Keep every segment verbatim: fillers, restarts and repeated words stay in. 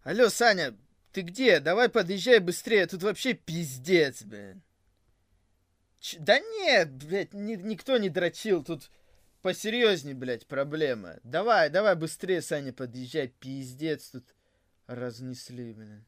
Алло, Саня, ты где? Давай подъезжай быстрее, тут вообще пиздец, блин. Ч- да нет, блядь, ни- никто не дрочил, тут посерьезней, блядь, проблема. Давай, давай быстрее, Саня, подъезжай, пиздец, тут разнесли, блин.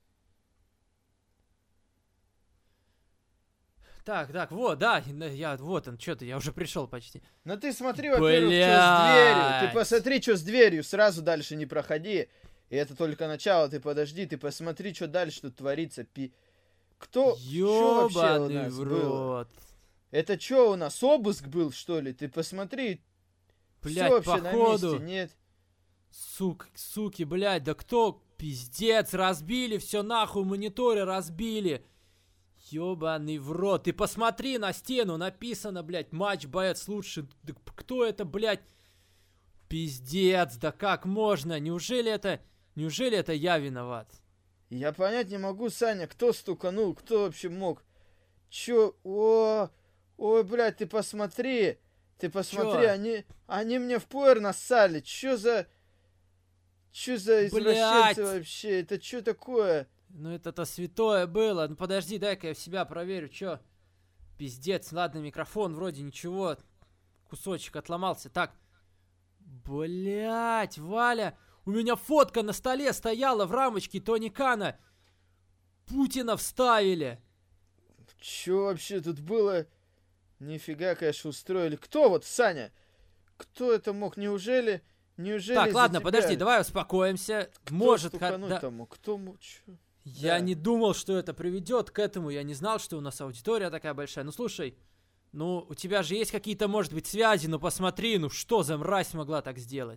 Так, так, вот, да, я, вот он, что-то, я уже пришел почти. Ну ты смотри, во-первых, что с дверью. Ты Блядь. посмотри, что с дверью, сразу дальше не проходи. И это только начало, ты подожди, ты посмотри, что дальше тут творится. Пи... Кто? Что вообще у Ёбаный нас в было? рот. Это что у нас, обыск был, что ли? Ты посмотри. Все Блядь, вообще на походу. месте, нет? Сук, суки, блядь, да кто? Пиздец, разбили все нахуй, мониторы разбили. Ёбаный в рот. Ты посмотри на стену, написано, блядь, матч боец лучше. Да кто это, блядь? Пиздец, да как можно? Неужели это... Неужели это я виноват? Я понять не могу, Саня, кто стуканул, кто вообще мог? Чё? О, ой, блядь, ты посмотри. Ты посмотри, Чё? они, они мне в пуэр нассали. Чё за... Чё за Блядь. извращенцы вообще? Это чё такое? Ну это-то святое было. Ну подожди, дай-ка я в себя проверю, чё? Пиздец, ладно, микрофон вроде ничего. Кусочек отломался. Так. Блять, Валя, у меня фотка на столе стояла в рамочке Тони Кана. Путина вставили. Чё вообще тут было? Нифига, конечно, устроили. Кто вот, Саня? Кто это мог? Неужели... Неужели Так, из-за ладно, тебя? подожди, давай успокоимся. Кто Может, ха- стукануть да. тому? Кто мог? Чё? Я Да. не думал, что это приведет к этому. Я не знал, что у нас аудитория такая большая. Ну слушай, ну у тебя же есть какие-то, может быть, связи. Ну посмотри, ну что за мразь могла так сделать?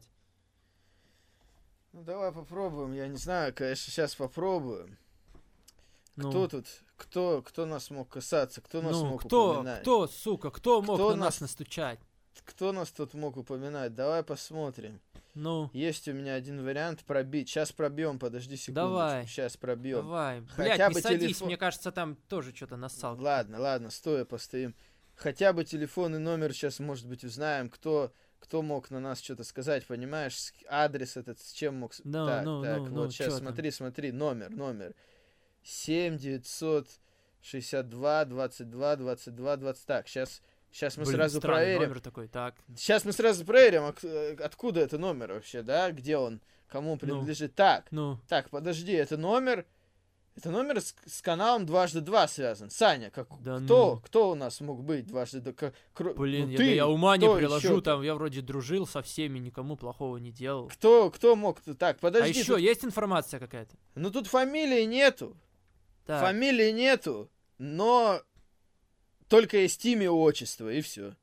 Ну давай попробуем. Я не знаю, конечно, сейчас попробуем. Ну, Кто тут? Кто, кто нас мог касаться? Кто нас ну мог кто, упоминать? кто, сука, кто мог Кто на нас нас- настучать? Кто нас тут мог упоминать? Давай посмотрим. Ну, Есть у меня один вариант пробить. Сейчас пробьем, подожди секундочку. Давай. Сейчас пробьем. давай. Хотя Блядь, не бы садись, телефон- мне кажется, там тоже что-то нассал. Ладно, ладно, стоя постоим. Хотя бы телефон и номер сейчас, может быть, узнаем, кто, кто мог на нас что-то сказать, понимаешь? С- Адрес этот, с чем мог... с- Ну, так, ну, так, ну, вот ну, сейчас чё там? смотри, смотри, номер, номер. семь девятьсот шестьдесят два двадцать два двадцать два двадцать. Так, сейчас, сейчас мы Блин, сразу странный проверим. номер такой, так. Сейчас мы сразу проверим, от- э, откуда это номер вообще, да? Где он, кому принадлежит. Так, Ну, так, подожди, это номер... Это номер с, с каналом дважды два связан. Саня, как, Да кто, ну. кто у нас мог быть дважды два? К- кро- блин, ну, я, ты, да я ума не кто приложу, ещё-то? там я вроде дружил со всеми, никому плохого не делал. Кто, кто мог? Так, А подожди. еще тут- есть информация какая-то? Ну тут фамилии нету. Так. Фамилии нету, но только есть имя и отчество, и все.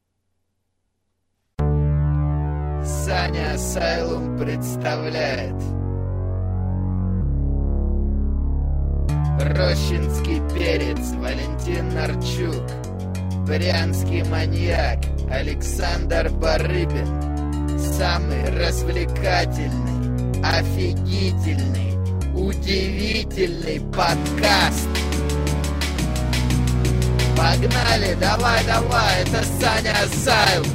Саня Асайлум представляет Рощинский перец Валентин Нарчук, Брянский маньяк Александр Барыбин, самый развлекательный, офигительный, удивительный подкаст. Погнали, давай, давай, это Саня Асайлум.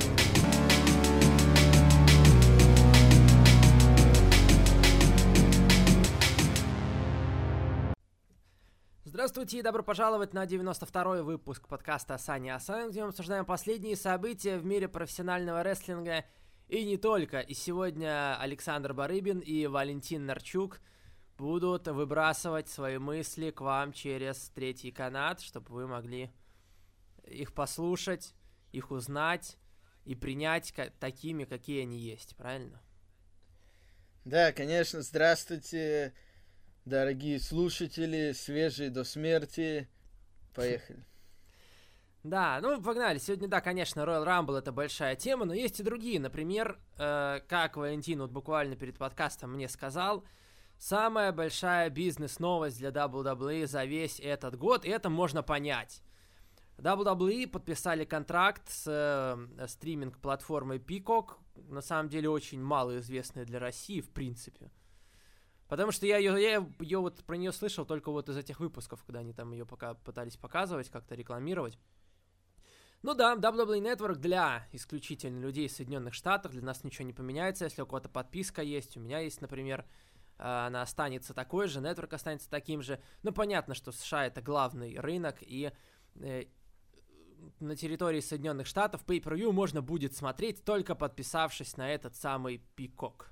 Здравствуйте и добро пожаловать на девяносто второй выпуск подкаста Саня Асайлум, где мы обсуждаем последние события в мире профессионального рестлинга и не только. И сегодня Александр Барыбин и Валентин Нарчук будут выбрасывать свои мысли к вам через третий канат, чтобы вы могли их послушать, их узнать и принять ка- такими, какие они есть, правильно? Да, конечно, здравствуйте, дорогие слушатели, свежие до смерти. Поехали. Да, ну погнали. Сегодня, да, конечно, Royal Rumble — это большая тема, но есть и другие. Например, э, как Валентин вот буквально перед подкастом мне сказал, самая большая бизнес-новость для дабл ю дабл ю и за весь этот год, и это можно понять. дабл ю дабл ю и подписали контракт с э, стриминг-платформой Peacock, на самом деле очень малоизвестная для России, в принципе. Потому что я ее, я ее вот про нее слышал только вот из этих выпусков, когда они там ее пока пытались показывать, как-то рекламировать. Ну да, дабл ю дабл ю и Network для исключительно людей из Соединенных Штатов, для нас ничего не поменяется, если у кого-то подписка есть, у меня есть, например, она останется такой же, Network останется таким же. Ну, понятно, что США — это главный рынок, и э, на территории Соединенных Штатов Pay-Per-View можно будет смотреть, только подписавшись на этот самый Peacock.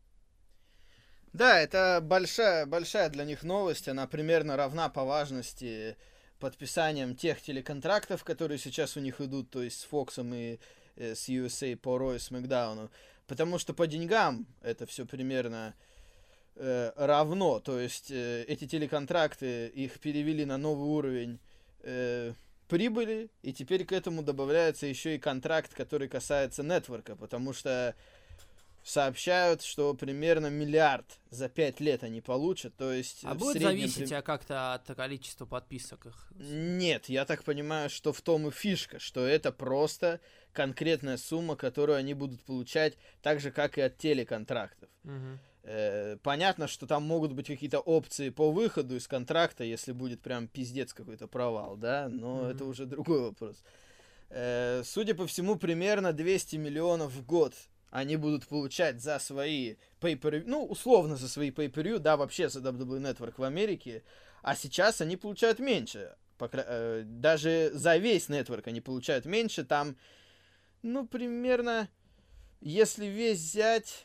Да, это большая, большая для них новость, она примерно равна по важности подписанием тех телеконтрактов, которые сейчас у них идут, то есть с Фоксом и э, с ю эс эй по Ро и Смэкдауну, потому что по деньгам это все примерно э, равно, то есть э, эти телеконтракты, их перевели на новый уровень э, прибыли, и теперь к этому добавляется еще и контракт, который касается нетворка, потому что сообщают, что примерно миллиард за пять лет они получат, то есть... А будет среднем... зависеть а как-то от количества подписок их? Нет, я так понимаю, что в том и фишка, что это просто конкретная сумма, которую они будут получать так же, как и от телеконтрактов. Угу. Э, понятно, что там могут быть какие-то опции по выходу из контракта, если будет прям пиздец какой-то провал, да, но Угу. это уже другой вопрос. Э, судя по всему, примерно двести миллионов в год они будут получать за свои pay-per-view, ну, условно за свои pay-per-view, да, вообще за дабл ю дабл ю и Network в Америке, а сейчас они получают меньше. Покра... Э, даже за весь Network они получают меньше, там, ну, примерно, если весь взять,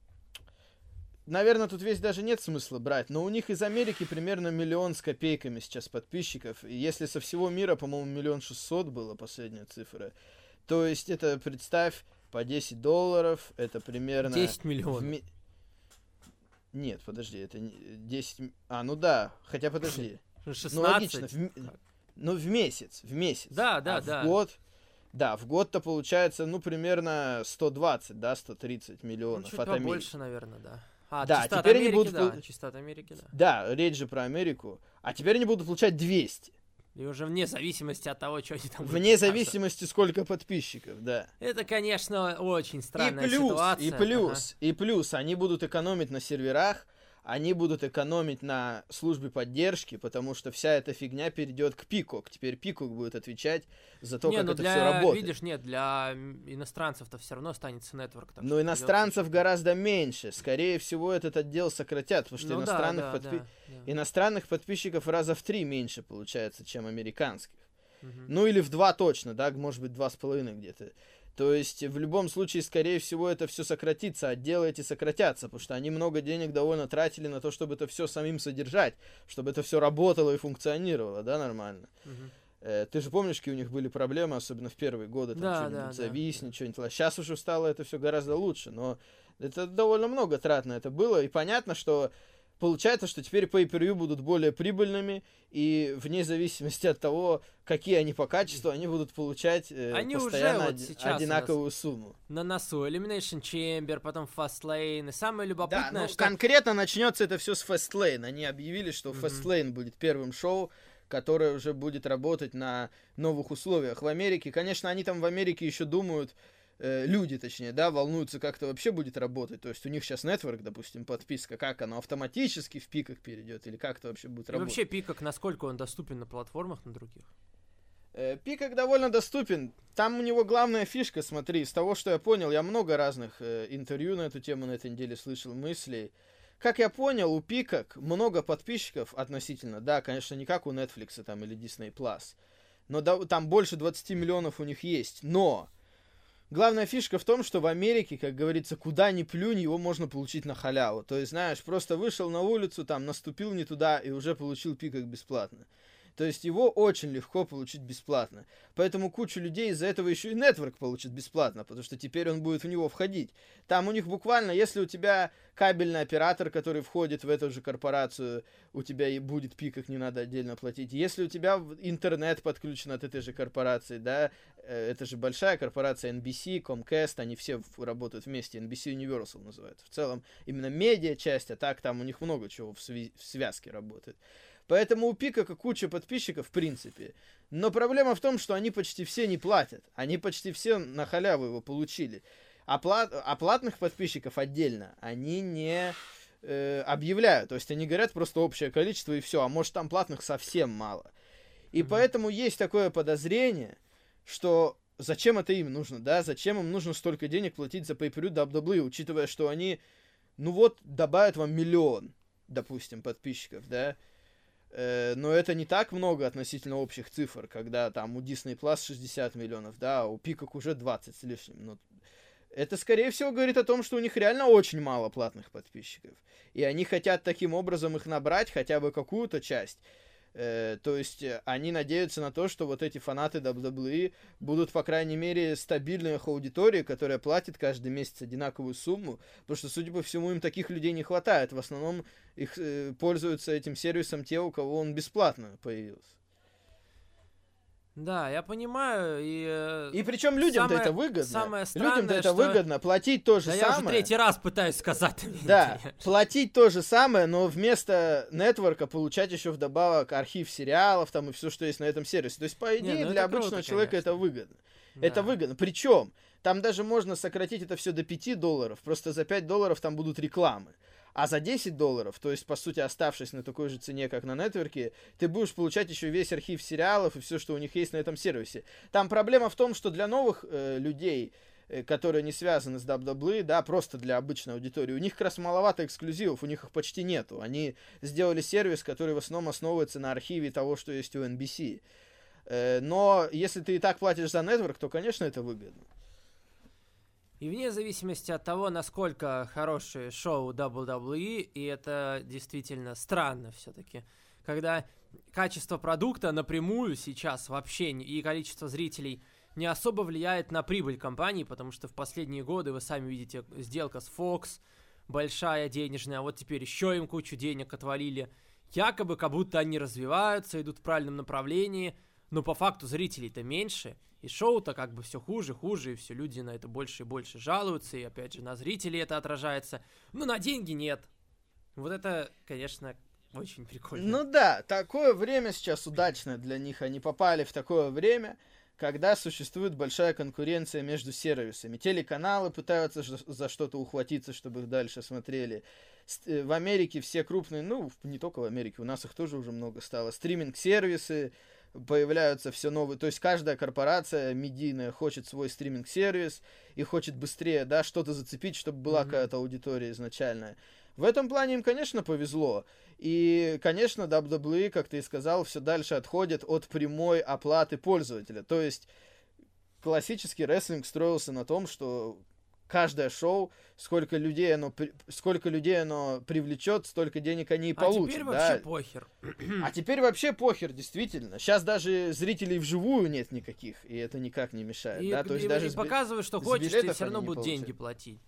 наверное, тут весь даже нет смысла брать, но у них из Америки примерно миллион с копейками сейчас подписчиков, и если со всего мира, по-моему, миллион шестьсот была последняя цифра, то есть это, представь, по десять долларов, это примерно... десять миллионов. Ми... Нет, подожди, это десять... А, ну да, хотя подожди. шестнадцать. Ну логично, в... ну в месяц, в месяц. Да, да, а да. в год... Да, в год-то получается, ну, примерно сто двадцать, да, сто тридцать миллионов ну, чуть от побольше, Америки. больше, наверное, да. А, да, чисто теперь от Америки, они будут... да, чисто от Америки, да. Да, речь же про Америку. А теперь они будут получать двести. И уже вне зависимости от того, что они там... Вне зависимости, сколько подписчиков, да. Это, конечно, очень странная и плюс, ситуация. И плюс, ага. и плюс, они будут экономить на серверах, они будут экономить на службе поддержки, потому что вся эта фигня перейдет к Peacock. Теперь Peacock будет отвечать за то, не, как ну это для, все работает. Видишь, нет, для иностранцев-то все равно останется Network. Но иностранцев придется... гораздо меньше. Скорее всего, этот отдел сократят, потому что ну, иностранных, да, подпи... да, да. иностранных подписчиков раза в три меньше получается, чем американских. Угу. Ну или в два точно, да, может быть, два с половиной где-то. То есть, в любом случае, скорее всего, это все сократится, отделы эти сократятся, потому что они много денег довольно тратили на то, чтобы это все самим содержать, чтобы это все работало и функционировало, да, нормально. Угу. Э, ты же помнишь, какие у них были проблемы, особенно в первые годы, там да, что-нибудь да, зависнет, да. что-нибудь. Сейчас уже стало это все гораздо лучше, но это довольно много трат на это было, и понятно, что получается, что теперь pay-per-view будут более прибыльными, и вне зависимости от того, какие они по качеству, они будут получать э, они постоянно уже вот од- одинаковую сумму. На носу Elimination Chamber, потом Fastlane, и самое любопытное, да, ну, что... конкретно начнется это все с Fastlane. Они объявили, что mm-hmm. Fastlane будет первым шоу, которое уже будет работать на новых условиях. В Америке, конечно, они там в Америке еще думают, люди, точнее, да, волнуются, как это вообще будет работать. То есть у них сейчас Network, допустим, подписка, как оно автоматически в Peacock перейдет, или как это вообще будет и работать. И вообще Peacock, насколько он доступен на платформах, на других? Peacock довольно доступен. Там у него главная фишка, смотри, из того, что я понял, я много разных э, интервью на эту тему на этой неделе слышал, мыслей. Как я понял, у Peacock много подписчиков относительно, да, конечно, не как у Netflix там или Disney Plus, но да, там больше двадцать миллионов у них есть, но... Главная фишка в том, что в Америке, как говорится, куда ни плюнь, его можно получить на халяву. То есть, знаешь, просто вышел на улицу, там, наступил не туда и уже получил Peacock бесплатно. То есть его очень легко получить бесплатно. Поэтому кучу людей из-за этого еще и Network получит бесплатно, потому что теперь он будет в него входить. Там у них буквально, если у тебя кабельный оператор, который входит в эту же корпорацию, у тебя и будет Peacock, не надо отдельно платить. Если у тебя интернет подключен от этой же корпорации, да, это же большая корпорация эн би си, Comcast, они все работают вместе, эн би си Universal называется. В целом именно медиа часть, а так там у них много чего в, сви- в связке работает. Поэтому у Peacock куча подписчиков, в принципе. Но проблема в том, что они почти все не платят. Они почти все на халяву его получили. А, плат... а платных подписчиков отдельно они не э, объявляют. То есть они говорят просто общее количество и все. А может там платных совсем мало. И mm-hmm. поэтому есть такое подозрение, что зачем это им нужно, да? Зачем им нужно столько денег платить за pay-per-view дабл ю дабл ю и, учитывая, что они, ну вот, добавят вам миллион. допустим, подписчиков, да, э, но это не так много относительно общих цифр, когда там у Disney Plus шестьдесят миллионов, да, а у Peacock уже двадцать с лишним. Ну, это, скорее всего, говорит о том, что у них реально очень мало платных подписчиков. И они хотят таким образом их набрать, хотя бы какую-то часть. Э, то есть они надеются на то, что вот эти фанаты дабл ю дабл ю и будут, по крайней мере, стабильной их аудиторией, которая платит каждый месяц одинаковую сумму, потому что, судя по всему, им таких людей не хватает. В основном их э, пользуются этим сервисом те, у кого он бесплатно появился. Да, я понимаю, и... э, И причем людям-то самое- это выгодно. самое странное, Людям-то это что- выгодно. Платить то же Да я уже самое. третий раз пытаюсь сказать. Да, платить то же самое, но вместо нетворка получать еще вдобавок архив сериалов там и все, что есть на этом сервисе. То есть, по идее, Не, ну для это круто, обычного человека конечно. это выгодно. Да. Это выгодно. Причем, там даже можно сократить это все до пяти долларов. Просто за пять долларов там будут рекламы. А за десять долларов, то есть, по сути, оставшись на такой же цене, как на нетворке, ты будешь получать еще весь архив сериалов и все, что у них есть на этом сервисе. Там проблема в том, что для новых э, людей, э, которые не связаны с дабл ю дабл ю и, да, просто для обычной аудитории, у них как раз маловато эксклюзивов, у них их почти нету. Они сделали сервис, который в основном основывается на архиве того, что есть у эн би си. Э, но если ты и так платишь за нетворк, то, конечно, это выгодно. И вне зависимости от того, насколько хорошие шоу дабл ю дабл ю и, и это действительно странно все-таки, когда качество продукта напрямую сейчас вообще не- и количество зрителей не особо влияет на прибыль компании, потому что в последние годы, вы сами видите, сделка с Fox большая, денежная, а вот теперь еще им кучу денег отвалили. Якобы как будто они развиваются, идут в правильном направлении, но по факту зрителей-то меньше, и шоу-то как бы все хуже, хуже, и все люди на это больше и больше жалуются, и опять же на зрителей это отражается, но на деньги нет. Вот это, конечно, очень прикольно. Ну да, такое время сейчас удачное для них. Они попали в такое время, когда существует большая конкуренция между сервисами. Телеканалы пытаются ж- за что-то ухватиться, чтобы их дальше смотрели. С- э, В Америке все крупные, ну, в- не только в Америке, у нас их тоже уже много стало. Стриминг-сервисы, появляются все новые. То есть каждая корпорация медийная хочет свой стриминг-сервис и хочет быстрее, да, что-то зацепить, чтобы была Мгм. какая-то аудитория изначальная. В этом плане им, конечно, повезло. И, конечно, дабл ю дабл ю и, как ты и сказал, все дальше отходит от прямой оплаты пользователя. То есть классический рестлинг строился на том, что каждое шоу, сколько людей оно, при- сколько людей оно привлечет, столько денег они и А получат. теперь да. вообще похер. А теперь вообще похер, действительно. Сейчас даже зрителей вживую нет никаких, и это никак не мешает. И, да? То есть и- даже и с би- показывают, что с хочешь, ты билетов все равно они не будут получают. деньги платить.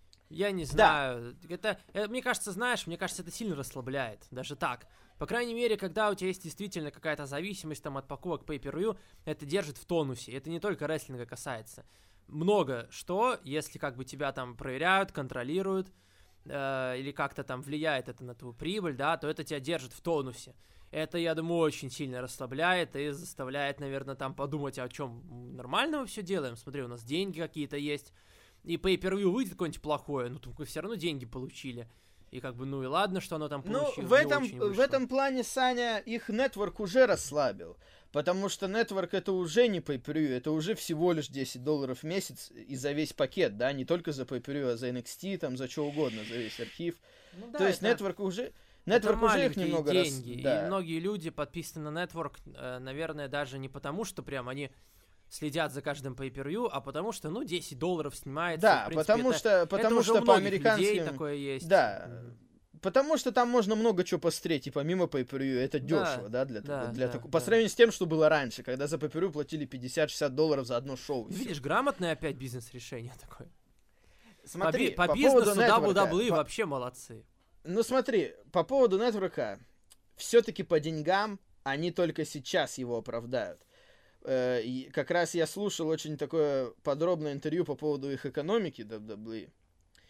Я не знаю. Это, э, мне кажется, знаешь, мне кажется, это сильно расслабляет. Даже так. По крайней мере, когда у тебя есть действительно какая-то зависимость там, от покупок pay-per-view, это держит в тонусе. Это не только рестлинга касается. Много что, если как бы тебя там проверяют, контролируют, э, или как-то там влияет это на твою прибыль, да, то это тебя держит в тонусе. Это, я думаю, очень сильно расслабляет и заставляет, наверное, там подумать, о чем нормально мы все делаем. Смотри, у нас деньги какие-то есть. И pay-per-view выйдет какое-нибудь плохое, ну, только все равно деньги получили. И как бы, ну и ладно, что оно там Ну, получило. в этом, в этом плане, Саня, их нетворк уже расслабил. Потому что нетворк это уже не pay-per-view, это уже всего лишь десять долларов в месяц и за весь пакет, да, не только за pay-per-view, а за эн экс ти, там, за что угодно, за весь архив. Ну, да, То есть это- нетворк уже... это Нетворк уже их маленькие немного раз... деньги. да. И многие люди подписаны на нетворк, э, наверное, даже не потому, что прям они следят за каждым pay-per-view, а потому что, ну, десять долларов снимается. Да, в принципе, потому это- что, это потому уже у что по многих людей американским... такое есть. Да, Мгм. потому что там можно много чего посмотреть, и помимо pay-per-view, это Да, дешево, да, для, да, такого- для да, такого. да. По сравнению с тем, что было раньше, когда за pay-per-view платили пятьдесят-шестьдесят долларов за одно шоу. и всё. Видишь, грамотное опять бизнес-решение такое. Смотри, по, би- по по поводу бизнесу дабл ю нетворка, дабл ю и по- вообще молодцы. Ну смотри, по поводу нетворка, все-таки по деньгам они только сейчас его оправдают. Э, и как раз я слушал очень такое подробное интервью по поводу их экономики дабл ю дабл ю и.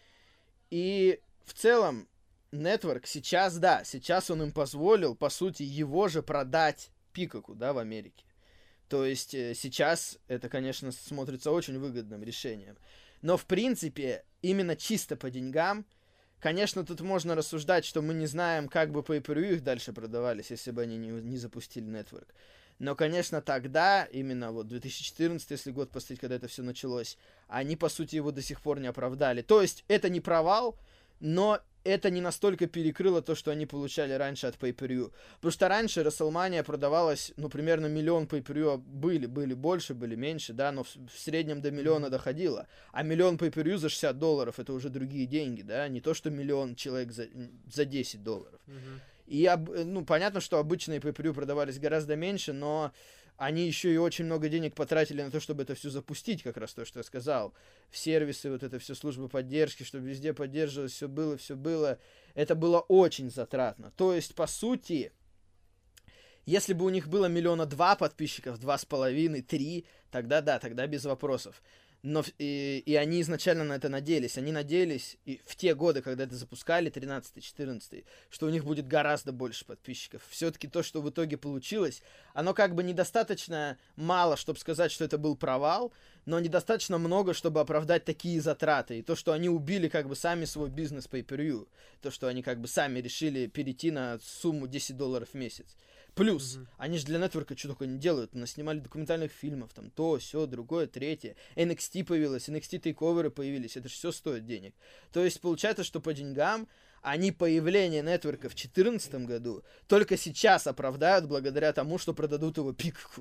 И в целом, нетворк сейчас, да, сейчас он им позволил, по сути, его же продать Пикаку, да, в Америке. То есть э, сейчас это, конечно, смотрится очень выгодным решением. Но, в принципе, именно чисто по деньгам, конечно, тут можно рассуждать, что мы не знаем, как бы pay-per-view их дальше продавались, если бы они не, не запустили нетворк. Но, конечно, тогда, именно вот две тысячи четырнадцатый, если год посмотреть, когда это все началось, они, по сути, его до сих пор не оправдали. То есть, это не провал, но это не настолько перекрыло то, что они получали раньше от Pay-Per-View. Потому что раньше WrestleMania продавалась, ну, примерно миллион Pay-Per-View были, были больше, были меньше, да, но в, в среднем до миллиона доходило. А миллион Pay-Per-View за шестьдесят долларов, это уже другие деньги, да, не то, что миллион человек за, за десять долларов. Mm-hmm. И, ну, понятно, что обычные Pay-Per-View продавались гораздо меньше, но они еще и очень много денег потратили на то, чтобы это все запустить, как раз то, что я сказал. В сервисы, вот это все, службы поддержки, чтобы везде поддерживалось, все было, все было. Это было очень затратно. То есть, по сути, если бы у них было миллиона два подписчиков, два с половиной, три, тогда да, тогда без вопросов. Но и, и они изначально на это надеялись. Они надеялись и в те годы, когда это запускали, тринадцатый четырнадцатый, что у них будет гораздо больше подписчиков. Все-таки то, что в итоге получилось, оно как бы недостаточно мало, чтобы сказать, что это был провал, но недостаточно много, чтобы оправдать такие затраты. И то, что они убили как бы сами свой бизнес Pay-Per-View. То, что они как бы сами решили перейти на сумму десять долларов в месяц. Плюс, mm-hmm. они же для нетворка что только не делают. Наснимали документальных фильмов, там то, сё, другое, третье. эн экс ти появилось, эн экс ти тейковеры появились. Это же все стоит денег. То есть, получается, что по деньгам они появление нетворка в две тысячи четырнадцатом году только сейчас оправдают благодаря тому, что продадут его Пикаку.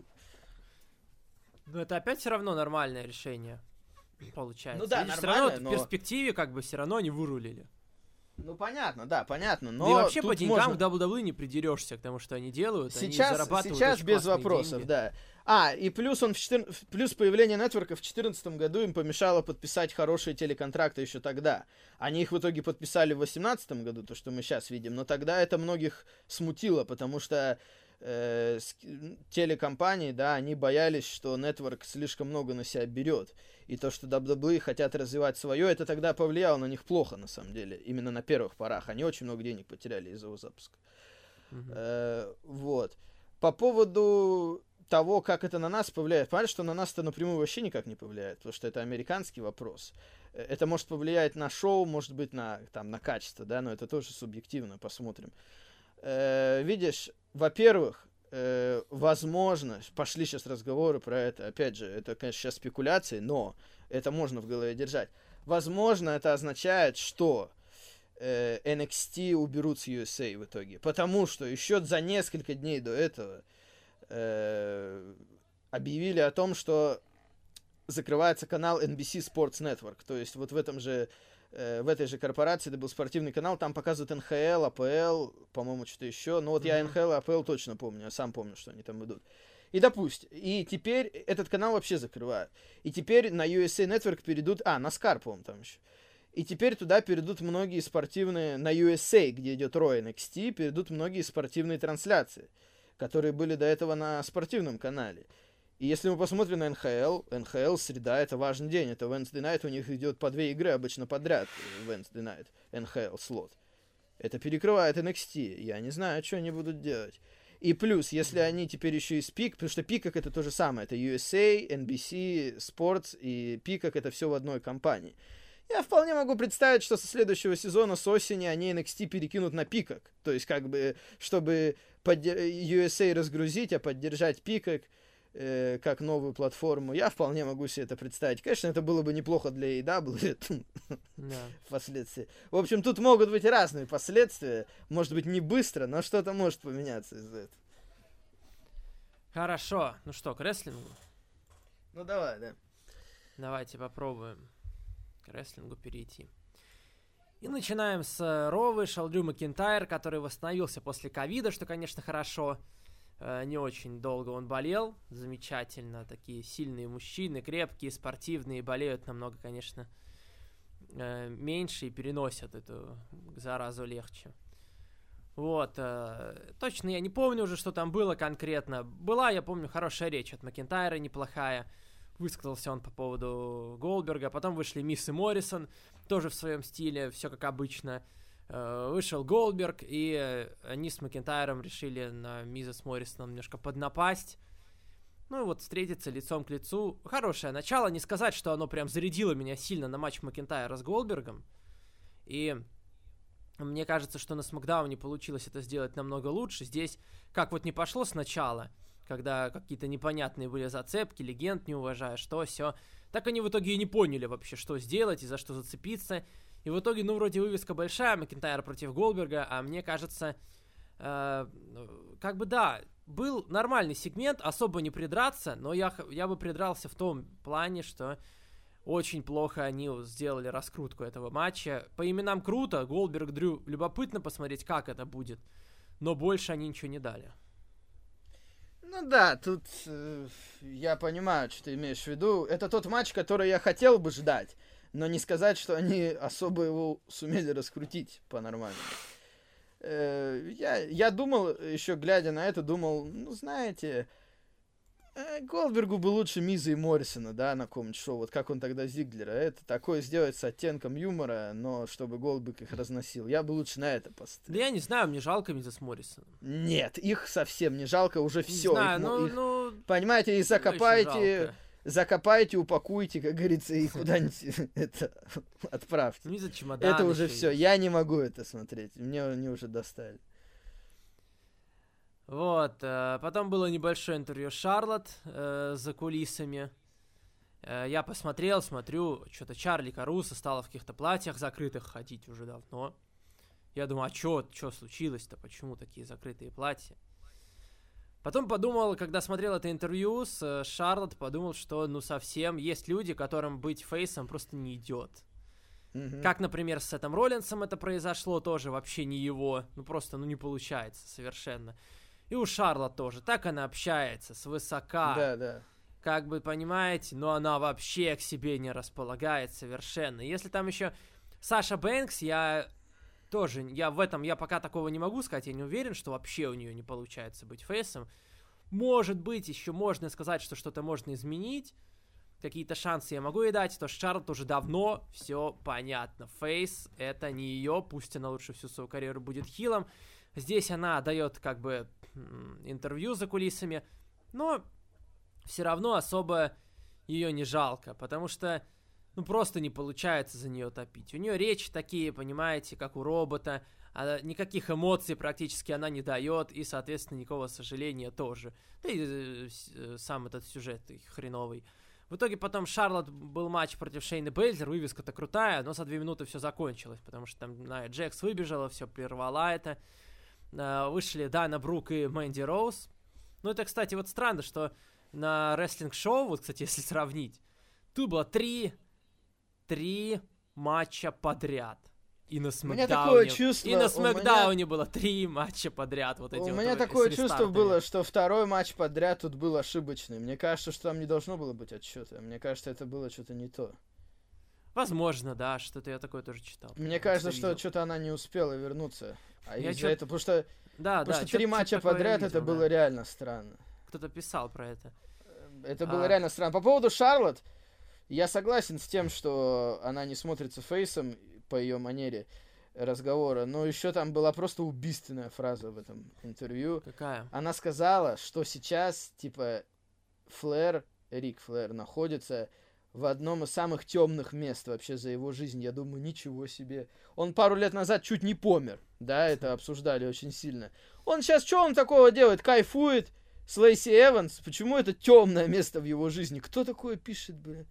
Ну, это опять все равно нормальное решение, получается. Ну да, Или нормально, все равно но... в перспективе как бы все равно не вырулили. Ну, понятно, да, понятно, но... Да и вообще тут по деньгам можно... к дабл ю дабл ю и не придерешься к тому, что они делают. Сейчас, они зарабатывают сейчас очень без классные вопросов, деньги. да. А, и плюс, он в четыр... плюс появление нетворка в две тысячи четырнадцатом году им помешало подписать хорошие телеконтракты еще тогда. Они их в итоге подписали в две тысячи восемнадцатом году, то, что мы сейчас видим, но тогда это многих смутило, потому что э, телекомпании, да, они боялись, что нетворк слишком много на себя берет. И то, что дабл ю дабл ю и хотят развивать свое, это тогда повлияло на них плохо, на самом деле. Именно на первых порах. Они очень много денег потеряли из-за его запуска. Uh-huh. Э, вот. По поводу того, как это на нас повлияет. Понятно, что на нас это напрямую вообще никак не повлияет, потому что это американский вопрос. Это может повлиять на шоу, может быть, на, там, на качество, да, но это тоже субъективно, посмотрим. Э, видишь, во-первых, Э, возможно, пошли сейчас разговоры про это, опять же, это, конечно, сейчас спекуляции, но это можно в голове держать. Возможно, это означает, что э, эн экс ти уберут с ю эс эй в итоге, потому что еще за несколько дней до этого э, объявили о том, что закрывается канал эн би си Sports Network, то есть вот в этом же в этой же корпорации, это был спортивный канал, там показывают эн ха эл, а пэ эл, по-моему, что-то еще. Ну вот mm-hmm. я эн ха эл и а пэ эл точно помню, я сам помню, что они там идут. И допустим, и теперь этот канал вообще закрывают. И теперь на ю эс эй Network перейдут, а, на Скар, по-моему, там еще. И теперь туда перейдут многие спортивные, на ю эс эй, где идет Raw эн экс ти, перейдут многие спортивные трансляции, которые были до этого на спортивном канале. И если мы посмотрим на эн ха эл, эн ха эл среда — это важный день, это Wednesday Night, у них идет по две игры обычно подряд, Wednesday Night, эн ха эл слот. Это перекрывает эн экс ти, я не знаю, что они будут делать. И плюс, если они теперь еще и с Peacock, потому что Peacock это то же самое, это ю эс эй, эн би си, Sports и Peacock это все в одной компании. Я вполне могу представить, что со следующего сезона, с осени, они эн экс ти перекинут на Peacock. То есть, как бы, чтобы поддер... ю эс эй разгрузить, а поддержать Peacock э, как новую платформу, я вполне могу себе это представить. Конечно, это было бы неплохо для эй и дабл ю впоследствии. В общем, тут могут быть разные последствия. Может быть, не быстро, но что-то может поменяться из-за этого. Хорошо. Ну что, к рестлингу? Ну, давай, да. Давайте попробуем к рестлингу перейти. И начинаем с Ро. Вышел Дрю Макинтайр, который восстановился после ковида, что, конечно, хорошо. Э, не очень долго он болел. Замечательно. Такие сильные мужчины, крепкие, спортивные. Болеют намного, конечно, э, меньше и переносят эту заразу легче. Вот. Э, точно я не помню уже, что там было конкретно. Была, я помню, хорошая речь от Макинтайра, неплохая. Высказался он по поводу Голдберга. Потом вышли Мисс и Моррисон, тоже в своем стиле, все как обычно. Э, вышел Голдберг, и они с Макинтайром решили на Миза с Моррисоном немножко поднапасть. Ну и вот встретиться лицом к лицу. Хорошее начало, не сказать, что оно прям зарядило меня сильно на матч Макинтайра с Голдбергом. И мне кажется, что на Смакдауне получилось это сделать намного лучше. Здесь как вот не пошло сначала, когда какие-то непонятные были зацепки, легенд не уважая, что, все. Так они в итоге и не поняли вообще, что сделать и за что зацепиться. И в итоге, ну, вроде вывеска большая, Макентайр против Голдберга, а мне кажется, э, как бы да, был нормальный сегмент, особо не придраться, но я, я бы придрался в том плане, что очень плохо они сделали раскрутку этого матча. По именам круто, Голдберг, Дрю, любопытно посмотреть, как это будет, но больше они ничего не дали. Ну да, тут э, я понимаю, что ты имеешь в виду. Это тот матч, который я хотел бы ждать, но не сказать, что они особо его сумели раскрутить по-нормальному. Э, я, я думал, еще глядя на это, думал, ну знаете, э, Голдбергу бы лучше Миза и Моррисона, да, на каком-нибудь шоу, вот как он тогда Зиглера. Это такое сделать с оттенком юмора, но чтобы Голдберг их разносил. Я бы лучше на это поставил. Да я не знаю, мне жалко Миза с Моррисоном. Нет, их совсем не жалко, уже Не все. знаю, их, ну, их, ну... понимаете, и закопайте, закопайте, упакуйте, как говорится, и куда-нибудь это отправьте. Миза чемодан. Это уже все, я не могу это смотреть, мне они уже достали. Вот, э, потом было небольшое интервью Шарлотт э, за кулисами. Э, я посмотрел, смотрю, что-то Чарли Каруса стала в каких-то платьях закрытых ходить уже давно. Я думаю, а что что случилось-то, почему такие закрытые платья? Потом подумал, когда смотрел это интервью с э, Шарлотт, подумал, что ну совсем есть люди, которым быть фейсом просто не идет. Mm-hmm. Как, например, с Сетом Роллинсом это произошло, тоже вообще не его, ну просто ну не получается совершенно. И у Шарлотт тоже. Так она общается, свысока. Да, да. Как бы, понимаете, но она вообще к себе не располагает совершенно. Если там еще Саша Бэнкс, я тоже, я в этом, я пока такого не могу сказать, я не уверен, что вообще у нее не получается быть фейсом. Может быть, еще можно сказать, что что-то можно изменить. Какие-то шансы я могу ей дать, то Шарлотт уже давно все понятно. Фейс — это не ее, пусть она лучше всю свою карьеру будет хилом. Здесь она дает как бы интервью за кулисами, но все равно особо ее не жалко, потому что ну просто не получается за нее топить. У нее речи такие, понимаете, как у робота, а никаких эмоций практически она не дает, и, соответственно, никакого сожаления тоже. Да и э, сам этот сюжет хреновый. В итоге потом Шарлотт был матч против Шейны Бейзлер, вывеска-то крутая, но за две минуты все закончилось, потому что там Найя Джекс выбежала, все прервала это. Вышли Дана Брук и Мэнди Роуз. Ну, это, кстати, вот странно, что на рестлинг-шоу, вот, кстати, если сравнить, тут было три, три матча подряд. И на Смэкдауне, чувство, и на Смэкдауне меня... было три матча подряд. Вот эти у вот меня такое чувство было, что второй матч подряд тут был ошибочный. Мне кажется, что там не должно было быть отсчета. Мне кажется, это было что-то не то. Возможно, да, что-то я такое тоже читал. Мне кажется, что, что что-то она не успела вернуться. А я из-за чё... этого, потому что, да, потому да, что три матча подряд, видел, это да. было реально странно. Кто-то писал про это. Это а... было реально странно. По поводу Шарлотт, я согласен с тем, что она не смотрится фейсом по ее манере разговора, но еще там была просто убийственная фраза в этом интервью. Какая? Она сказала, что сейчас, типа, Флэр, Рик Флэр, находится в одном из самых темных мест вообще за его жизнь. Я думаю, ничего себе. Он пару лет назад чуть не помер. Да, это обсуждали очень сильно. Он сейчас, что он такого делает? Кайфует с Лейси Эванс. Почему это темное место в его жизни? Кто такое пишет, блин?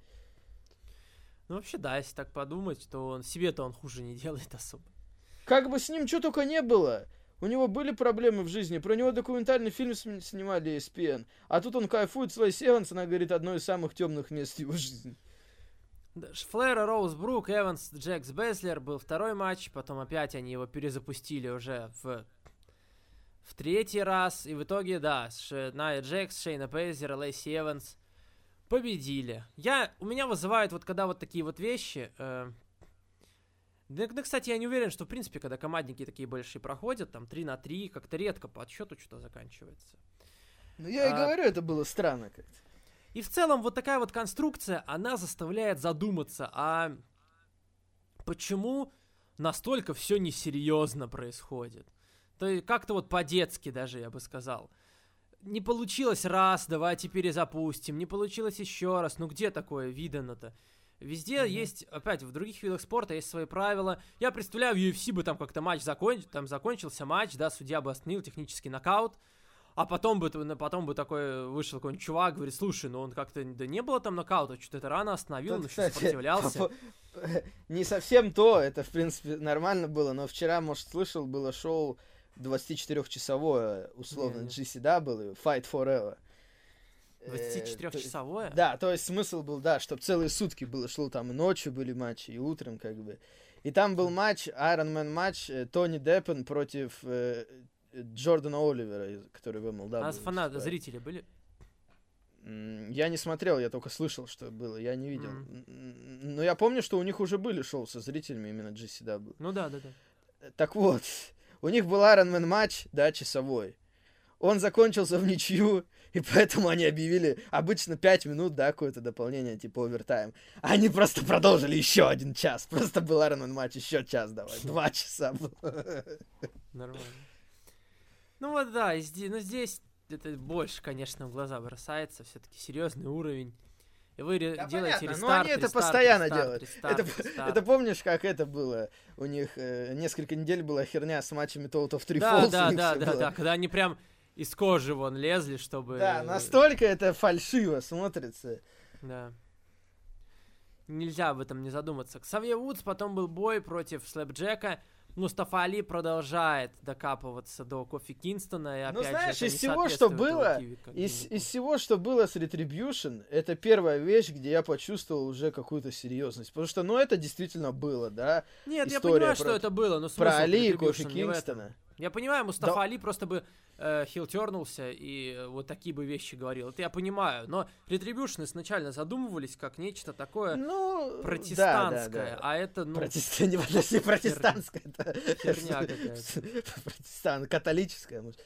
Ну, вообще, да, если так подумать, то он себе-то он хуже не делает особо. Как бы с ним что только не было. У него были проблемы в жизни. Про него документальный фильм снимали и эс пи эн. А тут он кайфует с Лейси Эванс, она говорит, одно из самых темных мест в его жизни. Флэр, Роуз, Брук, Эванс, Джекс, Безлер был второй матч. Потом опять они его перезапустили уже в, в третий раз. И в итоге, да, Найя Джекс, Шейна Безлер, Лейси Эванс победили. Я, у меня вызывает вот когда вот такие вот вещи... Э, Да, да, кстати, я не уверен, что, в принципе, когда командники такие большие проходят, там, три на три, как-то редко по отсчету что-то заканчивается. Ну, я а... и говорю, это было странно как-то. И в целом, вот такая вот конструкция, она заставляет задуматься, а почему настолько все несерьезно происходит? То есть, как-то вот по-детски даже, я бы сказал. Не получилось раз, давайте перезапустим, не получилось еще раз, ну где такое видано-то? Везде mm-hmm. есть, опять, в других видах спорта есть свои правила. Я представляю, в ю эф си бы там как-то матч закончился, там закончился матч, да, судья бы остановил технический нокаут. А потом бы, потом бы такой вышел какой-нибудь чувак, говорит, слушай, ну он как-то, да не было там нокаута, что-то это рано остановил, он еще сопротивлялся. Не совсем то, это, в принципе, нормально было, но вчера, может, слышал, было шоу двадцатичетырёхчасовое, условно, не, не. джи си дабл ю, Fight Forever. двадцатичетырёхчасовое? Да, то есть смысл был, да, чтобы целые сутки было, шло там и ночью были матчи, и утром, как бы. И там был матч, Iron Man матч, Тони Деппен против э, Джордана Оливера, который в эм эл дабл ю. А фанаты, зрители были? Я не смотрел, я только слышал, что было, я не видел. Mm. Но я помню, что у них уже были шоу со зрителями именно джи си дабл ю. Ну да, да, да. Так вот, у них был Iron Man матч, да, часовой. Он закончился в ничью, и поэтому они объявили обычно пять минут, да, какое-то дополнение, типа овертайм. А они просто продолжили еще один час. Просто был Iron Man матч, еще час давай. Два часа было. Нормально. Ну вот да, здесь, ну здесь это больше, конечно, в глаза бросается. Все-таки серьезный уровень. И вы да делаете понятно, рестарт, но они это рестарт, постоянно рестарт, делают. Рестарт, это, рестарт. это помнишь, как это было? У них э, несколько недель была херня с матчами Total of Three да, Falls. Да, да, да, было. да, когда они прям из кожи вон лезли, чтобы... Да, настолько это фальшиво смотрится. Да. Нельзя об этом не задуматься. Ксавье Вудс, потом был бой против Слэпджека. Мустафа Али продолжает докапываться до Кофи Кингстона. И опять ну, знаешь, же, из всего, что было, из, из всего, что было с Retribution, это первая вещь, где я почувствовал уже какую-то серьезность. Потому что, ну, это действительно было, да? Нет, я понимаю, про, что это было, но смысл про Али и Кофи Кингстона. Я понимаю, Мустафа да. Али просто бы э, хилтернулся и вот такие бы вещи говорил. Это я понимаю. Но Retribution изначально задумывались как нечто такое ну, протестантское. Да, да, да. А это, ну... Протест... Не подожди, протестантское. Херня какая-то. Протестант, католическое, может.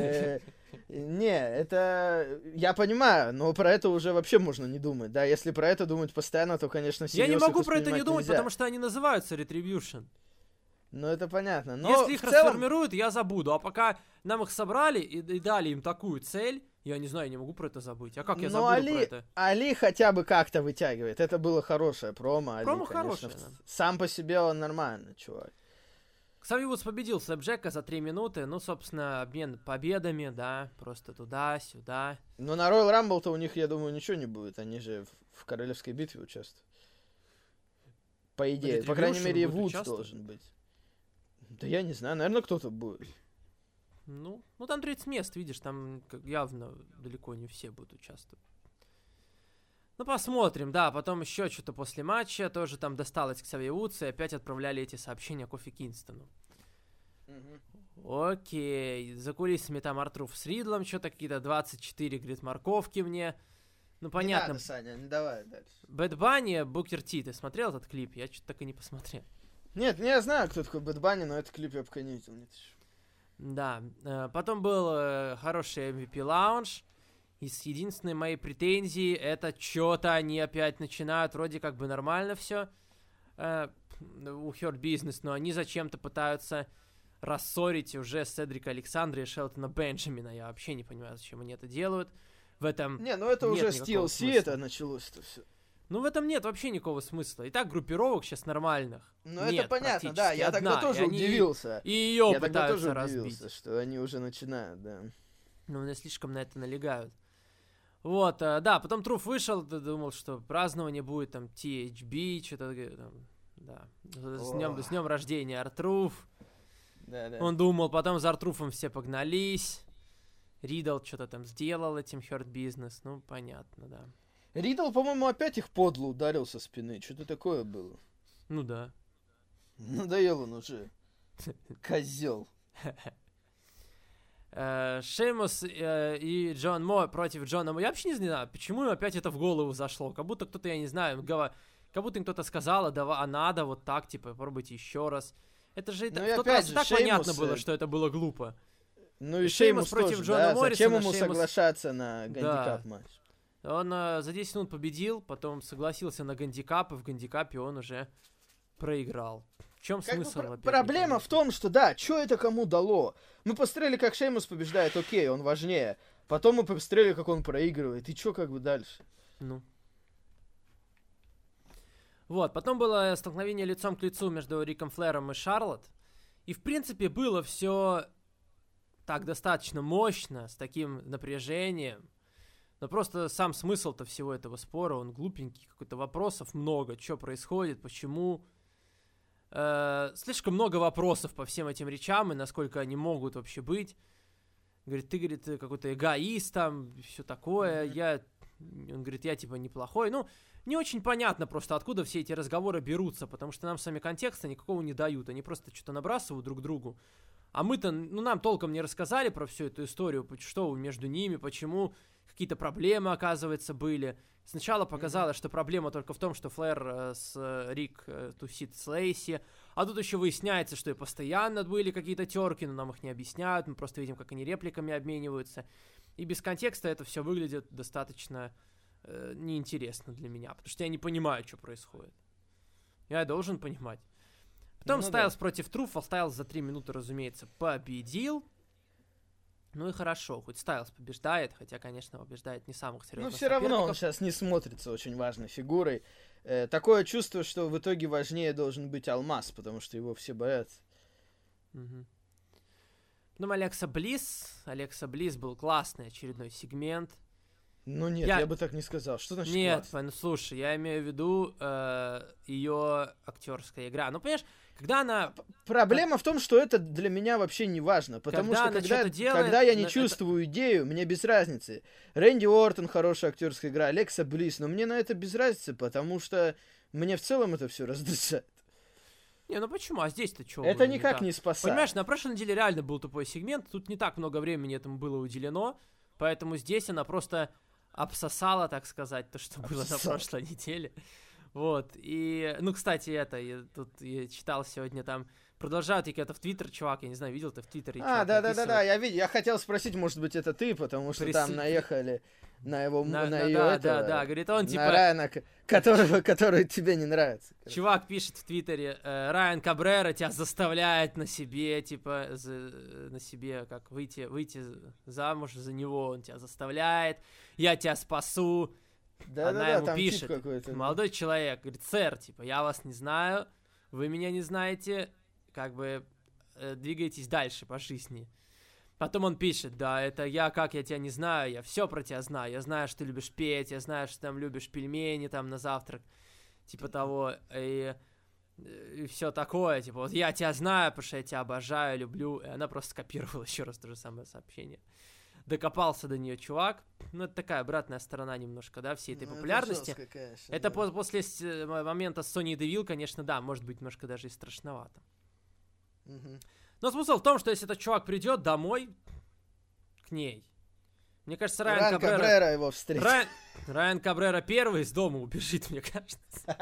Не, это... Я понимаю, но про это уже вообще можно не думать. Да, если про это думать постоянно, то, конечно, Я не могу про это не думать, потому что они называются Retribution. Ну, это понятно. Но если их целом... расформируют, я забуду. А пока нам их собрали и, и дали им такую цель, я не знаю, я не могу про это забыть. А как я Но забуду Али, про это? Али хотя бы как-то вытягивает. Это было хорошее промо. Али, промо конечно, хорошее, да. Сам по себе он нормальный, чувак. Ксавье Вудс победил Слэпджека за три минуты. Ну, собственно, обмен победами, да. Просто туда-сюда. Но на Royal Rumble-то у них, я думаю, ничего не будет. Они же в, в королевской битве участвуют. По идее. Retribution по крайней мере, Вудс должен быть. Да я не знаю, наверное, кто-то будет. Ну, ну там тридцать мест, видишь, там явно далеко не все будут участвовать. Ну, посмотрим, да, потом еще что-то после матча тоже там досталось к Ксавье Вудсу и опять отправляли эти сообщения Кофи Кингстону. Угу. Окей, за кулисами там Артруф с Ридлом, что-то какие-то двадцать четыре, говорит, морковки мне. Ну, понятно. Не надо, Саня, не давай дальше. Бэд Банни, Букер Ти, ты смотрел этот клип? Я что-то так и не посмотрел. Нет, не я знаю, кто такой Бэд Банни, но этот клип я пока не видел. Нет еще. Да, потом был э, хороший эм ви пи лаунж. И с единственной моей претензией, это что-то они опять начинают, вроде как бы нормально все э, у Hurt Business, но они зачем-то пытаются рассорить уже Седрика Александра и Шелтона Бенджамина. Я вообще не понимаю, зачем они это делают. В этом Не, ну это нет уже с ти эл си смысла. это началось-то все. Ну, в этом нет вообще никакого смысла. И так группировок сейчас нормальных. Ну, нет, это понятно, да. Я одна, тогда тоже и они... удивился. И ее я пытаются тоже разбить. Удивился, что они уже начинают, да. Ну, они слишком на это налегают. Вот, а, да, потом Труф вышел, думал, что празднование будет, там, ти эйч би, что-то, там, да. С днем, с днем рождения Артруф. Да, да. Он думал, потом за Артруфом все погнались. Ридл что-то там сделал этим Hurt Business, ну, понятно, да. Ридл, по-моему, опять их подло ударил со спины. Что-то такое было. Ну да. Надоел он уже. Козел. Шеймус и Джон Мо против Джона Мо. Я вообще не знаю, почему им опять это в голову зашло. Как будто кто-то, я не знаю, как будто им кто-то сказал, а надо вот так, типа, попробуйте еще раз. Это же ну в тот раз так понятно было, что это было глупо. Ну и Шеймус против тоже, Джона да? Моррисона. Зачем ему Шеймус... соглашаться на гандикап матч? Да. Он э, за десять минут победил, потом согласился на гандикап, и в гандикапе он уже проиграл. В чем как смысл? Бы, проблема в том, что да, что это кому дало? Мы посмотрели, как Шеймус побеждает, окей, он важнее. Потом мы посмотрели, как он проигрывает. И что как бы дальше? Ну. Вот, потом было столкновение лицом к лицу между Риком Флэром и Шарлотт. И в принципе было все так достаточно мощно, с таким напряжением. Но просто сам смысл-то всего этого спора, он глупенький, какой-то вопросов много, что происходит, почему. Э, слишком много вопросов по всем этим речам, и насколько они могут вообще быть. Говорит, ты, говорит, какой-то эгоист там, все такое, mm-hmm. я... Он говорит, я типа неплохой. Ну, не очень понятно просто, откуда все эти разговоры берутся, потому что нам сами контекста никакого не дают, они просто что-то набрасывают друг другу. А мы-то, ну, нам толком не рассказали про всю эту историю, что между ними, почему какие-то проблемы, оказывается, были. Сначала показалось, mm-hmm. что проблема только в том, что Флэр э, с э, Рик э, тусит с Лейси, а тут еще выясняется, что и постоянно были какие-то терки, но нам их не объясняют, мы просто видим, как они репликами обмениваются. И без контекста это все выглядит достаточно э, неинтересно для меня, потому что я не понимаю, что происходит. Я должен понимать. Потом ну, Стайлз да. против Труфа. Стайлз за три минуты, разумеется, победил. Ну и хорошо, хоть Стайлз побеждает, хотя, конечно, побеждает не самых серьезных Ну, все соперников. равно он сейчас не смотрится очень важной фигурой. Э, такое чувство, что в итоге важнее должен быть Алмаз, потому что его все боятся. Угу. Потом Алекса Блисс. Алекса Блисс был классный очередной сегмент. Ну нет, я, я бы так не сказал. Что значит Нет, классно? Ну слушай, я имею в виду э, ее актерская игра. Ну, понимаешь, когда она... Проблема как... в том, что это для меня вообще не важно, потому когда что когда, делает, когда я не на... чувствую это... идею, мне без разницы. Рэнди Уортон хорошая актерская игра, Алекса Блисс, но мне на это без разницы, потому что мне в целом это все раздражает. Не, ну почему? А здесь-то что? Это никак не, не спасает. Понимаешь, на прошлой неделе реально был тупой сегмент, тут не так много времени этому было уделено, поэтому здесь она просто обсосала, так сказать, то, что было на прошлой неделе. Вот, и, ну, кстати, это, я тут я читал сегодня, там, продолжают это в Твиттер, чувак, я не знаю, видел ты в Твиттере? А, да-да-да, я видел, я хотел спросить, может быть, это ты, потому что Прис... там наехали на его, на, на, на ее да, этого, да, да, говорит, он, типа... На Райана, которого, который тебе не нравится. Короче. Чувак пишет в Твиттере, э, Райан Кабрера тебя заставляет на себе, типа, за, на себе, как, выйти, выйти замуж за него, он тебя заставляет, я тебя спасу. Да, Она да, ему да, пишет, тип молодой человек, говорит, сэр, типа, я вас не знаю, вы меня не знаете, как бы э, двигайтесь дальше по жизни. Потом он пишет, да, это я, как я тебя не знаю, я все про тебя знаю, я знаю, что ты любишь петь, я знаю, что ты там любишь пельмени там на завтрак, типа того, и, и все такое, типа, вот я тебя знаю, потому что я тебя обожаю, люблю, и она просто скопировала еще раз то же самое сообщение. Докопался до нее чувак. Ну, это такая обратная сторона немножко, да, всей этой ну, популярности. Это, жестко, конечно, это да. по- после с- момента с Соней Девил, конечно, да, может быть, немножко даже и страшновато. Угу. Но смысл в том, что если этот чувак придет домой к ней, мне кажется, Райан, Райан Кабрера... Кабрера его встретит. Райан... Райан Кабрера первый из дома убежит, мне кажется.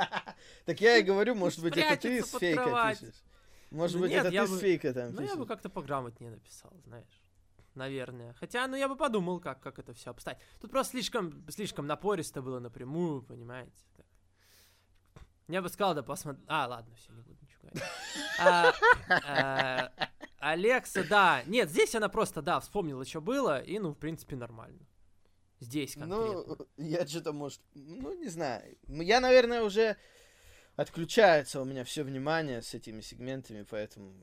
Так я и говорю, может быть, это ты с фейка пишешь. Может быть, это ты с фейка там пишешь. Ну, я бы как-то пограмотнее написал, знаешь. Наверное. Хотя, ну, я бы подумал, как, как это все обстоит. Тут просто слишком, слишком напористо было напрямую, понимаете. Так. Я бы сказал, да посмотри... А, ладно, все, не буду ничего говорить. А, а, Алекса, да. Нет, здесь она просто, да, вспомнила, что было, и, ну, в принципе, нормально. Здесь конкретно. Ну, я что-то, может... Ну, не знаю. Я, наверное, уже... Отключается у меня все внимание с этими сегментами, поэтому...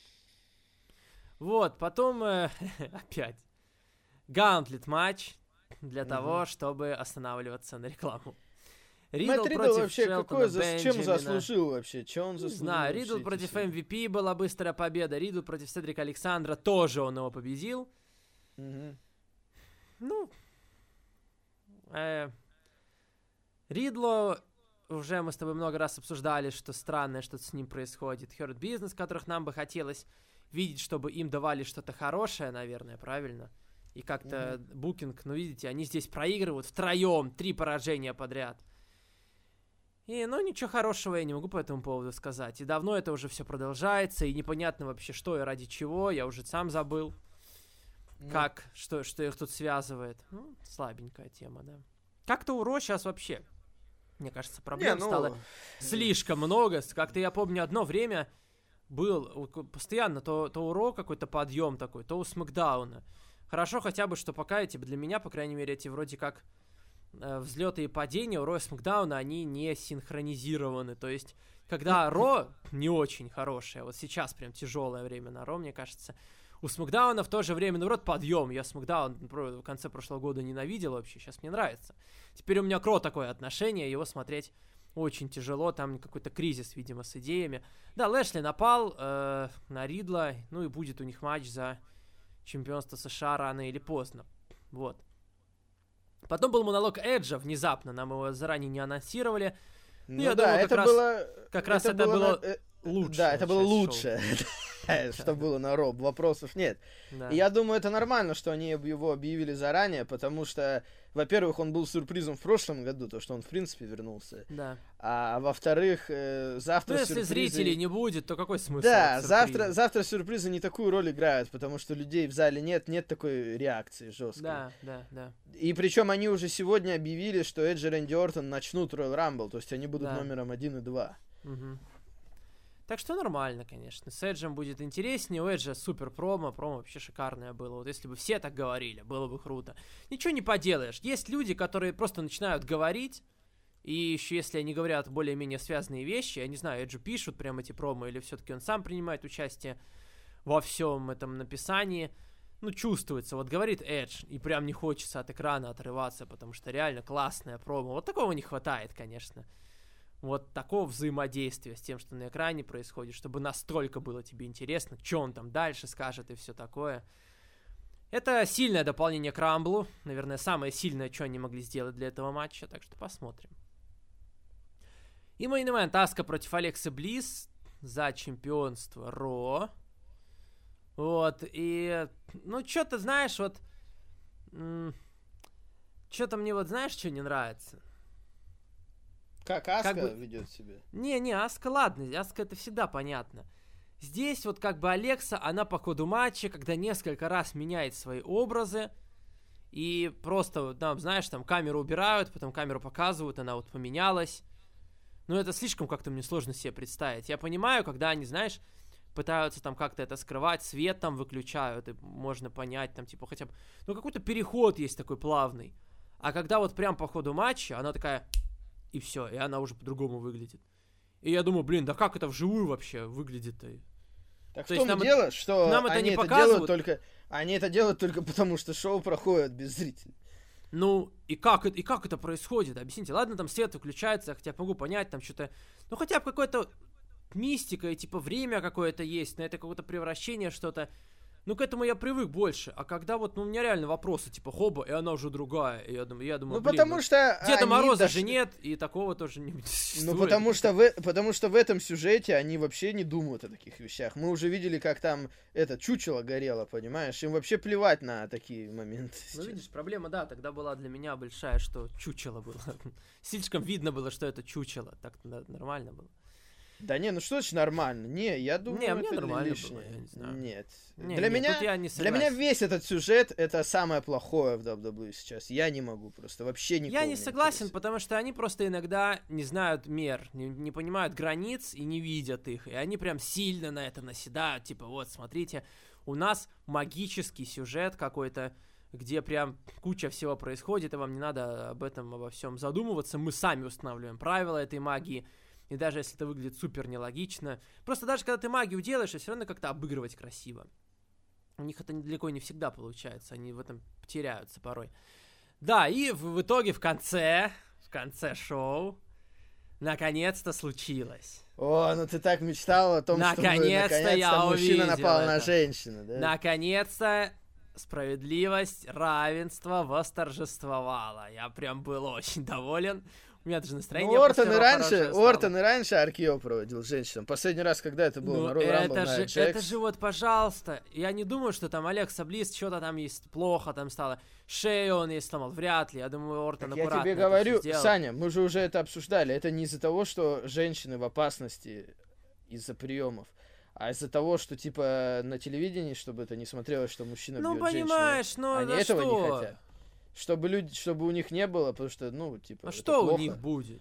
Вот, потом э, опять гаунтлет матч для угу. того, чтобы останавливаться на рекламу. Ридл против вообще какой, за, чем заслужил вообще? Че он заслужил? Не знаю, Ридл против эм ви пи была быстрая победа, Ридл против Седрика Александра тоже он его победил. Угу. Ну, э, Ридло уже мы с тобой много раз обсуждали, что странное что-то с ним происходит. Hurt Business, которых нам бы хотелось видеть, чтобы им давали что-то хорошее, наверное, правильно? И как-то mm-hmm. букинг, ну, видите, они здесь проигрывают втроем, три поражения подряд. И, ну, ничего хорошего я не могу по этому поводу сказать. И давно это уже все продолжается, и непонятно вообще, что и ради чего, я уже сам забыл, mm-hmm. как, что, что их тут связывает. Ну, слабенькая тема, да. Как-то у Ро сейчас вообще, мне кажется, проблем не, ну... стало слишком много. Как-то я помню одно время... Был постоянно то, то у Ро какой-то подъем такой, то у Смэкдауна. Хорошо хотя бы, что пока эти, для меня, по крайней мере, эти вроде как э, взлеты и падения у Ро и Смэкдауна, они не синхронизированы. То есть, когда Ро не очень хорошее, вот сейчас прям тяжелое время на Ро, мне кажется, У Смакдауна в то же время, наоборот, подъем. Я Смакдаун в конце прошлого года ненавидел вообще, сейчас мне нравится. Теперь у меня к Ро такое отношение, его смотреть очень тяжело, там какой-то кризис, видимо, с идеями. Да, Лэшли напал э, на Ридла, ну и будет у них матч за чемпионство США рано или поздно. Вот. Потом был монолог Эджа внезапно, нам его заранее не анонсировали. Ну, ну я да, думаю, как это раз, было... Как раз это, это было... было... Лучше. Да, это было лучше, что было на Ро. Вопросов нет. И я думаю, это нормально, что они его объявили заранее, потому что, во-первых, он был сюрпризом в прошлом году, то, что он, в принципе, вернулся. Да. А во-вторых, завтра сюрпризы... Ну, если сюрпризы... зрителей не будет, то какой смысл? Да, завтра, завтра сюрпризы не такую роль играют, потому что людей в зале нет, нет такой реакции жесткой. Да, да, да. И причем они уже сегодня объявили, что Эдж и Рэнди Ортон начнут Royal Rumble, то есть они будут да. номером один и два. Угу. Так что нормально, конечно. С Эджем будет интереснее. У Эджа супер промо. Промо вообще шикарное было. Вот если бы все так говорили, было бы круто. Ничего не поделаешь. Есть люди, которые просто начинают говорить. И еще если они говорят более-менее связанные вещи, я не знаю, Эджу пишут прям эти промо, или все-таки он сам принимает участие во всем этом написании. Ну, чувствуется. Вот говорит Эдж, и прям не хочется от экрана отрываться, потому что реально классная промо. Вот такого не хватает, конечно. Вот такого взаимодействия с тем, что на экране происходит, чтобы настолько было тебе интересно, что он там дальше скажет и все такое. Это сильное дополнение к Рамблу. Наверное, самое сильное, что они могли сделать для этого матча, так что посмотрим. И мейн-ивент Аска против Алексы Блисс за чемпионство Ро. Вот, и, ну, что-то, знаешь, вот, м- что-то мне вот, знаешь, что не нравится? Как Аска как бы... ведет себя? Не-не, Аска, ладно, Аска это всегда понятно. Здесь вот как бы Алекса, она по ходу матча, когда несколько раз меняет свои образы, и просто, там, знаешь, там камеру убирают, потом камеру показывают, она вот поменялась. Ну, это слишком как-то мне сложно себе представить. Я понимаю, когда они, знаешь, пытаются там как-то это скрывать, свет там выключают, и можно понять, там, типа, хотя бы... Ну, какой-то переход есть такой плавный. А когда вот прям по ходу матча, она такая... И все, и она уже по-другому выглядит. И я думаю, блин, да как это вживую вообще выглядит-то? Так в том дело, что нам это они не это делают только... Они это делают только потому, что шоу проходит без зрителей. Ну, и как, и как это происходит? Объясните. Ладно, там свет выключается, я хотя бы могу понять, там что-то... Ну, хотя бы какое-то мистика, и типа время какое-то есть, на это какое-то превращение, что-то... Ну, к этому я привык больше. А когда вот, ну, у меня реально вопросы, типа, хоба, и она уже другая. И я думаю, я думаю, ну, блин, потому ну, что Деда Мороза дошли... же нет, и такого тоже не существует. Ну, потому что, в, потому что в этом сюжете они вообще не думают о таких вещах. Мы уже видели, как там это чучело горело, понимаешь? Им вообще плевать на такие моменты. Ну, видишь, проблема, да, тогда была для меня большая, что чучело было. Слишком видно было, что это чучело. Так нормально было. Да не, ну что значит нормально? Не, я думаю, не, это мне нормально лишнее. Было, я не знаю. Нет. Не, для, не, меня, я не для меня весь этот сюжет это самое плохое в дабл ю дабл ю и сейчас. Я не могу просто, вообще никого Я не согласен, интересует. Потому что они просто иногда не знают мер, не, не понимают границ и не видят их. И они прям сильно на это наседают. Типа, вот, смотрите, у нас магический сюжет какой-то, где прям куча всего происходит, и вам не надо об этом, обо всем задумываться. Мы сами устанавливаем правила этой магии. И даже если это выглядит супер нелогично, просто даже когда ты магию делаешь, все равно как-то обыгрывать красиво. У них это далеко не всегда получается, они в этом теряются порой. Да, и в, в итоге в конце, в конце шоу, наконец-то случилось. О, ну ты так мечтал о том, наконец-то чтобы наконец-то я мужчина напал это. на женщину, да? Наконец-то справедливость, равенство восторжествовало. Я прям был очень доволен. У меня даже настроение ну, Ортон и раньше, Ортон и раньше Аркио проводил женщинам. Последний раз, когда это было ну, на Royal Rumble, это, на же, это же вот, пожалуйста, я не думаю, что там Алекса Блисс что-то там есть плохо там стало. Шею он ей сломал, вряд ли. Я думаю, Ортон так аккуратно я тебе говорю, сделал. Саня, мы же уже это обсуждали. Это не из-за того, что женщины в опасности из-за приемов, а из-за того, что, типа, на телевидении, чтобы это не смотрелось, что мужчина ну, бьет женщину. Ну, понимаешь, ну, они да этого что? не хотят. Чтобы, люди, чтобы у них не было, потому что, ну, типа, а это что плохо. у них будет?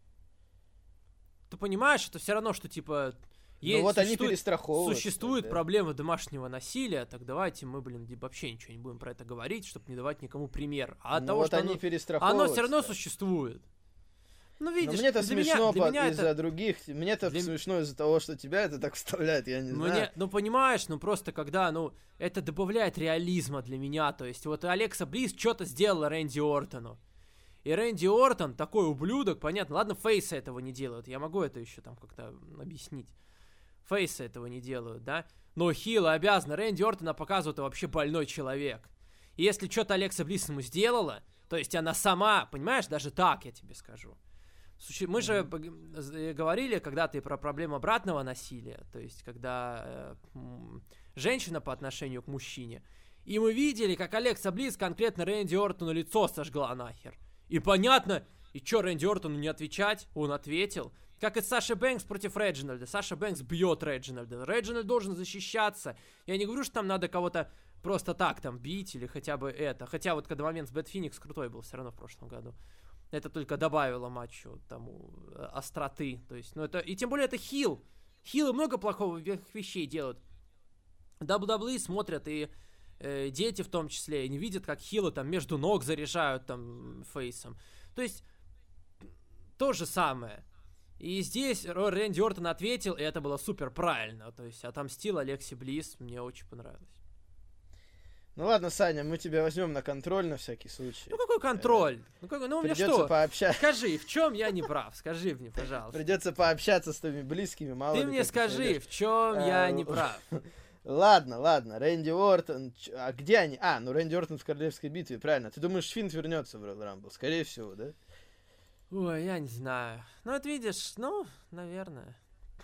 Ты понимаешь, это все равно, что, типа, есть, ну, вот существует, они перестраховывают. существует да. проблема домашнего насилия, так давайте мы, блин, вообще ничего не будем про это говорить, чтобы не давать никому пример. А от ну, того, вот что они оно, перестраховываются. оно все равно существует. Ну, видишь, Но мне-то для меня- смешно для по- меня из-за это- других. Мне-то для- смешно из-за того, что тебя это так вставляет, я не Ну, знаю. не- ну, понимаешь, ну просто когда, ну, это добавляет реализма для меня. То есть, вот Алекса Близ что-то сделала Рэнди Ортону. И Рэнди Ортон такой ублюдок, понятно. Ладно, фейсы этого не делают. Я могу это еще там как-то объяснить. Фейсы этого не делают, да? Но хилы обязаны. Рэнди Ортона показывают, это вообще больной человек. И если что-то Алекса Близ ему сделала, то есть она сама, понимаешь, даже так я тебе скажу. Слушай, мы же пог- говорили когда-то и про проблему обратного насилия, то есть когда э, м, женщина по отношению к мужчине. И мы видели, как Алекса Близ конкретно Рэнди Ортону лицо сожгла нахер. И понятно, и чё Рэнди Ортону не отвечать? Он ответил. Как и Саша Бэнкс против Реджинальда. Саша Бэнкс бьет Реджинальда. Реджинальд должен защищаться. Я не говорю, что там надо кого-то просто так там бить или хотя бы это. Хотя вот когда момент с Бэт Феникс крутой был все равно в прошлом году. Это только добавило матчу тому э, остроты. То есть, ну это... И тем более это хил. Хилы много плохого вещей делают. дабл ю дабл ю и смотрят, и э, дети в том числе, и не видят, как хилы там между ног заряжают там фейсом. То есть, то же самое. И здесь Рэнди Ортон ответил, и это было супер правильно. То есть, отомстил Алексе Близ, мне очень понравилось. Ну ладно, Саня, мы тебя возьмем на контроль на всякий случай. Ну какой контроль? Ну, какой, ну у меня Придется что? пообщаться. Скажи, в чем я не прав? Скажи мне, пожалуйста. Придется пообщаться с твоими близкими, мало Ты ли мне как скажи, сойдёшь. в чем я А, не прав? Ладно, ладно, Рэнди Ортон. ч- А где они? А, ну Рэнди Ортон в королевской битве, правильно. Ты думаешь, Финт вернется в Royal Rumble? Скорее всего, да? Ой, я не знаю. Ну, вот видишь, ну, наверное.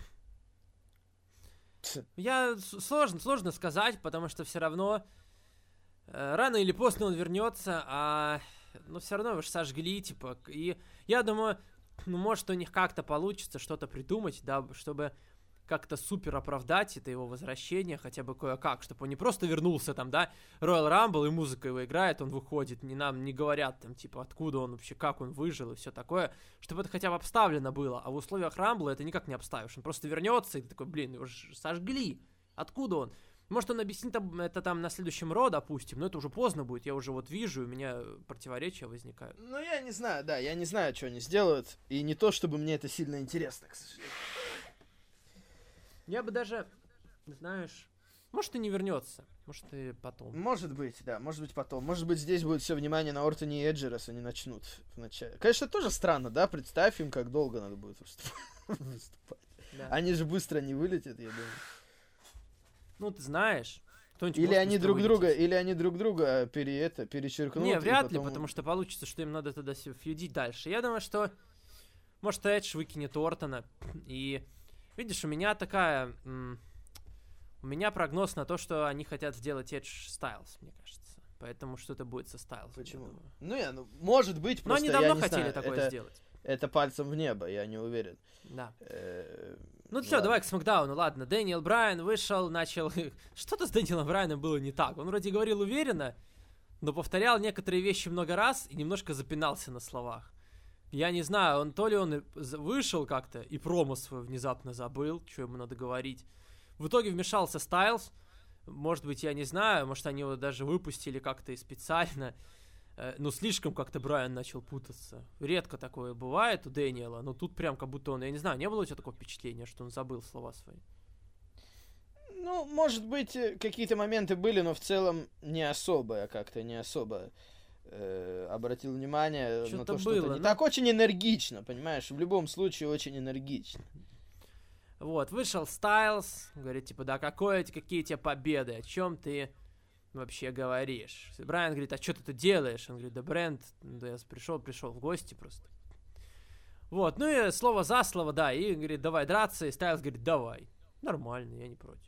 Ть. Я с- сложно, сложно сказать, потому что все равно э, рано или поздно он вернется, а ну все равно его ж сожгли, типа. И я думаю, ну, может, у них как-то получится что-то придумать, да, чтобы как-то супер оправдать это его возвращение, хотя бы кое-как, чтобы он не просто вернулся там, да, Royal Rumble, и музыка его играет, он выходит, не нам не говорят там, типа, откуда он вообще, как он выжил и все такое, чтобы это хотя бы обставлено было, а в условиях Рамбла это никак не обставишь, он просто вернется, и ты такой, блин, его же сожгли, откуда он? Может, он объяснит это там на следующем Ро, допустим, но это уже поздно будет, я уже вот вижу, у меня противоречия возникают. Ну, я не знаю, да, я не знаю, что они сделают. И не то, чтобы мне это сильно интересно, к сожалению. Я бы даже, знаешь, может, и не вернется, может, и потом. Может быть, да, может быть потом. Может быть, здесь будет все внимание на Ортоне и Эджи, раз они начнут вначале. Конечно, тоже странно, да? Представь им, как долго надо будет выступ- выступать. Да. Они же быстро не вылетят, я думаю. Ну, ты знаешь, кто-нибудь Или может они быстро друг друга, вылететь. или они друг друга пере, это, перечеркнут. Не, и вряд ли, потом- потому что получится, что им надо тогда сё- фьюдить дальше. Я думаю, что, может, Эдж выкинет Ортона. И, видишь, у меня такая... м, у меня прогноз на то, что они хотят сделать Эдж Стайлз, мне кажется. Поэтому что-то будет со Стайлзом. я Почему? думаю. Ну, я, ну, может быть, Но просто они давно я не хотели знаю, такое это, сделать. это пальцем в небо, я не уверен. Да. Э, Ну все, ладно. давай к Смакдауну, ладно. Дэниел Брайан вышел, начал... Что-то с Дэниелом Брайаном было не так. Он вроде говорил уверенно, но повторял некоторые вещи много раз и немножко запинался на словах. Я не знаю, он то ли он и з- вышел как-то и промо свой внезапно забыл, что ему надо говорить. В итоге вмешался Стайлз. Может быть, я не знаю, может, они его даже выпустили как-то и специально. Э, Ну, слишком как-то Брайан начал путаться. Редко такое бывает у Дэниела, но тут прям как будто он, я не знаю, не было у тебя такого впечатления, что он забыл слова свои? Ну, может быть, э, какие-то моменты были, но в целом не особо, я как-то не особо э, обратил внимание на Что-то то, что было, это не ну. так. Очень энергично, понимаешь? В любом случае очень энергично. Вот, вышел Стайлз, говорит, типа, да какое, эти- какие тебе победы, о чем ты вообще говоришь? Брайан говорит, а что ты тут делаешь? Он говорит, да Брент, да я пришел, пришел в гости просто. Вот, ну и слово за слово, да, и говорит, давай драться, и Стайлз говорит, давай. Нормально, я не против.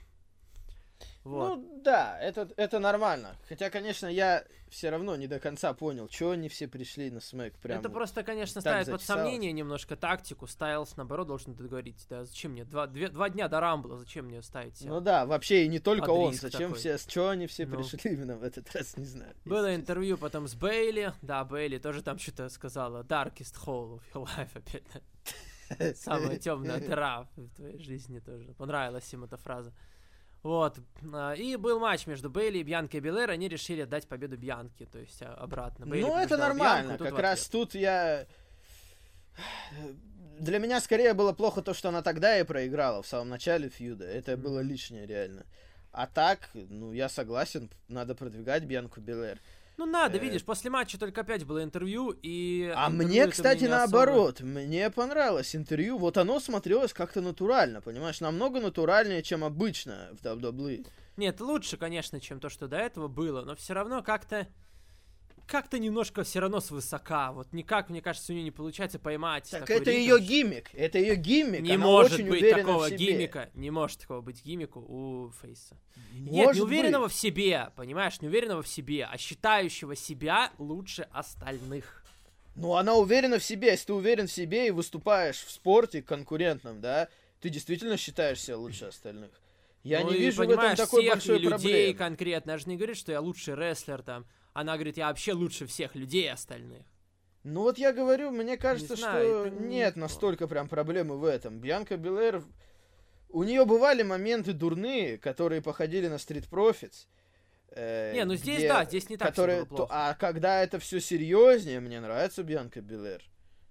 Вот. Ну, да, это, это нормально. Хотя, конечно, я все равно не до конца понял, что они все пришли на смэк прям. Это вот. просто, конечно, так ставит под зачесалось. сомнение немножко тактику. Стайлз, наоборот, должен говорить, да зачем мне, два, две- два дня до Рамбла, зачем мне ставить себя? Ну да, вообще и не только Под он. риск Зачем такой. все, с чего они все Ну. пришли именно в этот раз, не знаю. Было если интервью потом с Бейли. Да, Бейли тоже там что-то сказала. Darkest hole of your life опять. честно. Самая темная дыра в твоей жизни тоже. Понравилась им эта фраза. Вот. А, И был матч между Бейли и Бьянкой Белэр. Они решили отдать победу Бьянке. То есть а, обратно. Бейли Ну, это побеждала нормально. Бьянку, тут Как в раз ответ. тут я Для меня скорее было плохо то, что она тогда и проиграла в самом начале фьюда. Это mm-hmm. было лишнее, реально. А так, ну, я согласен, надо продвигать Бьянку Белэр. Ну, надо, э... видишь, после матча только опять было интервью, и... А интервью мне, кстати, мне наоборот, особо... мне понравилось интервью. Вот оно смотрелось как-то натурально, понимаешь? Намного натуральнее, чем обычно в дабл ю дабл ю и. Нет, лучше, конечно, чем то, что до этого было, но все равно как-то... Как-то немножко все равно свысока. Вот никак, мне кажется, у нее не получается поймать. Так такой это ритм. ее гиммик. Это ее гиммик. Не Она может очень быть такого в себе. гиммика. Не может такого быть гиммику у Фейса. Может Нет, не уверенного быть. в себе, понимаешь, не уверенного в себе, а считающего себя лучше остальных. Ну, она уверена в себе. Если ты уверен в себе и выступаешь в спорте конкурентном, да, ты действительно считаешь себя лучше остальных. Я ну не и, вижу в понимаешь, этом такой всех большой людей проблемы. конкретно. Она же не говорит, что я лучший рестлер там. Она говорит, я вообще лучше всех людей остальных. Ну вот я говорю, мне кажется, Не знаю, что это нет не... настолько прям проблемы в этом. Бьянка Белэр, у нее бывали моменты дурные, которые походили на Street Profits. Э, не, ну здесь где, да, здесь не так которые, все было плохо. То, а когда это все серьезнее, мне нравится Бьянка Белэр.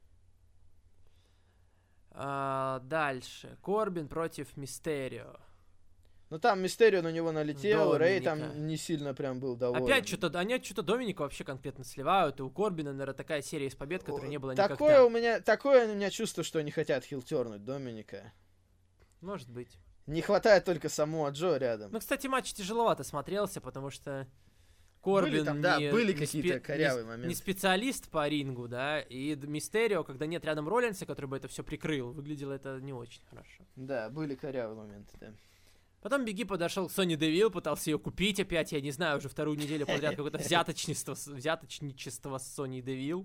А, дальше. Корбин против Мистерио. Ну там Мистерио на него налетел, Доминика. Рэй там не сильно прям был доволен. Опять что-то, они что-то Доминика вообще конкретно сливают, и у Корбина, наверное, такая серия из побед, которой не было такое никогда. У меня, такое у меня чувство, что они хотят хилтернуть Доминика. Может быть. Не хватает только Самоа Джо рядом. Ну, кстати, матч тяжеловато смотрелся, потому что Корбин были там, да, не, были не какие-то спе- корявые не, моменты. не специалист по рингу, да, и Мистерио, когда нет рядом Роллинса, который бы это все прикрыл, выглядело это не очень хорошо. Да, были корявые моменты, да. Потом Бигги подошел к Сони Девилл, пытался ее купить опять, я не знаю, уже вторую неделю подряд какое-то взяточничество, взяточничество с Сони Девилл.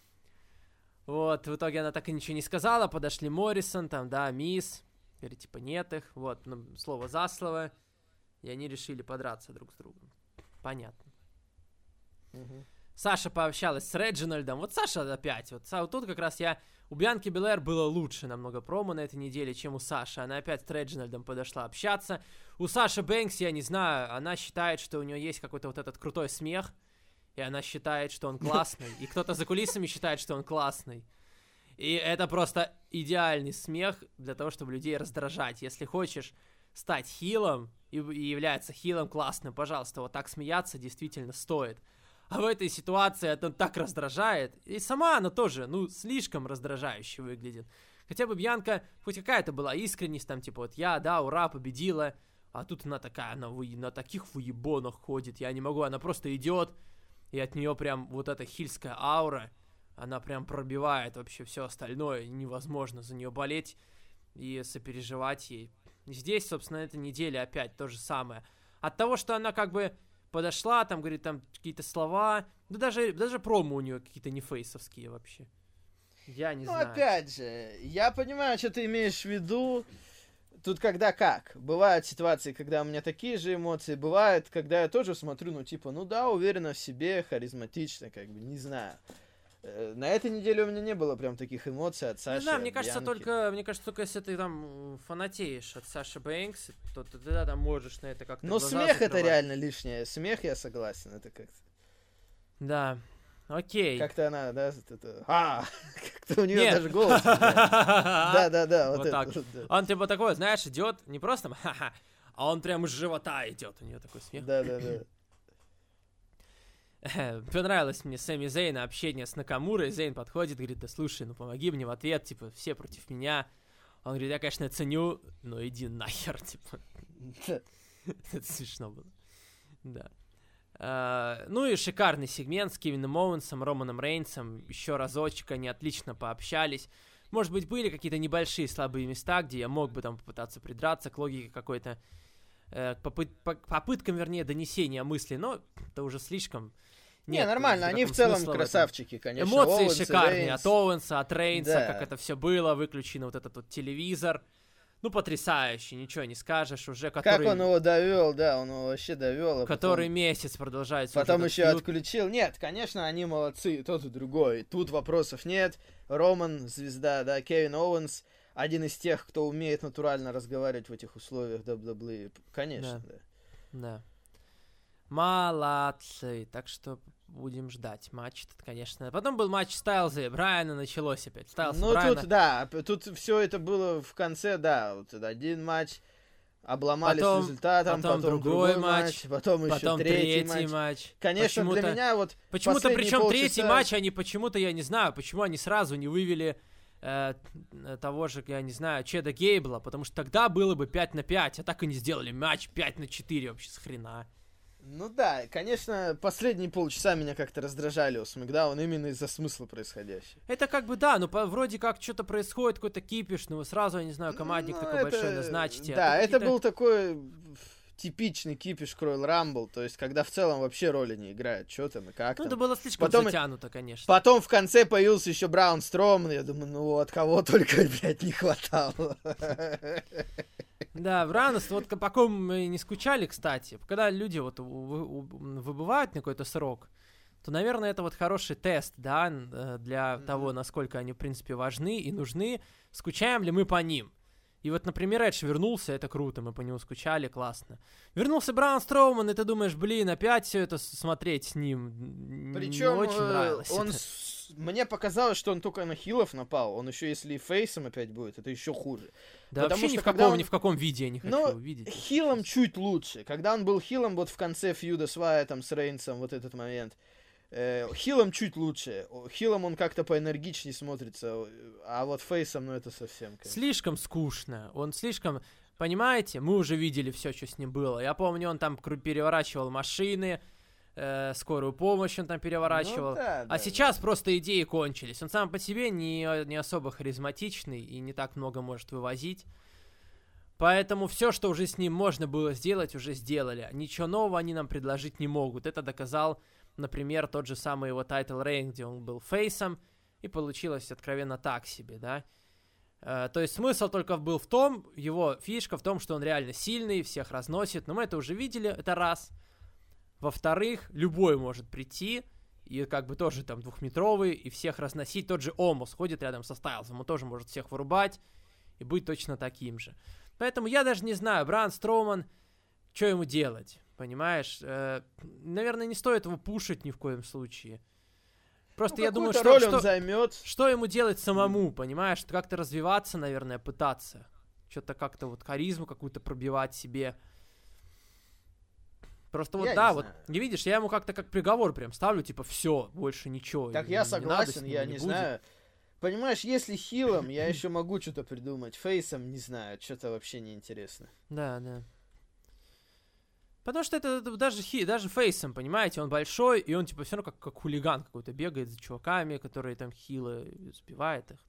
Вот, в итоге она так и ничего не сказала, подошли Моррисон, там, да, Мисс, говорит, типа, нет их, вот, ну, слово за слово, и они решили подраться друг с другом. Понятно. Угу. Саша пообщалась с Реджинальдом, вот Саша опять, вот, вот тут как раз я... У Бьянки Белэр было лучше намного промо на этой неделе, чем у Саши. Она опять с Реджинальдом подошла общаться. У Саши Бэнкс, я не знаю, она считает, что у нее есть какой-то вот этот крутой смех, и она считает, что он классный. И кто-то за кулисами считает, что он классный. И это просто идеальный смех для того, чтобы людей раздражать. Если хочешь стать хилом и, и являться хилом классным, пожалуйста, вот так смеяться действительно стоит. А в этой ситуации это так раздражает. И сама она тоже, ну, слишком раздражающе выглядит. Хотя бы Бьянка, хоть какая-то была искренность, там, типа, вот я, да, ура, победила. А тут она такая, она вы, на таких выебонах ходит, я не могу. Она просто идет, и от нее прям вот эта хильская аура, она прям пробивает вообще все остальное. Невозможно за нее болеть и сопереживать ей. И здесь, собственно, эта неделя опять то же самое. От того, что она как бы... подошла, там, говорит, там какие-то слова. Да даже, даже промо у нее какие-то не фейсовские вообще. Я не ну, знаю. Ну, опять же, я понимаю, что ты имеешь в виду. Тут когда как. Бывают ситуации, когда у меня такие же эмоции. Бывает, когда я тоже смотрю, ну, типа, ну да, уверена в себе, харизматично, как бы, не знаю. На этой неделе у меня не было прям таких эмоций от Саши. Не знаю, мне кажется, Бьянки. только, мне кажется, только если ты там фанатеешь от Саши Бэнкс, то ты тогда там можешь на это как-то. Но смех закрывать. Это реально лишнее. Смех, я согласен, это как-то. Да. Окей. Как-то она, да, это... А, как-то у нее даже голос. Да, да, да, вот так. это. Он типа такой, знаешь, идет не просто, ха-ха, а он прям из живота идет. У нее такой смех. Да, да, да. Понравилось мне Сэмми Зейна общение с Накамурой. Зейн подходит, говорит, да слушай, ну помоги мне в ответ, типа, все против меня. Он говорит, я, конечно, ценю, но иди нахер, типа. Это смешно было. Да. Uh, ну и шикарный сегмент с Кевином Оуэнсом, Романом Рейнсом. Еще разочек они отлично пообщались. Может быть, были какие-то небольшие слабые места, где я мог бы там попытаться придраться к логике какой-то, uh, попыт- по- попыткам, вернее, донесения мысли, но это уже слишком... Не, Нет, нормально, они в целом в красавчики, конечно. Эмоции Оуэнс, шикарные Рейнс. от Оуэнса, от Рейнса, да. как это все было, выключено вот этот вот телевизор. Ну, потрясающе, ничего не скажешь уже. Который, как он его довел, да, он его вообще довел. А который потом, месяц продолжается. Потом еще фьюд. отключил. Нет, конечно, они молодцы, и тот и другой. Тут вопросов нет. Роман, звезда, да, Кевин Оуэнс, один из тех, кто умеет натурально разговаривать в этих условиях дабл ю дабл ю и. Конечно, да. Да. да. Молодцы. Так что будем ждать матч, тут, конечно. Потом был матч Стайлза и Брайана, началось опять. Стайлз ну, Брайана. тут, да, тут все это было в конце, да, вот один матч, обломались потом, результатом, потом, потом другой, другой матч, матч, потом, потом еще третий, третий матч. матч. Конечно, почему-то, для меня вот почему-то, причем полчаса... третий матч, они почему-то, я не знаю, почему они сразу не вывели э, того же, я не знаю, Чеда Гейбла, потому что тогда было бы пять на пять, а так и не сделали матч пять на четыре вообще с хрена. Ну да, конечно, последние полчаса меня как-то раздражали у Смэкдауна именно из-за смысла происходящего. Это как бы да, ну по, вроде как что-то происходит, какой-то кипиш, ну вы сразу, я не знаю, командник ну, такой это... большой назначите. Да, а это был такой типичный кипиш к Royal Rumble, то есть когда в целом вообще роли не играют, что там и как ну, там. это было слишком потом... затянуто, конечно. Потом в конце появился еще Браун Строман, я думаю, ну от кого только, блядь, не хватало. Да, в Ранос, вот по ком мы не скучали, кстати, когда люди вот выбывают на какой-то срок, то, наверное, это вот хороший тест, да, для mm-hmm. того, насколько они, в принципе, важны и нужны, скучаем ли мы по ним. И вот, например, Эдж вернулся, это круто, мы по нему скучали, классно. Вернулся Браун Строуман, и ты думаешь, блин, опять все это смотреть с ним. Причем не очень нравилось. Он с... Мне показалось, что он только на хилов напал. Он еще, если и фейсом опять будет, это еще хуже. Да потому вообще что ни в, каком, он... ни в каком виде я не хочу Но увидеть. Хилом чуть лучше. Когда он был хилом, вот в конце фьюда с Вайетом, с Рейнсом, вот этот момент. Э, хилом чуть лучше. Хилом он как-то поэнергичнее смотрится. А вот фейсом, ну это совсем... Конечно. Слишком скучно. Он слишком... Понимаете, мы уже видели все, что с ним было. Я помню, он там переворачивал машины, э, скорую помощь он там переворачивал. Ну, да, а да, сейчас да. просто идеи кончились. Он сам по себе не, не особо харизматичный и не так много может вывозить. Поэтому все, что уже с ним можно было сделать, уже сделали. Ничего нового они нам предложить не могут. Это доказал, например, тот же самый его Title Reign, где он был фейсом, и получилось откровенно так себе, да. Uh, то есть смысл только был в том, его фишка в том, что он реально сильный, всех разносит, но мы это уже видели, это раз. Во-вторых, любой может прийти, и как бы тоже там двухметровый, и всех разносить. Тот же Омос ходит рядом со Стайлзом, он тоже может всех вырубать и быть точно таким же. Поэтому я даже не знаю, Браун Строуман, что ему делать, понимаешь? Uh, наверное, не стоит его пушить ни в коем случае. Просто ну, я думаю, что, роль что, он займет. Что ему делать самому, понимаешь? Как-то развиваться, наверное, пытаться. Что-то как-то вот харизму какую-то пробивать себе. Просто вот, я да, не вот, знаю. Не видишь, я ему как-то как приговор прям ставлю, типа, все, больше ничего. Так не, я согласен, не я не, не будет. знаю. Понимаешь, если хилом, я еще могу что-то придумать. Фейсом, не знаю, что-то вообще неинтересно. Да, да. Потому что это даже, хи, даже фейсом, понимаете, он большой, и он типа все равно как, как хулиган какой-то бегает за чуваками, которые там хилы, сбивает их.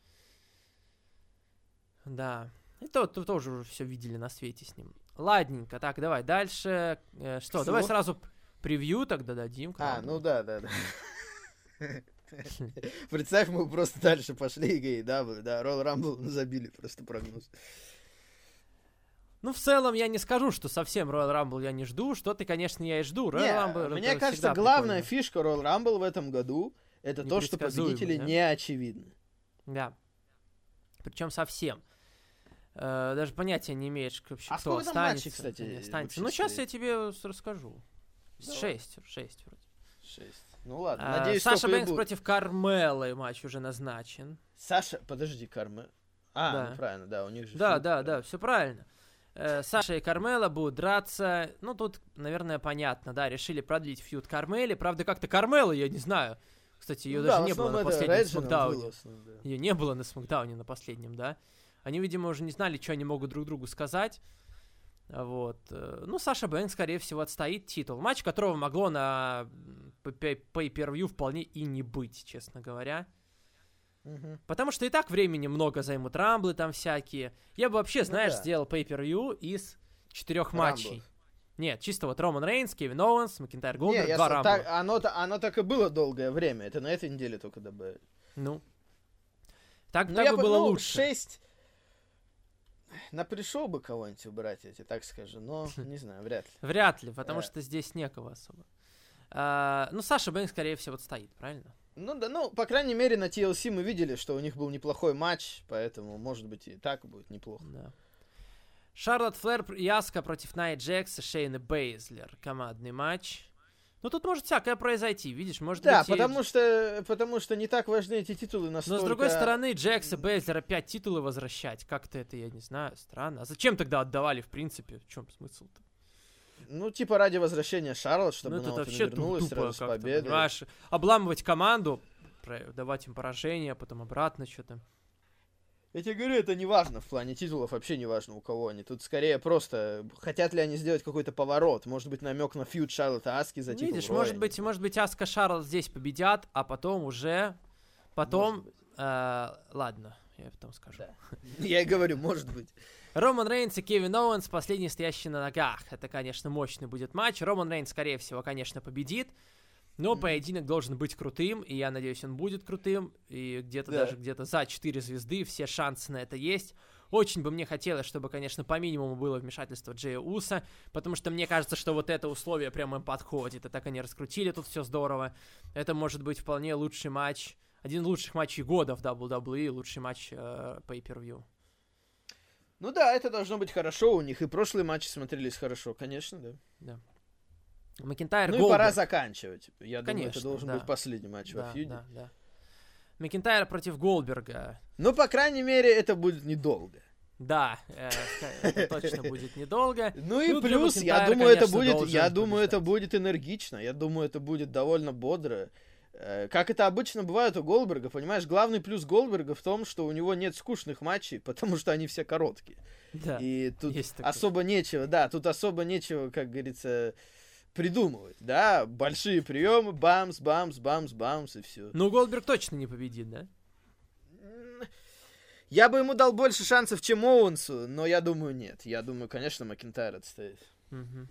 Да. Это вот тоже уже все видели на свете с ним. Ладненько, так, давай дальше. Э, что, Все? Давай сразу превью тогда дадим. А, ну да, да, да. Представь, мы просто дальше пошли и говорим, да, да, Royal Rumble забили, просто прогноз. Ну, в целом, я не скажу, что совсем Royal Rumble я не жду. Что-то, конечно, я и жду. Royal не, Rumble, мне кажется, главная прикольно. Фишка Royal Rumble в этом году это то, что победители да? не очевидны. Да. Причем совсем. Э, даже понятия не имеешь, вообще, а кто останется. Матче, кстати, не останется. Ну, сейчас я тебе расскажу. Да. Шесть. Шесть вроде. Шесть. Ну ладно, а, надеюсь, Саша Бэнкс против Кармелы матч уже назначен. Саша, подожди, Кармела. А, да. ну правильно, да, у них же... Да, да, да, все правильно. Саша и Кармела будут драться. Ну, тут, наверное, понятно, да, решили продлить фьюд Кармели. Правда, как-то Кармела, я не знаю. Кстати, ее ну, даже да, не было на последнем Смакдауне. Ее не было на Смакдауне на последнем, да. Они, видимо, уже не знали, что они могут друг другу сказать. Вот. Ну, Саша Бэнкс, скорее всего, отстоит титул. Матч, которого могло на pay-per-view вполне и не быть, честно говоря. Угу. Потому что и так времени много займут рамблы там всякие. Я бы вообще, знаешь, ну, да. сделал pay-per-view из четырех матчей. Нет, чисто вот Роман Рейнс, Кевин Оуэнс, Макинтайр Голдберг, два с... рамбла. Так, оно, оно так и было долгое время. Это на этой неделе только добавили. Ну. Так, ну, так я бы было ну, лучше. шесть... Напришел бы кого-нибудь убрать, я тебе так скажу, но не знаю, вряд ли. Вряд ли, потому что здесь некого особо. А, ну, Саша Бэнкс, скорее всего, стоит, правильно? Ну да, ну, по крайней мере, на ти эл си мы видели, что у них был неплохой матч, поэтому, может быть, и так будет неплохо. Да. Шарлотт Флэр и Аска против Найя Джекс и Шейна Бейзлер. Командный матч. Ну, тут может всякое произойти, видишь, может да, быть... Да, потому, и... что, потому что не так важны эти титулы настолько... Но, с другой стороны, Джекс и Бейзлер опять титулы возвращать, как-то это, я не знаю, странно. А зачем тогда отдавали, в принципе? В чем смысл-то? Ну, типа ради возвращения Шарлотт, чтобы ну, она вот вообще вернулась тупо, сразу с победой. Понимаешь, обламывать команду, давать им поражение, потом обратно что-то. Я тебе говорю, это не важно в плане титулов, вообще не важно у кого они. Тут скорее просто, хотят ли они сделать какой-то поворот. Может быть, намек на фьюд Шарлотт и Аски за титул. Видишь, может быть, может быть, Аска Шарлотт здесь победят, а потом уже, потом, э, ладно, я потом скажу. Да. Я и говорю, может быть. Роман Рейнс и Кевин Оуэнс, последний стоящий на ногах. Это, конечно, мощный будет матч. Роман Рейнс, скорее всего, конечно, победит. Но mm-hmm. поединок должен быть крутым, и я надеюсь, он будет крутым, и где-то да. даже где-то за четыре звезды, все шансы на это есть. Очень бы мне хотелось, чтобы, конечно, по минимуму было вмешательство Джея Уса, потому что мне кажется, что вот это условие прямо им подходит, и так они раскрутили тут все здорово. Это может быть вполне лучший матч, один из лучших матчей года в дабл ю дабл ю и, лучший матч э, pay-per-view. Ну да, это должно быть хорошо у них, и прошлые матчи смотрелись хорошо, конечно, да. Да. Макентайр, ну Голдберг. И пора заканчивать. Я Конечно, думаю, это должен да. быть последний матч да, во фьюде. Да, да. Макентайр против Голдберга. Ну, по крайней мере, это будет недолго. Да, э, это точно будет недолго. Ну и плюс, я думаю, это будет, я думаю, это будет энергично. Я думаю, это будет довольно бодро. Как это обычно бывает у Голдберга, понимаешь? Главный плюс Голдберга в том, что у него нет скучных матчей, потому что они все короткие. Да, и тут особо нечего, да, тут особо нечего, как говорится, придумывать, да, большие приемы, бамс, бамс, бамс, бамс и все. Ну, Голдберг точно не победит, да? Я бы ему дал больше шансов, чем Оуэнсу, но я думаю, нет. Я думаю, конечно, Макентайр отстоит. Угу.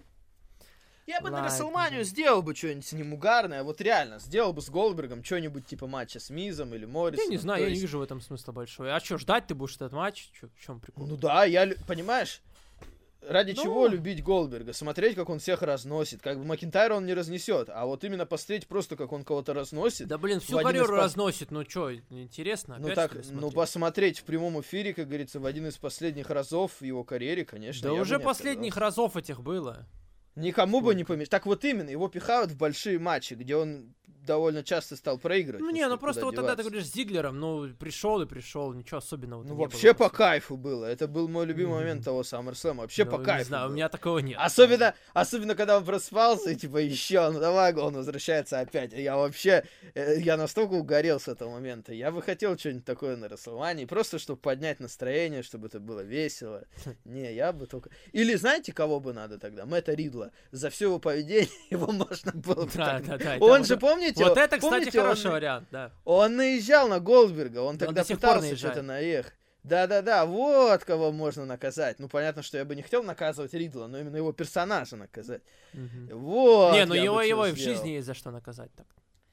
Я бы Ладно. на Расселманию сделал бы что-нибудь с ним угарное, вот реально, сделал бы с Голдбергом что-нибудь типа матча с Мизом или Моррисом. Я не знаю, я есть... не вижу в этом смысла большого. А что, ждать ты будешь этот матч? Чё, в чем прикол? Ну да, я, понимаешь, ради ну... чего любить Голдберга? Смотреть, как он всех разносит. Как бы Макентайра он не разнесет, а вот именно посмотреть просто, как он кого-то разносит. Да блин, всю карьеру из... разносит, ну что, интересно? Ну так, ну посмотреть в прямом эфире, как говорится, в один из последних разов в его карьере, конечно. Да уже последних разов этих было. Никому Сколько? бы не помешать. Так вот именно, его пихают в большие матчи, где он довольно часто стал проигрывать. Ну не, ну просто вот тогда ты говоришь с Зиглером, ну пришел и пришел, ничего особенного. Ну вообще по кайфу было. Это был мой любимый mm-hmm. момент того SummerSlam. Вообще ну, по кайфу. Не знаю, было. У меня такого нет. Особенно, особенно когда он просыпался и типа еще, ну давай, он возвращается опять. Я вообще, я настолько угорел с этого момента. Я бы хотел что-нибудь такое на Расселмании, просто чтобы поднять настроение, чтобы это было весело. Не, я бы только... Или знаете, кого бы надо тогда? Мэтта Ридла. За все его поведение его можно было бы... Да, да, да. Он же, помните... Вот это, кстати, помните, хороший он, вариант, да. Он наезжал на Голдберга, он, он тогда пытался что-то что-то наехать. Да-да-да, вот кого можно наказать. Ну, понятно, что я бы не хотел наказывать Ридла, но именно его персонажа наказать. Угу. Вот. Не, ну его, его и в жизни есть за что наказать так.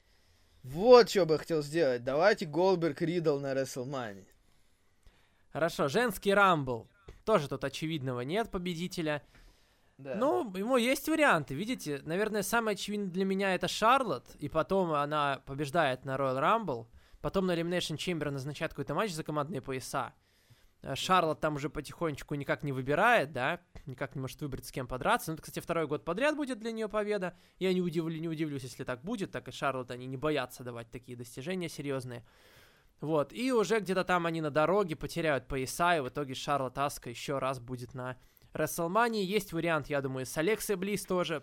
Вот что бы я хотел сделать. Давайте Голдберг Ридл на Расселмании. Хорошо, женский рамбл. Тоже тут очевидного нет победителя. Да. Ну, ему есть варианты, видите, наверное, самое очевидное для меня это Шарлотт, и потом она побеждает на Royal Rumble, потом на Elimination Chamber назначает какой-то матч за командные пояса. Шарлотт там уже потихонечку никак не выбирает, да, никак не может выбрать, с кем подраться. Ну, это, кстати, второй год подряд будет для нее победа. Я не, удивлю, не удивлюсь, если так будет, так и Шарлотт, они не боятся давать такие достижения серьезные. Вот, и уже где-то там они на дороге потеряют пояса, и в итоге Шарлотт Аска еще раз будет на Расселмании. Есть вариант, я думаю, с Алексой Блисс тоже.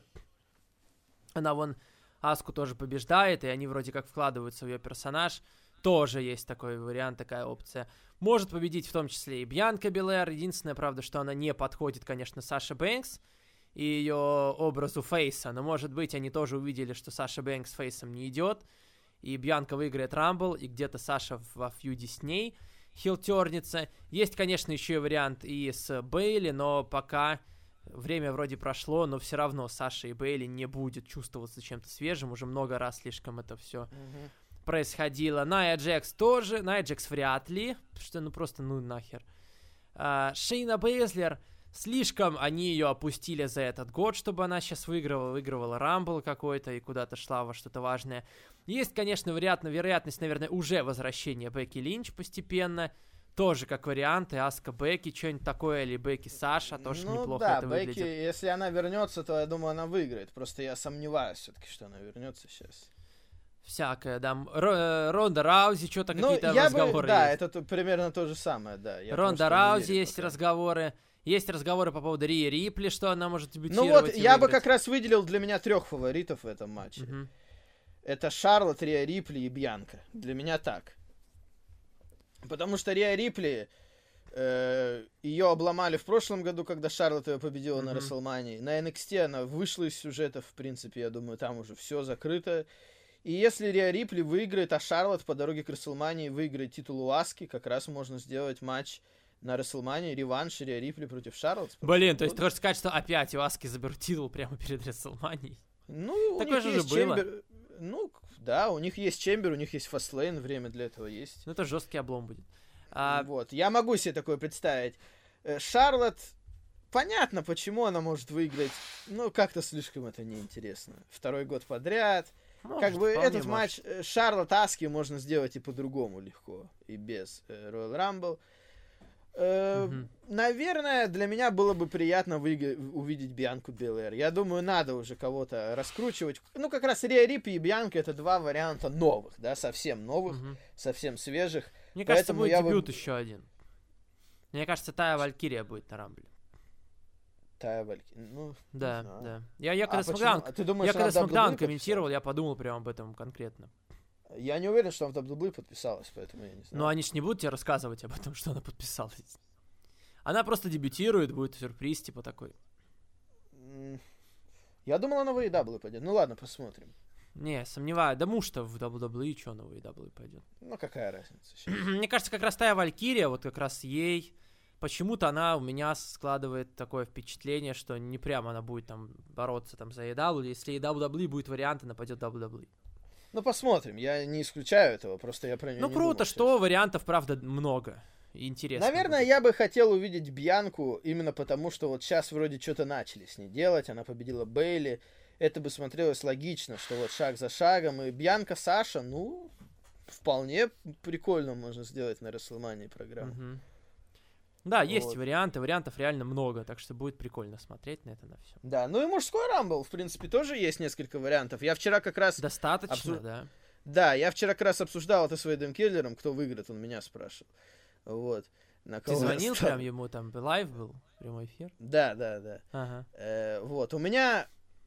Она вон Аску тоже побеждает, и они вроде как вкладываются в ее персонаж. Тоже есть такой вариант, такая опция. Может победить в том числе и Бьянка Белэр. Единственное, правда, что она не подходит, конечно, Саше Бэнкс и ее образу фейса. Но, может быть, они тоже увидели, что Саша Бэнкс фейсом не идет. И Бьянка выиграет Рамбл, и где-то Саша во фьюде с ней хилтернется. Есть, конечно, еще и вариант и с Бейли, но пока время вроде прошло, но все равно Саша и Бейли не будет чувствоваться чем-то свежим. Уже много раз слишком это все mm-hmm. происходило. Найя Джекс тоже. Найя Джекс вряд ли, потому что ну просто ну нахер. А, Шейна Бейзлер. Слишком они ее опустили за этот год, чтобы она сейчас выигрывала, выигрывала Рамбл какой-то и куда-то шла во что-то важное. Есть, конечно, вероятно, вероятность, наверное, уже возвращения Бекки Линч постепенно, тоже как варианты. Аска Бекки, что-нибудь такое, или Бекки Саша, тоже ну, неплохо да, это Бекки, выглядит. если она вернется, то я думаю, она выиграет. Просто я сомневаюсь все-таки, что она вернется сейчас. Всякое, да. Р- Ронда Раузи, что-то Ну, какие-то я разговоры бы, да, есть. это то, примерно то же самое, да. Я Ронда просто не Раузи верю есть пока. разговоры. Есть разговоры по поводу Рии Рипли, что она может Ну дебютировать вот, и я бы выиграть. как раз выделил для меня трех фаворитов в этом матче. Мгм. Это Шарлотт, Риа Рипли и Бьянка. Для меня так. Потому что Риа Рипли, э, ее обломали в прошлом году, когда Шарлотт ее победила Мгм. на Расселмании. На эн экс ти она вышла из сюжета, в принципе, я думаю, там уже все закрыто. И если Риа Рипли выиграет, а Шарлотт по дороге к Расселмании выиграет титул у Аски, как раз можно сделать матч на Расселмании, реванш Риа Рипли против Шарлотт. Блин, то есть ты хочешь сказать, что опять у Аски заберут титул прямо перед Рестлманией? Ну, у Такое них же есть уже было. Чембер. Ну, да, у них есть Чембер, у них есть Фастлейн, время для этого есть. Ну это жесткий облом будет. А, Вот, я могу себе такое представить. Э, Шарлотт, понятно, почему она может выиграть, но как-то слишком это неинтересно. Второй год подряд. может, как бы вполне этот может. матч э, Шарлотт Аски можно сделать и по-другому легко, и без э, Royal Rumble. Э, Мгм. Наверное, для меня было бы приятно выиг- увидеть Бьянку Белэр. Я думаю, надо уже кого-то раскручивать. Ну, как раз Риа Рипли и Бьянка — это два варианта новых, да, совсем новых, Мгм. совсем свежих. Мне кажется, Поэтому будет я бы- дебют еще один. Мне кажется, Тая Валькирия будет на Рамбле. Тая Вальки- Ну, Да, не знаю. да. Я, я когда А почему? Смакдаун, А ты думаешь, я она когда в дабл ю дабл ю и Смакдаун подписалась? комментировал, я подумал прямо об этом конкретно. Я не уверен, что она в дабл ю дабл ю и подписалась, поэтому я не знаю. Но они ж не будут тебе рассказывать об этом, что она подписалась. Она просто дебютирует, будет сюрприз, типа такой. М, Я думал, она в эй и дабл ю пойдет. Ну ладно, посмотрим. Не, сомневаюсь. Да муж-то в дабл ю дабл ю и, что на дабл ю дабл ю и пойдет. Ну какая разница щас? Мне кажется, как раз Тая Валькирия, вот как раз ей, почему-то она у меня складывает такое впечатление, что не прямо она будет там бороться там за эй и дабл ю. Если эй и дабл ю дабл ю будет вариант, она пойдет в дабл ю дабл ю и. Ну посмотрим, я не исключаю этого, просто я про нее Ну не круто, думал что сейчас. вариантов, правда, много. И интересно. Наверное, будет. я бы хотел увидеть Бьянку именно потому, что вот сейчас вроде что-то начали с ней делать, она победила Бейли, это бы смотрелось логично, что вот шаг за шагом, и Бьянка Саша, ну, вполне прикольно можно сделать на Расселмании программу. Мгм. Да, есть Вот. варианты, вариантов реально много, так что будет прикольно смотреть на это, на все. Да, ну и мужской рамбл, в принципе, тоже есть несколько вариантов. Я вчера как раз... Достаточно, Абсу- да. Да, я вчера как раз обсуждал это с Вейдом Келлером, кто выиграет, он меня спрашивал. Вот. На Ты кого я звонил ставлю. прям ему, там лайв был, прямой эфир? Да, да, да. Ага. Э, вот, у меня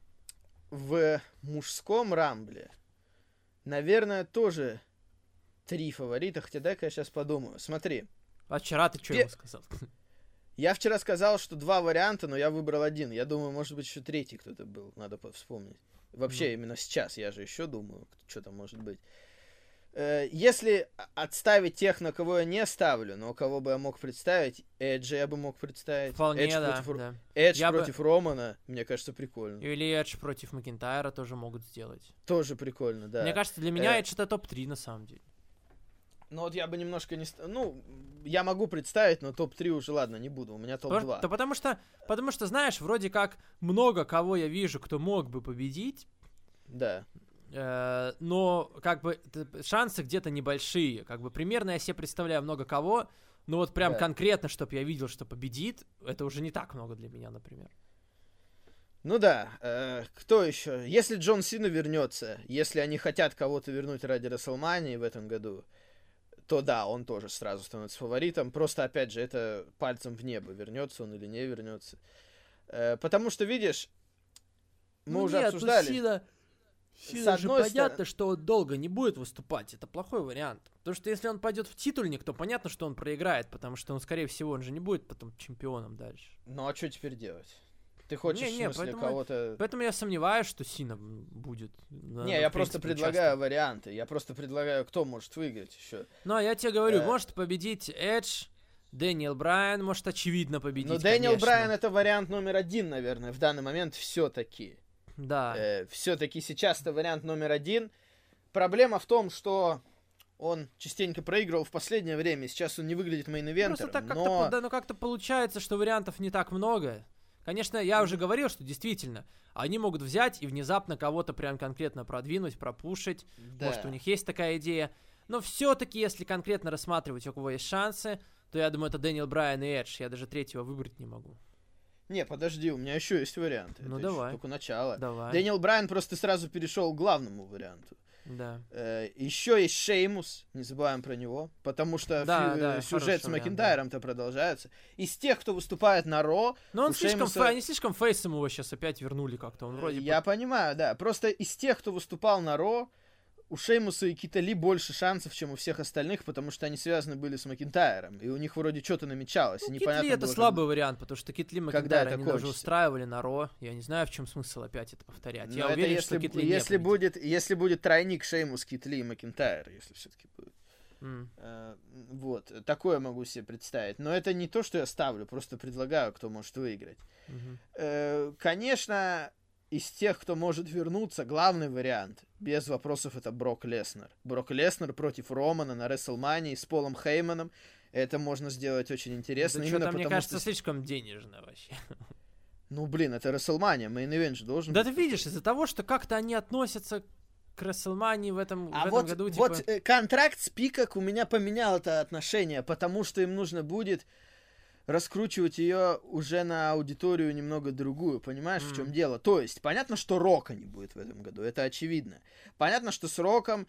в мужском рамбле, наверное, тоже три фаворита, хотя дай-ка я сейчас подумаю. Смотри, А вчера ты что Пе- ему сказал? я вчера сказал, что два варианта, но я выбрал один. Я думаю, может быть, еще третий кто-то был, надо по- вспомнить. Вообще, Ну. именно сейчас, я же еще думаю, что там может быть. Э, Если отставить тех, на кого я не ставлю, но кого бы я мог представить, Эджа я бы мог представить. Вполне, Эдж да, против, Ро- да. Эдж Я бы- против Романа, мне кажется, прикольно. Или Эдж против Макинтайра тоже могут сделать. Тоже прикольно, да. Мне кажется, для меня Э, Эдж это топ-три на самом деле. Ну вот я бы немножко не... ст- Ну, я могу представить, но топ-три уже, ладно, не буду. У меня Потому- топ-два. Да потому что, потому что, знаешь, вроде как много кого я вижу, кто мог бы победить, Да. э, но как бы т- шансы где-то небольшие. Как бы примерно я себе представляю много кого, но вот прям Да. конкретно, чтобы я видел, что победит, это уже не так много для меня, например. Ну да, э, кто еще? Если Джон Сина вернется, если они хотят кого-то вернуть ради Расселмании в этом году, то да, он тоже сразу становится фаворитом. Просто, опять же, это пальцем в небо, вернется он или не вернется. Э, потому что, видишь, мы Ну уже нет, обсуждали. Ну, Сина, С Сина же одной понятно, стороны- что он долго не будет выступать. Это плохой вариант. Потому что если он пойдет в титульник, то понятно, что он проиграет, потому что он, скорее всего, он же не будет потом чемпионом дальше. Ну а что теперь делать? Ты хочешь, Не-не, в смысле, поэтому- кого-то... Поэтому я сомневаюсь, что Сина м, будет. на- Не, в я просто принципе, предлагаю участвовать. варианты. Я просто предлагаю, кто может выиграть еще. Ну, а я тебе говорю, Э. может победить Эдж, Дэниел Брайан может очевидно победить, Но Дэниел конечно. Брайан это вариант номер один, наверное, в данный момент все-таки. Да. все-таки сейчас это вариант номер один. Проблема в том, что он частенько проигрывал в последнее время. Сейчас он не выглядит мейн-ивентером. Просто так как-то, но... по- да, ну, как-то получается, что вариантов не так много. Конечно, я уже говорил, что действительно, они могут взять и внезапно кого-то прям конкретно продвинуть, пропушить. Да. Может, у них есть такая идея. Но все-таки, если конкретно рассматривать, у кого есть шансы, то я думаю, это Дэниел Брайан и Эдж. Я даже третьего выбрать не могу. Не, подожди, у меня еще есть варианты. Ну, это давай. Только начало. Давай. Дэниел Брайан просто сразу перешел к главному варианту. Да. Э, еще есть Шеймус, не забываем про него, потому что да, фи- да, сюжет с вариант, Макинтайром-то да. продолжается. Из тех, кто выступает на Ро... Но он слишком, Шеймуса... фей... они слишком фейсом его сейчас опять вернули как-то. Он вроде Я бы... понимаю, да. Просто из тех, кто выступал на Ро, у Шеймуса и Кита Ли больше шансов, чем у всех остальных, потому что они связаны были с Макинтайром, и у них вроде что-то намечалось. Ну, Кит Ли это было, слабый когда... вариант, потому что Кит Ли Макинтайр они уже устраивали на Ро. Я не знаю, в чем смысл опять это повторять. Но Я это уверен, если, что Кит Ли если не будет, если будет тройник Шеймус, Кит Ли и Макинтайр, если все-таки будет. Mm. Uh, вот, такое могу себе представить. Но это не то, что я ставлю, просто предлагаю, кто может выиграть. Mm-hmm. Uh, конечно, из тех, кто может вернуться, главный вариант, без вопросов, это Брок Леснер. Брок Леснер против Романа на Рестлмании с Полом Хейманом. Это можно сделать очень интересно. Да что-то, мне кажется, что... слишком денежно вообще. Ну, блин, это Рестлмания, мейн-ивент же должен да быть. Да ты видишь, из-за того, что как-то они относятся к Рестлмании в этом, а в вот, этом году, типа... вот э, контракт с Пикок у меня поменял это отношение, потому что им нужно будет раскручивать ее уже на аудиторию немного другую, понимаешь, mm. в чем дело? То есть, понятно, что Рока не будет в этом году, это очевидно. Понятно, что с Роком,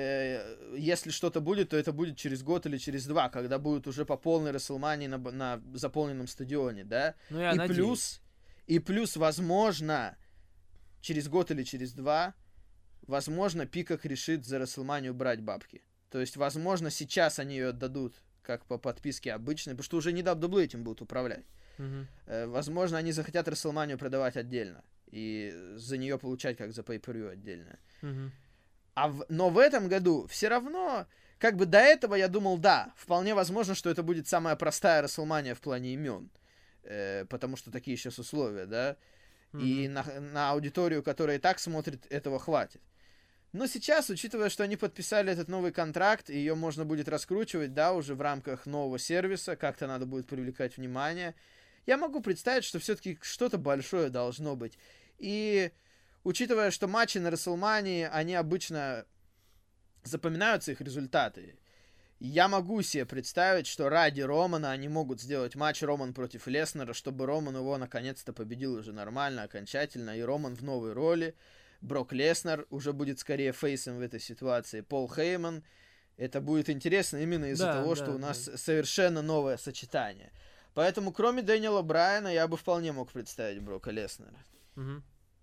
э, если что-то будет, то это будет через год или через два, когда будет уже по полной Рестлмании на, на заполненном стадионе, да? Ну, я и надеюсь. плюс, и плюс, возможно, через год или через два, возможно, Пикок решит за Рестлманию брать бабки. То есть, возможно, сейчас они ее отдадут как по подписке обычной, потому что уже не дабл ю дабл ю и этим будут управлять. Uh-huh. Э, возможно, они захотят Рестлманию продавать отдельно и за нее получать как за pay-per-view отдельно. Uh-huh. А в, но в этом году все равно, как бы до этого я думал, да, вполне возможно, что это будет самая простая Рестлмания в плане имен, э, потому что такие сейчас условия, да, uh-huh. и на, на аудиторию, которая и так смотрит, этого хватит. Но сейчас, учитывая, что они подписали этот новый контракт, и ее можно будет раскручивать, да, уже в рамках нового сервиса, как-то надо будет привлекать внимание, я могу представить, что все-таки что-то большое должно быть. И учитывая, что матчи на Рестлмании, они обычно запоминаются, их результаты, я могу себе представить, что ради Романа они могут сделать матч Роман против Леснера, чтобы Роман его наконец-то победил уже нормально, окончательно, и Роман в новой роли. Брок Леснер уже будет скорее фейсом в этой ситуации. Пол Хейман. Это будет интересно именно из-за да, того, да, что у нас да. совершенно новое сочетание. Поэтому, кроме Дэниела Брайана, я бы вполне мог представить Брока Леснера. Угу.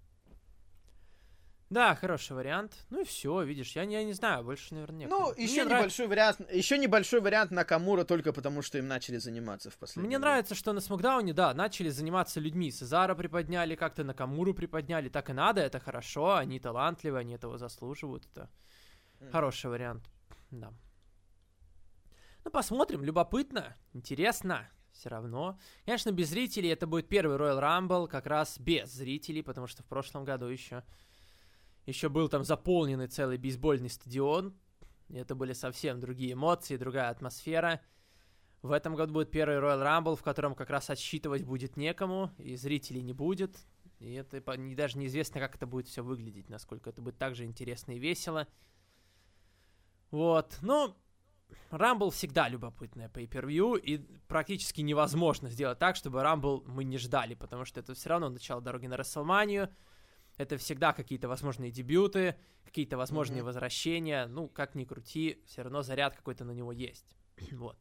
Да, хороший вариант. Ну и все, видишь, я, я не знаю, больше, наверное, нет. Ну, еще небольшой, нравится... вариант, еще небольшой вариант Накамура, только потому, что им начали заниматься в последнее Мне время. нравится, что на Смакдауне, да, начали заниматься людьми. Сезара приподняли, как-то Накамуру приподняли. Так и надо, это хорошо, они талантливые, они этого заслуживают. Это mm. хороший вариант, да. Ну, посмотрим, любопытно, интересно. Все равно. Конечно, без зрителей это будет первый Royal Rumble, как раз без зрителей, потому что в прошлом году еще... Еще был там заполненный целый бейсбольный стадион. И это были совсем другие эмоции, другая атмосфера. В этом году будет первый Royal Rumble, в котором как раз отсчитывать будет некому, и зрителей не будет. И это и даже неизвестно, как это будет все выглядеть, насколько это будет так же интересно и весело. Вот. Ну, Rumble всегда любопытная pay-per-view, и практически невозможно сделать так, чтобы Rumble мы не ждали, потому что это все равно начало дороги на Рестлманию. Это всегда какие-то возможные дебюты, какие-то возможные mm-hmm. возвращения. Ну, как ни крути, все равно заряд какой-то на него есть. Вот.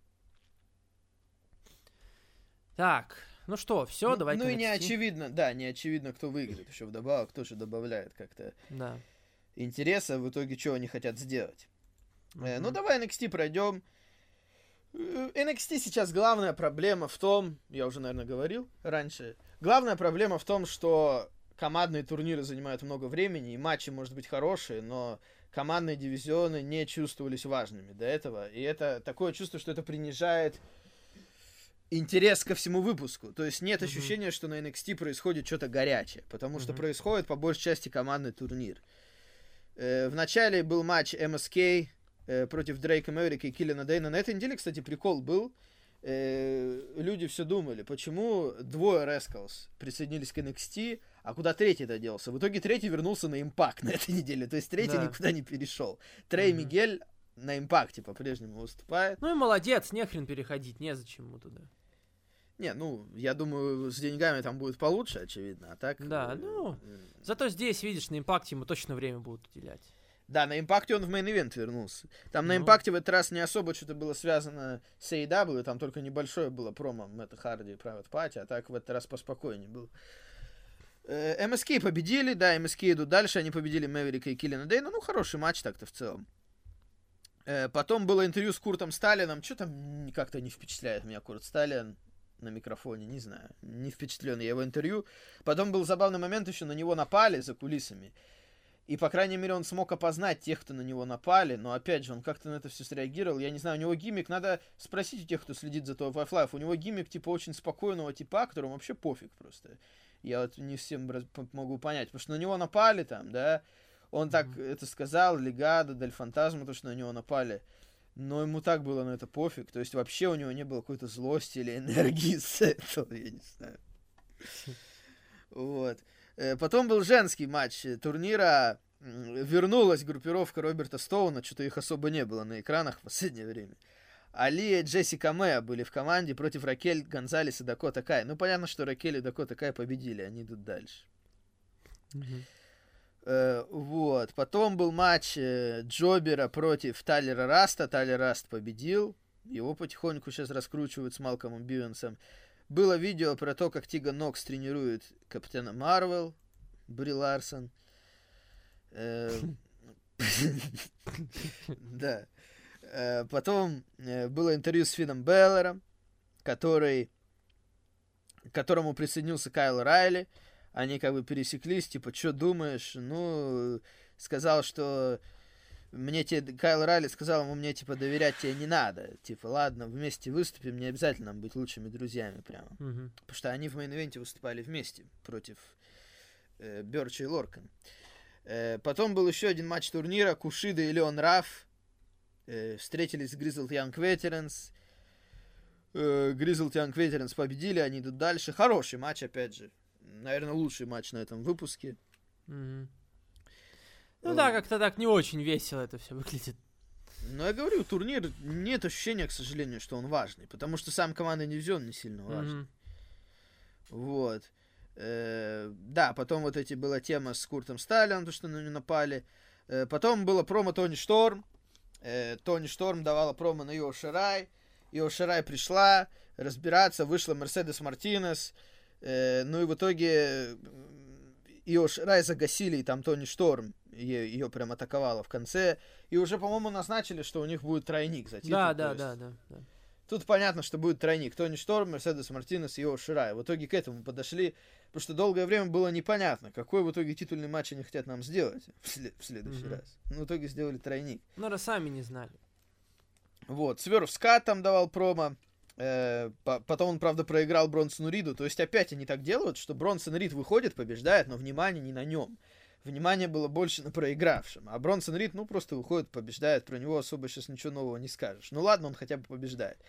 Так, ну что, все, ну, давайте. Ну и не очевидно, да, не очевидно, кто выиграет. Еще вдобавок тоже добавляет как-то да. интереса, в итоге, что они хотят сделать. Mm-hmm. Э, ну, давай эн экс ти пройдем. эн экс ти сейчас главная проблема в том, я уже, наверное, говорил раньше, главная проблема в том, что командные турниры занимают много времени, и матчи, может быть, хорошие, но командные дивизионы не чувствовались важными до этого. И это такое чувство, что это принижает интерес ко всему выпуску. То есть нет mm-hmm. ощущения, что на эн экс ти происходит что-то горячее, потому mm-hmm. что происходит по большей части командный турнир. Э, в начале был матч эм эс кей э, против Дрейка Мэверика и Киллиана Дейна. На этой неделе, кстати, прикол был. Э, люди все думали, почему двое Rascals присоединились к эн экс ти, а куда третий-то делся? В итоге третий вернулся на Impact на этой неделе, то есть третий да. никуда не перешел. Трей mm-hmm. Мигель на импакте по-прежнему выступает. Ну и молодец, нехрен переходить, незачем ему туда. Не, ну, я думаю, с деньгами там будет получше, очевидно, а так... Да, ну, зато здесь, видишь, на импакте ему точно время будут уделять. Да, на импакте он в мейн-ивент вернулся. Там Ну. на импакте в этот раз не особо что-то было связано с эй и дабл ю, там только небольшое было промо Мэтта Харди и Private Party, а так в этот раз поспокойнее был. эм эс кей победили, да, эм эс кей идут дальше, они победили Мэверика и Киллиана Дейна, ну, хороший матч так-то в целом. Э, потом было интервью с Куртом Сталином, что там как-то не впечатляет меня Курт Сталин на микрофоне, не знаю, не впечатлен я его интервью. Потом был забавный момент, еще на него напали за кулисами. И, по крайней мере, он смог опознать тех, кто на него напали, но, опять же, он как-то на это все среагировал. Я не знаю, у него гиммик, надо спросить у тех, кто следит за Top of Life, у него гиммик, типа, очень спокойного типа, которому вообще пофиг просто. Я вот не всем раз могу понять, потому что на него напали там, да, он так mm-hmm. это сказал, Легадо, Дель Фантазма, то, что на него напали, но ему так было на это пофиг, то есть вообще у него не было какой-то злости или энергии с этого, я не знаю. Вот. Потом был женский матч турнира. Вернулась группировка Роберта Стоуна. Что-то их особо не было на экранах в последнее время. Али и Джессика Мэя были в команде против Ракель, Гонзалес и Дакота Кай. Ну, понятно, что Ракель и Дакота Кай победили. Они идут дальше. Mm-hmm. Э, вот. Потом был матч э, Джобера против Тайлера Раста. Тайлер Раст победил. Его потихоньку сейчас раскручивают с Малкомом Бьюэнсом. Было видео про то, как Тиган Нокс тренирует Капитана Марвел, Бри Ларсон. Да. Потом было интервью с Финном Беллером, который, к которому присоединился Кайл Райли. Они как бы пересеклись, типа, что думаешь? Ну, сказал, что... Мне тебе, Кайл Райли сказал ему, мне, типа, доверять тебе не надо. Типа, ладно, вместе выступим, не обязательно быть лучшими друзьями прямо. Mm-hmm. Потому что они в мейн-ивенте выступали вместе против э, Бёрча и Лоркан. Э, потом был еще один матч турнира. Кушида и Леон Раф э, встретились с Grizzled Young Veterans. Э, Grizzled Young Veterans победили, они идут дальше. Хороший матч, опять же. Наверное, лучший матч на этом выпуске. Mm-hmm. Ну да, как-то так не очень весело это все выглядит. Ну, я говорю, турнир, нет ощущения, к сожалению, что он важный, потому что сам командный дивизион не сильно важный. Mm-hmm. Вот. Э-э- да, потом вот эти была тема с Куртом Сталином, то, что на него напали. Э-э- потом было промо Тони Шторм. Э-э- Тони Шторм давала промо на Ио Ширай. Ио Ширай пришла разбираться, вышла Мерседес Мартинес. Э-э- ну и в итоге Ио Ширай загасили, и там Тони Шторм ее, ее прям атаковала в конце. И уже, по-моему, назначили, что у них будет тройник за титул. Да, да, да, да, да. Тут понятно, что будет тройник. Тони Шторм, Мерседес Мартинес и Ио Ширай. В итоге к этому подошли, потому что долгое время было непонятно, какой в итоге титульный матч они хотят нам сделать в, след- в следующий mm-hmm. раз. Ну, в итоге сделали тройник. Ну, раз сами не знали. Вот, Сверв Скат там давал промо. Э, по- потом он, правда, проиграл Бронсону Риду. То есть опять они так делают, что Бронсон Рид выходит, побеждает, но внимание не на нем. Внимание было больше на проигравшем. А Бронсон Рид, ну, просто выходит, побеждает. Про него особо сейчас ничего нового не скажешь. Ну, ладно, он хотя бы побеждает.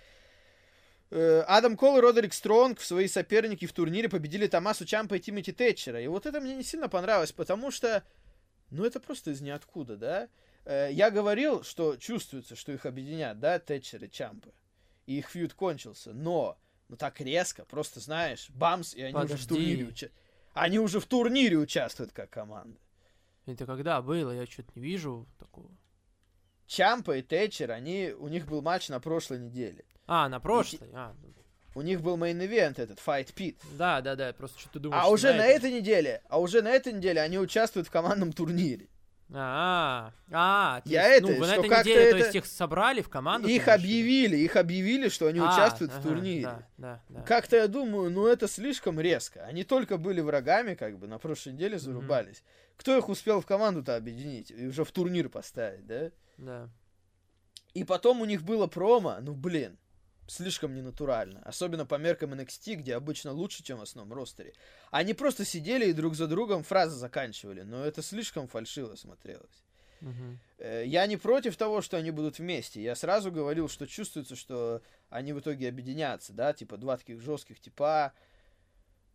Э, Адам Кол и Родерик Стронг, свои соперники в турнире, победили Томасу Чампа и Тимоти Тэтчера. И вот это мне не сильно понравилось, потому что, ну, это просто из ниоткуда, да? Э, я говорил, что чувствуется, что их объединят, да, Тэтчер и Чампа. И их фьюд кончился. Но, ну, так резко, просто, знаешь, бамс, и они Подожди. уже в турнире участвуют. Они уже в турнире участвуют как команда. Это когда было? Я что-то не вижу такого. Чампа и Тэтчер, они, у них был матч на прошлой неделе. А, на прошлой? И, а. У них был мейн-ивент этот, Fight Pit. Да, да, да, просто что-то думаю, А что уже на, на это... этой неделе, а уже на этой неделе они участвуют в командном турнире. А, а, Я есть, это, ну, вы на что этой как-то неделе, это... то есть их собрали в команду? Их объявили, их объявили, что они а, участвуют ага, в турнире. Да, да, да. Как-то я думаю, ну это слишком резко. Они только были врагами, как бы, на прошлой неделе зарубались. Mm-hmm. Кто их успел в команду-то объединить и уже в турнир поставить, да? Да. И потом у них было промо, ну блин, слишком ненатурально. Особенно по меркам эн экс ти, где обычно лучше, чем в основном ростере. Они просто сидели и друг за другом фразы заканчивали, но это слишком фальшиво смотрелось. Uh-huh. Я не против того, что они будут вместе. Я сразу говорил, что чувствуется, что они в итоге объединятся, да, типа два таких жестких типа.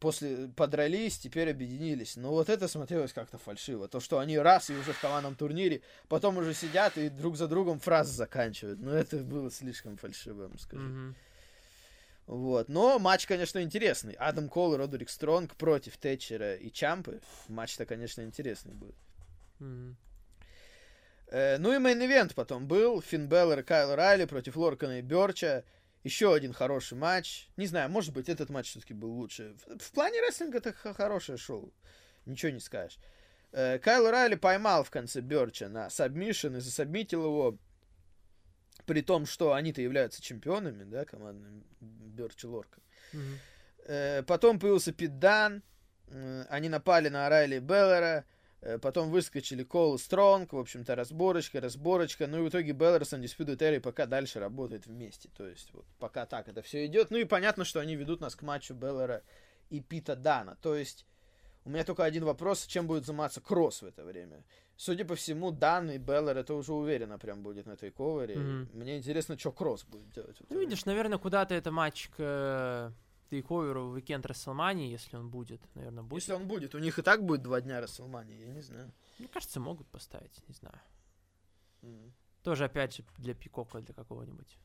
после подрались, теперь объединились. Но вот это смотрелось как-то фальшиво. То, что они раз и уже в командном турнире, потом уже сидят и друг за другом фразы заканчивают. Но это было слишком фальшиво, я вам скажу. Mm-hmm. Вот. Но матч, конечно, интересный. Адам Кол и Родерик Стронг против Тэтчера и Чампы. Матч-то, конечно, интересный будет. Mm-hmm. Э, ну и мейн-ивент потом был. Финн Беллер и Кайл Райли против Лоркана и Бёрча. Еще один хороший матч. Не знаю, может быть, этот матч все-таки был лучше. В, в плане рестлинга это х- хорошее шоу. Ничего не скажешь. Э, Кайл Райли поймал в конце Бёрча на сабмишн и засабмитил его. При том, что они-то являются чемпионами, да, командными Бёрч и Лорка. Mm-hmm. Э, потом появился Пит Дан. Э, они напали на Райли и Беллера. Потом выскочили Кол и Стронг, в общем-то, разборочка, разборочка. Ну и в итоге Беллер с Undisputed Era пока дальше работает вместе. То есть, вот, пока так это все идет. Ну и понятно, что они ведут нас к матчу Беллера и Пита Дана. То есть, у меня только один вопрос, чем будет заниматься Кросс в это время. Судя по всему, Дан и Беллер, это уже уверенно прям будет на тейковере. Mm-hmm. Мне интересно, что Кросс будет делать. Ну, видишь, наверное, куда-то это матч к тейковеру в уикенд Расселмании, если он будет, наверное, будет. Если он будет. У них и так будет два дня Расселмании, я не знаю. Мне кажется, могут поставить, не знаю. Mm-hmm. Тоже, опять же, для Пикока, для какого-нибудь.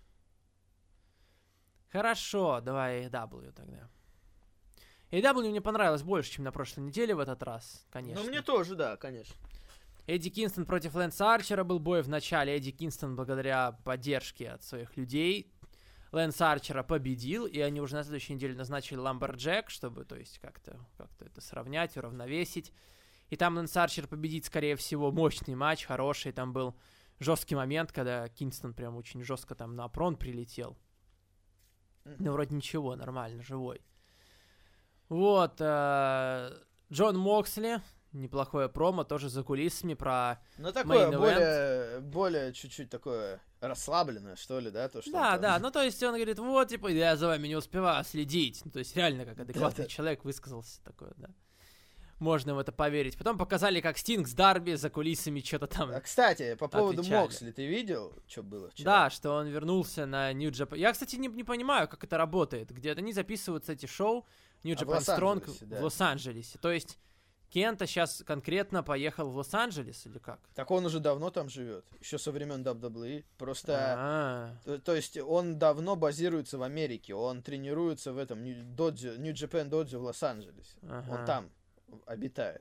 Хорошо, давай эй и дабл ю тогда. эй и дабл ю мне понравилось больше, чем на прошлой неделе в этот раз, конечно. Ну, мне тоже, да, конечно. Эдди Кингстон против Лэнса Арчера был бой в начале. Эдди Кингстон, благодаря поддержке от своих людей, Лэнса Арчера победил, и они уже на следующей неделе назначили Ламберджек, чтобы, то есть, как-то, как-то это сравнять, уравновесить. И там Лэнс Арчер победит, скорее всего, мощный матч, хороший. Там был жесткий момент, когда Кингстон прям очень жестко там на прон прилетел. Ну, вроде ничего, нормально, живой. Вот, э, Джон Моксли, неплохое промо, тоже за кулисами про Ну, такое более, более чуть-чуть такое расслабленное, что ли, да? То, что да, там... да, ну, то есть он говорит, вот, типа, я за вами не успеваю следить. Ну, то есть реально как адекватный человек высказался такое, да. Можно в это поверить. Потом показали, как Стинг с Дарби за кулисами что-то там а, кстати, по поводу отвечали. Моксли, ты видел, что было вчера? Да, что он вернулся на New Japan. Я, кстати, не, не понимаю, как это работает. Где они записываются, эти шоу New Japan а Strong да. в Лос-Анджелесе. То есть Кента сейчас конкретно поехал в Лос-Анджелес или как? Так он уже давно там живет. Еще со времен дабл ю дабл ю и. Просто... То, то есть он давно базируется в Америке. Он тренируется в этом New, доджо, New Japan Dojo в Лос-Анджелесе. Ага. Он там обитает.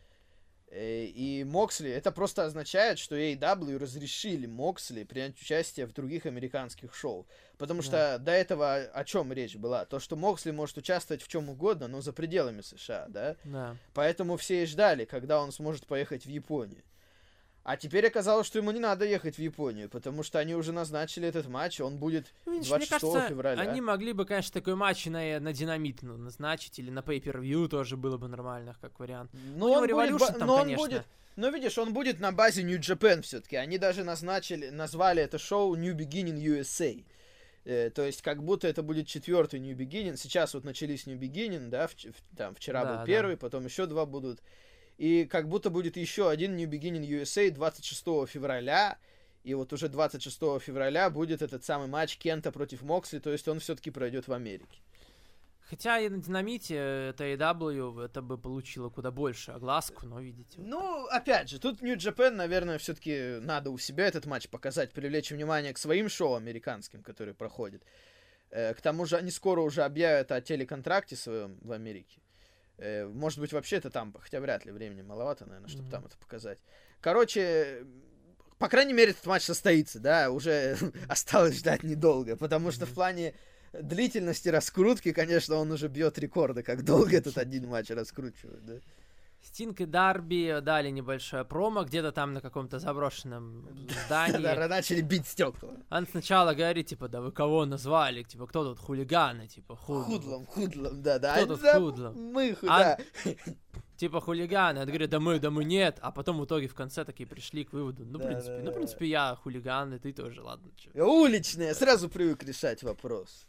И Моксли, это просто означает, что эй и дабл ю разрешили Моксли принять участие в других американских шоу. Потому что да. до этого о чем речь была? То, что Моксли может участвовать в чем угодно, но за пределами США, да? Да. Поэтому все и ждали, когда он сможет поехать в Японию. А теперь оказалось, что ему не надо ехать в Японию, потому что они уже назначили этот матч, он будет Видишь, двадцать шестого мне кажется, февраля. Они могли бы, конечно, такой матч на, на Динамит ну, назначить, или на Pay-Per-View тоже было бы нормально, как вариант. Но он, будет, там, но он будет, но видишь, он будет на базе New Japan все-таки. Они даже назначили, назвали это шоу New Beginning ю эс эй. Э, то есть, как будто это будет четвертый New Beginning. Сейчас вот начались New Beginning, да, в, в, там вчера да, был первый, да. Потом еще два будут. И как будто будет еще один New Beginning ю эс эй двадцать шестого февраля. И вот уже двадцать шестого февраля будет этот самый матч Кента против Моксли. То есть он все-таки пройдет в Америке. Хотя и на Динамите это эй и дабл ю это бы получило куда больше огласку, но видите. Ну, опять же, тут New Japan, наверное, все-таки надо у себя этот матч показать, привлечь внимание к своим шоу американским, которые проходят. Э, к тому же они скоро уже объявят о телеконтракте своем в Америке. Э, может быть, вообще это там, хотя вряд ли, времени маловато, наверное, чтобы mm-hmm. там это показать. Короче, по крайней мере, этот матч состоится, да, уже осталось ждать недолго, потому что mm-hmm. в плане длительности раскрутки, конечно, он уже бьет рекорды, как долго этот один матч раскручивает, да. Стинг и Дарби дали небольшое промо, где-то там на каком-то заброшенном здании. Да, начали бить стекла. Он сначала говорит, типа, да вы кого назвали? Типа, кто тут хулиганы? Типа, худлом. Худлом, да, да. Кто тут худлом? Мы, да. Типа, хулиганы. Он говорит, да мы, да мы нет. А потом в итоге в конце такие пришли к выводу. Ну, в принципе, ну, в принципе, я хулиган, и ты тоже, ладно. Уличные, сразу привык решать вопрос.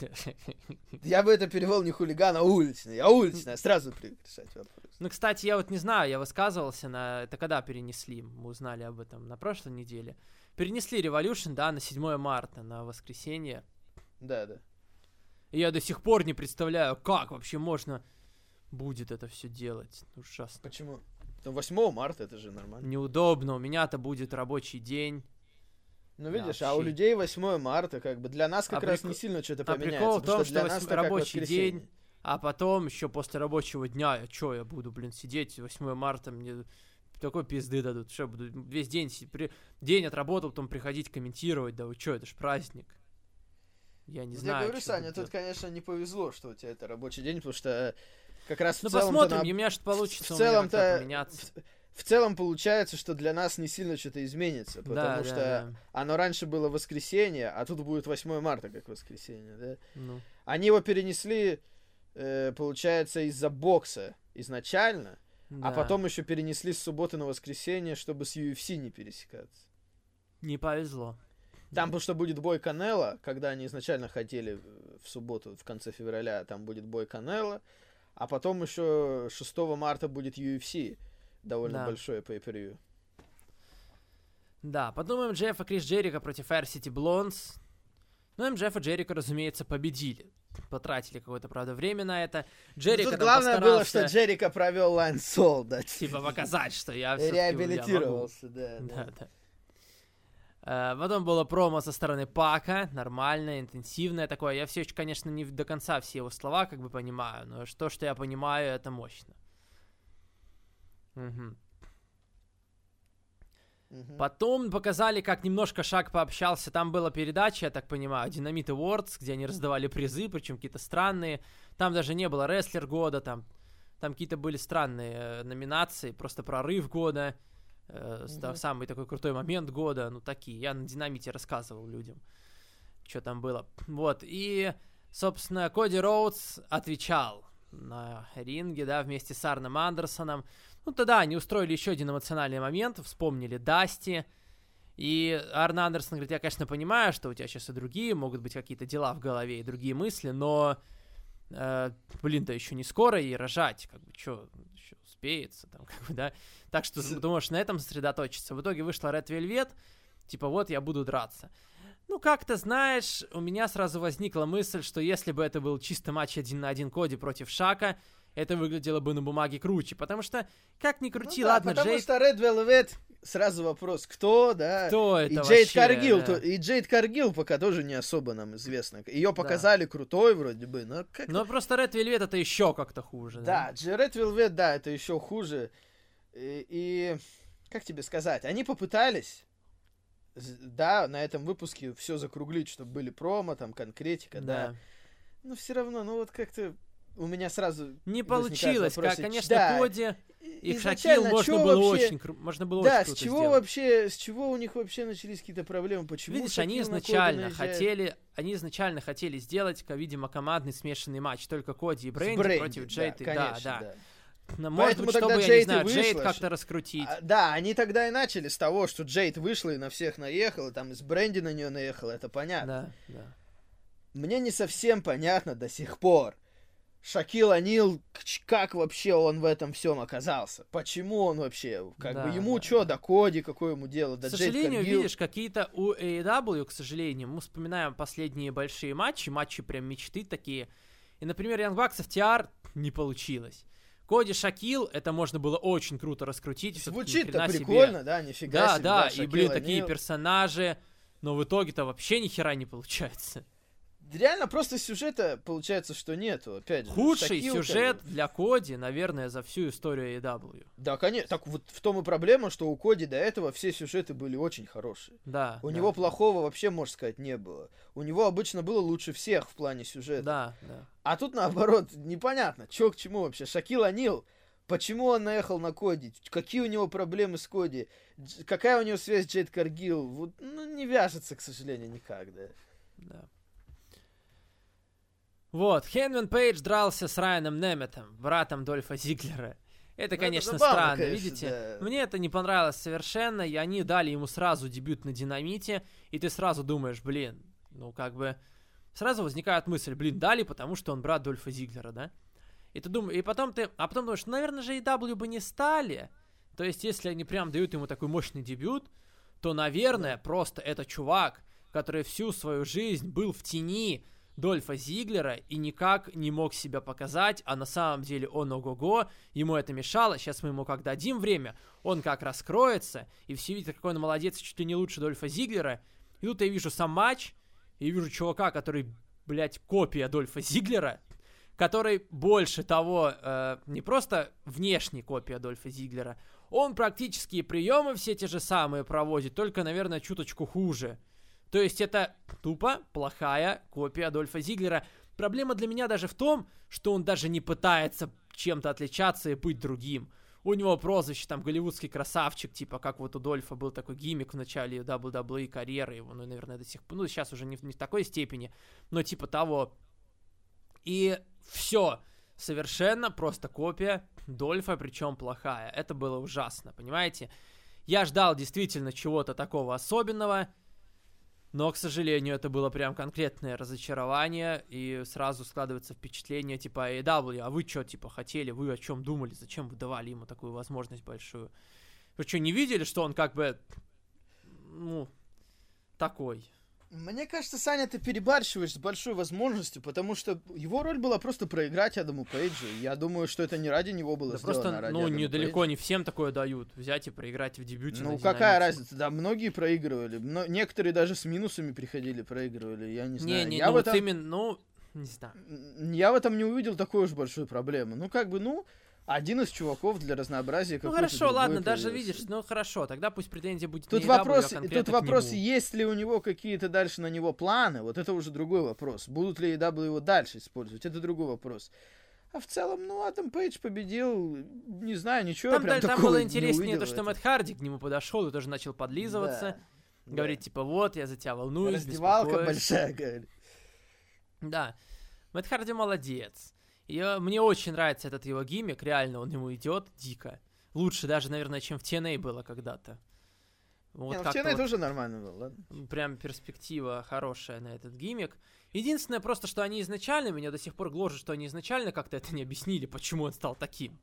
Я бы это перевел не хулиган, а уличный. А уличная, сразу привык решать вопрос. Ну, кстати, я вот не знаю, я высказывался на... Это когда перенесли? Мы узнали об этом на прошлой неделе. Перенесли Revolution, да, на седьмое марта, на воскресенье. Да, да. И я до сих пор не представляю, как вообще можно будет это все делать. Ужасно. Почему? Ну, восьмого марта это же нормально. Неудобно, у меня-то будет рабочий день. Ну, видишь, да, а у людей восьмого марта, как бы, для нас как а раз прикол... не сильно что-то а поменяется. прикол в том, что, что, что восьм... рабочий день, а потом еще после рабочего дня, я что, я буду, блин, сидеть восьмого марта, мне такой пизды дадут, что, буду весь день, при... день отработал, потом приходить комментировать, да вы что, это ж праздник. Я не я знаю. Я говорю, Саня, тут, конечно, не повезло, что у тебя это рабочий день, потому что как раз ну, в целом... посмотрим, на... у меня что получится, в целом-то... поменяться. В целом получается, что для нас не сильно что-то изменится, потому да, что да, да. оно раньше было воскресенье, а тут будет восьмого марта как воскресенье, да? Ну. Они его перенесли, э, получается, из-за бокса изначально, да. А потом еще перенесли с субботы на воскресенье, чтобы с ю эф си не пересекаться. Не повезло. Там, потому что будет бой Канело, когда они изначально хотели в субботу, в конце февраля, там будет бой Канело, а потом еще шестого марта будет ю эф си. Довольно да. большое pay-per-view. Да, подумаем, Джефф и Крис Джерико против Air City Blondes. Ну, им Джефф и Джерико, разумеется, победили. Потратили какое-то, правда, время на это. Джерико Тут там главное постарался... было, что Джерико провел лайн-сол, да. Типа показать, что я все-таки реабилитировался, да, да. да. да. А, потом было промо со стороны Пака, нормальное, интенсивное такое. Я все еще, конечно, не до конца все его слова как бы понимаю, но то, что я понимаю, это мощно. Угу. Угу. Потом показали, как немножко Шак пообщался. Там была передача, я так понимаю, Dynamite Awards, где они раздавали призы, причем какие-то странные. Там даже не было рестлер года, там, там какие-то были странные э, номинации, просто прорыв года, э, угу. самый такой крутой момент года, ну такие. Я на Динамите рассказывал людям, что там было. Вот, и, собственно, Коди Роудс отвечал на ринге, да, вместе с Арном Андерсоном. Ну, тогда они устроили еще один эмоциональный момент, вспомнили Дасти, и Арн Андерсон говорит, я, конечно, понимаю, что у тебя сейчас и другие, могут быть какие-то дела в голове и другие мысли, но, э, блин, да еще не скоро и рожать, как бы, что, еще успеется, там, как бы, да, так что ты можешь на этом сосредоточиться. В итоге вышла Red Velvet, типа, вот, я буду драться. Ну, как-то, знаешь, у меня сразу возникла мысль, что если бы это был чисто матч один на один Коди против Шака, это выглядело бы на бумаге круче, потому что, как ни крути, ну, ладно, да, потому Джейд... что Red Velvet, сразу вопрос, кто, да? Кто это и вообще? Джейд Каргил, да. то, и Джейд Каргил пока тоже не особо нам известно. Ее показали да. крутой вроде бы, но как Но просто Red Velvet это еще как-то хуже. Да, да? Red Velvet, да, это еще хуже. И, и, как тебе сказать, они попытались, да, на этом выпуске все закруглить, чтобы были промо, там, конкретика, да. да. Но все равно, ну вот как-то... У меня сразу не получилось, вопросы. как, конечно, да. Коди и Шакил можно было вообще... очень, можно было да, очень круто с чего сделать. вообще, с чего у них вообще начались какие-то проблемы? Почему? Видишь, Шакил они изначально хотели, они изначально хотели сделать, видимо, командный смешанный матч, только Коди и Брэнди, Брэнди против Джейд. Да, конечно, да, да. да. Может Поэтому быть, тогда чтобы, Джейд я не знаю, вышла, Джейд как-то раскрутить. А, да, они тогда и начали с того, что Джейд вышла и на всех наехала, там из Брэнди на нее наехала, это понятно. Да, да. Мне не совсем понятно до сих пор. Шакил О'Нил, как вообще он в этом всем оказался? Почему он вообще? Как да, бы ему да, что, да. до Коди, какое ему дело? До к сожалению, Каргил? видишь, какие-то у эй и дабл ю, к сожалению, мы вспоминаем последние большие матчи, матчи прям мечты такие. И, например, Young Bucks эф ти ар не получилось. Коди Шакил, это можно было очень круто раскрутить. Звучит-то прикольно, себе. Да, нифига да, себе. Да, да, Шакил и, блин, О'Нил. такие персонажи, но в итоге-то вообще ни хера не получается. Реально просто сюжета получается, что нету, опять же. Худший Шакил, сюжет как... для Коди, наверное, за всю историю эй и дабл ю. Да, конечно. Так вот в том и проблема, что у Коди до этого все сюжеты были очень хорошие. Да. У да. него плохого вообще, можно сказать, не было. У него обычно было лучше всех в плане сюжета. Да, да. А тут наоборот, непонятно, чё к чему вообще. Шакил О'Нил, почему он наехал на Коди? Какие у него проблемы с Коди? Дж- какая у него связь с Джейд Каргил? Вот, ну, не вяжется, к сожалению, никак, да. Да. Вот, Хэнмен Пейдж дрался с Райаном Неметтом, братом Дольфа Зиглера. Это, ну, конечно, это забавно, странно, конечно, видите? Да. Мне это не понравилось совершенно, и они дали ему сразу дебют на Динамите, и ты сразу думаешь, блин, ну как бы... Сразу возникает мысль, блин, дали, потому что он брат Дольфа Зиглера, да? И ты думаешь, и потом ты... А потом думаешь, ну, наверное же эй и дабл ю бы не стали. То есть, если они прям дают ему такой мощный дебют, то, наверное, да. просто это чувак, который всю свою жизнь был в тени, Дольфа Зиглера и никак не мог себя показать, а на самом деле он ого-го, ему это мешало, сейчас мы ему как дадим время, он как раскроется, и все видят, какой он молодец, чуть ли не лучше Дольфа Зиглера, и тут я вижу сам матч, и вижу чувака, который, блядь, копия Дольфа Зиглера, который больше того, э, не просто внешне копия Дольфа Зиглера, он практически приемы все те же самые проводит, только, наверное, чуточку хуже. То есть это тупо плохая копия Дольфа Зиглера. Проблема для меня даже в том, что он даже не пытается чем-то отличаться и быть другим. У него прозвище там голливудский красавчик, типа как вот у Дольфа был такой гиммик в начале дабл ю дабл ю и карьеры его, ну, наверное, до сих пор, ну, сейчас уже не в, не в такой степени, но типа того. И все, совершенно просто копия Дольфа, причем плохая. Это было ужасно, понимаете? Я ждал действительно чего-то такого особенного, но, к сожалению, это было прям конкретное разочарование, и сразу складывается впечатление, типа, эй дабл ю, а вы что, типа, хотели, вы о чем думали, зачем вы давали ему такую возможность большую? Вы что, не видели, что он как бы, ну, такой? Мне кажется, Саня, ты перебарщиваешь с большой возможностью, потому что его роль была просто проиграть Адаму Пейджу. Я думаю, что это не ради него было да сделано, просто, а ради ну, Адама недалеко Пейджа. не всем такое дают, взять и проиграть в дебюте. Ну, на какая динамите. разница? Да, многие проигрывали. Мно- Некоторые даже с минусами приходили, проигрывали. Я не знаю. Не, не, я ну в вот этом... именно, ну, не знаю. Я в этом не увидел такой уж большой проблемы. Ну, как бы, ну, один из чуваков для разнообразия. Ну какой-то хорошо, другой ладно, даже появился. видишь, ну хорошо, тогда пусть претензия будет Тут не эй дабл ю, вопрос, а конкретно тут к вопрос, нему. есть ли у него какие-то дальше на него планы, вот это уже другой вопрос. Будут ли эй дабл ю его дальше использовать, это другой вопрос. А в целом, ну, Адам Пейдж победил, не знаю, ничего Там, я прям да, там такого было не интереснее увидел то, в что этом. Мэтт Харди к нему подошел и тоже начал подлизываться, Да, говорить да. типа, вот, я за тебя волнуюсь, Раздевалка беспокоюсь. большая, говорит. Да, Мэтт Харди молодец. И, э, мне очень нравится этот его гиммик, реально, он ему идет дико. Лучше даже, наверное, чем в ти эн эй было когда-то. Вот Не, ну, в как-то ти эн эй вот тоже нормально было, ладно? прям перспектива хорошая на этот гиммик. Единственное просто, что они изначально, меня до сих пор гложет, что они изначально как-то это не объяснили, почему он стал таким.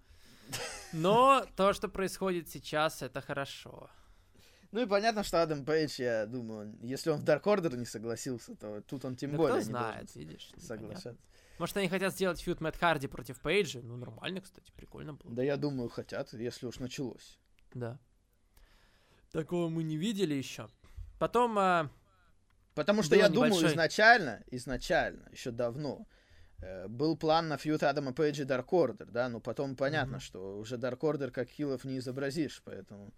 Но то, что происходит сейчас, это хорошо. Ну и понятно, что Адам Пейдж, я думаю, если он в Dark Order не согласился, то тут он тем Да более кто не знает, должен видишь, непонятно. соглашаться. Может, они хотят сделать фьюд Мэтт Харди против Пейджа? Ну, нормально, кстати, прикольно было. Да я думаю, хотят, если уж началось. Да. Такого мы не видели еще. Потом... а, Потому что Было я думаю, небольшой- изначально, изначально, еще давно, э, был план на фьюд Адама Пейджа и Dark Order, да, но потом понятно, Мгм. что уже Dark Order как хилов не изобразишь, поэтому...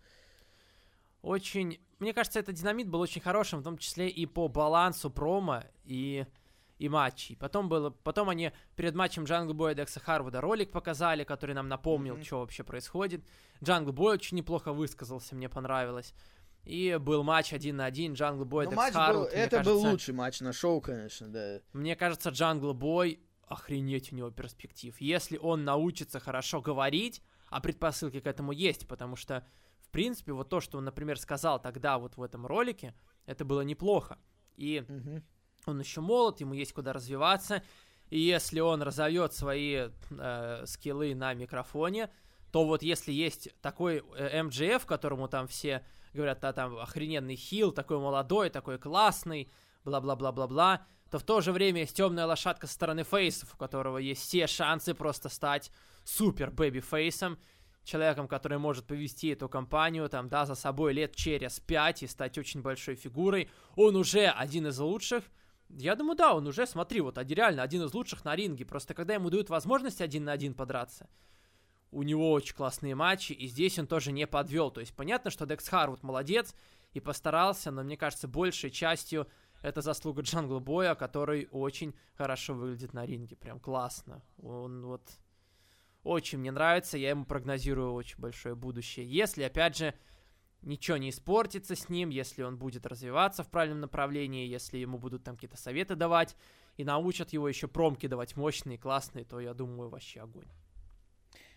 Очень... Мне кажется, этот динамит был очень хорошим, в том числе и по балансу промо и, и матчей. Потом, было... Потом они перед матчем Джангл Боя и Декса Харвуда ролик показали, который нам напомнил, Мгм. что вообще происходит. Джангл Бой очень неплохо высказался, мне понравилось. И был матч один на один, Джангл Бой и Ну, Декс матч был, Харвуд. Мне это был кажется- лучший матч на шоу, конечно, да. Мне кажется, Джангл Бой, охренеть у него перспектив. Если он научится хорошо говорить, а предпосылки к этому есть, потому что, в принципе, вот то, что он, например, сказал тогда вот в этом ролике, это было неплохо. И Мгм. он еще молод, ему есть куда развиваться. И если он разовьет свои э, скиллы на микрофоне, то вот если есть такой э, эм джей эф, которому там все говорят, а там охрененный хил, такой молодой, такой классный, бла-бла-бла-бла-бла, то в то же время есть темная лошадка со стороны фейсов, у которого есть все шансы просто стать супер бэби-фейсом, человеком, который может повести эту компанию, там, да, за собой лет через пять и стать очень большой фигурой. Он уже один из лучших. Я думаю, да, он уже, смотри, вот один- реально один из лучших на ринге. Просто когда ему дают возможность один на один подраться, у него очень классные матчи, и здесь он тоже не подвел. То есть понятно, что Декс Харвуд молодец и постарался, но мне кажется, большей частью это заслуга Джангл Боя, который очень хорошо выглядит на ринге. Прям классно. Он вот очень мне нравится, я ему прогнозирую очень большое будущее. Если, опять же, ничего не испортится с ним, если он будет развиваться в правильном направлении, если ему будут там какие-то советы давать и научат его еще промки давать мощные, классные, то я думаю, вообще огонь.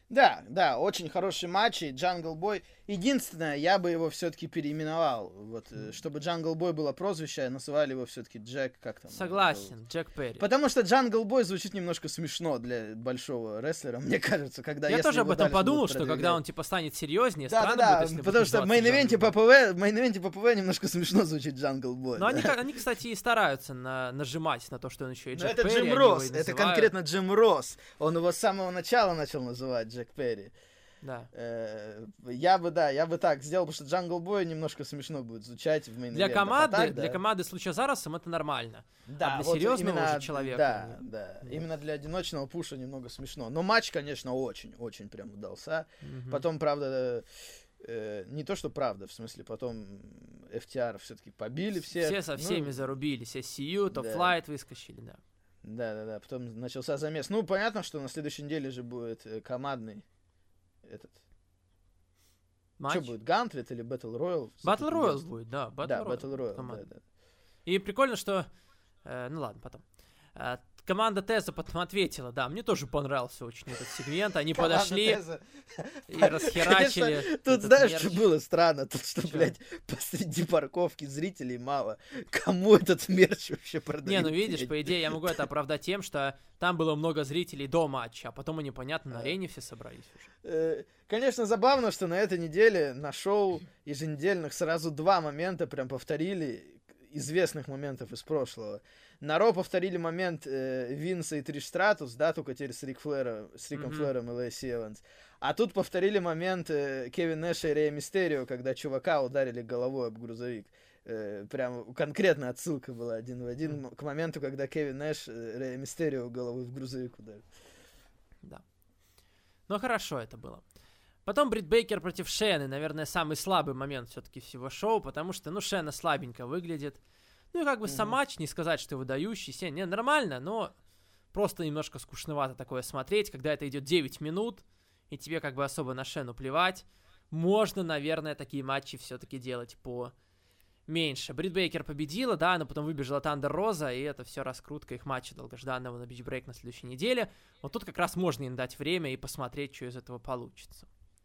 Да, да, очень хороший матч, и Jungle Boy. Единственное, я бы его все-таки переименовал. Вот, mm. чтобы Jungle Boy было прозвище, называли его все-таки Джек, как там? Согласен, Джек Перри. Потому что Jungle Boy звучит немножко смешно для большого рестлера, мне кажется, когда... Я тоже об этом подумал, что когда он, типа, станет серьезнее, да, странно да, да, будет, если потому что в мейн-ивенте ППВ, в мейн-ивенте ППВ немножко смешно звучит Jungle Boy. Но да. они, они, кстати, и стараются на, нажимать на то, что он еще и Джек это Перри. Это Джим Росс, это конкретно Джим Росс. Он его с самого начала начал называть Джек Перри. Да. Я бы, да, я бы так сделал, потому что Jungle Boy немножко смешно будет звучать в мейн-ивентах. Для команды, а так, для да. команды с Лучезаросом это нормально. Да, а для вот серьезного именно, уже человека. Да, да, да. Именно для одиночного пуша немного смешно. Но матч, конечно, очень-очень прям удался. Угу. Потом, правда, э, не то, что правда, в смысле, потом эф ти ар все-таки побили всех. Все со всеми ну, зарубились. эс си ю, Top да. Flight выскочили, да. Да, да, да. Потом начался замес. Ну, понятно, что на следующей неделе же будет командный этот. Матч? Что будет, Гантлет или Battle Royale? Battle Royale будет, да. Battle да, Royale, Battle Royale, да, да. И прикольно, что... Э, ну ладно, потом. Э, команда Теза потом ответила, да, мне тоже понравился очень этот сегмент. Они подошли и расхерачили. Конечно, тут знаешь, что было странно? Тут что, что, блядь, посреди парковки зрителей мало. Кому этот мерч вообще продают? Не, ну видишь, по идее, я могу это оправдать тем, что там было много зрителей до матча, а потом они, понятно, на арене все собрались уже. Конечно, забавно, что на этой неделе на шоу еженедельных сразу два момента прям повторили известных моментов из прошлого. На Ро повторили момент э, Винса и Триш Стратус, да, только теперь с, Рик Флэром, с Риком mm-hmm. Флэром и Лэйси Эванс. А тут повторили момент э, Кевин Нэша и Рея Мистерио, когда чувака ударили головой об грузовик. Э, прям конкретно отсылка была один в один mm-hmm. к моменту, когда Кевин Нэш э, Рея Мистерио головой в грузовик ударил. Да. Ну, хорошо это было. Потом Брит Бейкер против Шены, наверное, самый слабый момент все-таки всего шоу, потому что, ну, Шена слабенько выглядит. Ну и как бы mm-hmm. сам матч, не сказать, что выдающийся, не, нормально, но просто немножко скучновато такое смотреть, когда это идет девять минут, и тебе как бы особо на Шену плевать. Можно, наверное, такие матчи все-таки делать по меньше. Брит Бейкер победила, да, но потом выбежала Тандер Роза, и это все раскрутка их матча долгожданного на Beach Break на следующей неделе. Вот тут как раз можно им дать время и посмотреть, что из этого получится.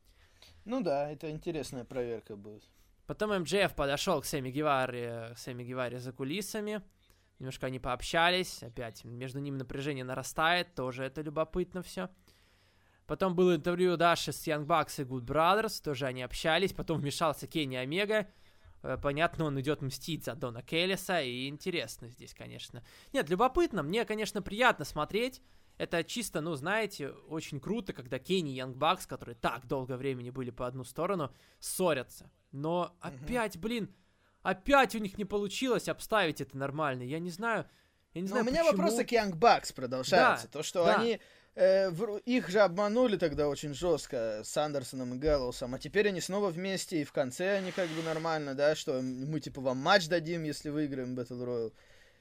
Ну да, это интересная проверка будет. Потом эм джей эф подошел к Сэмми Геваре, Сэмми Геваре за кулисами. Немножко они пообщались. Опять между ними напряжение нарастает. Тоже это любопытно все. Потом было интервью Даши с Young Bucks и Good Brothers. Тоже они общались. Потом вмешался Кенни Омега. Понятно, он идет мстить за Дона Келлиса. И интересно здесь, конечно. Нет, любопытно. Мне, конечно, приятно смотреть. Это чисто, ну, знаете, очень круто, когда Кенни и Young Bucks, которые так долгое времени были по одну сторону, ссорятся. Но опять, блин, опять у них не получилось обставить это нормально. Я не знаю, я не знаю, Но у меня почему. вопросы к Young Bucks продолжаются. Да, То, что да. они... Э, в, их же обманули тогда очень жестко с Андерсоном и Гэллоусом, а теперь они снова вместе, и в конце они как бы нормально, да, что мы типа вам матч дадим, если выиграем Battle Royale.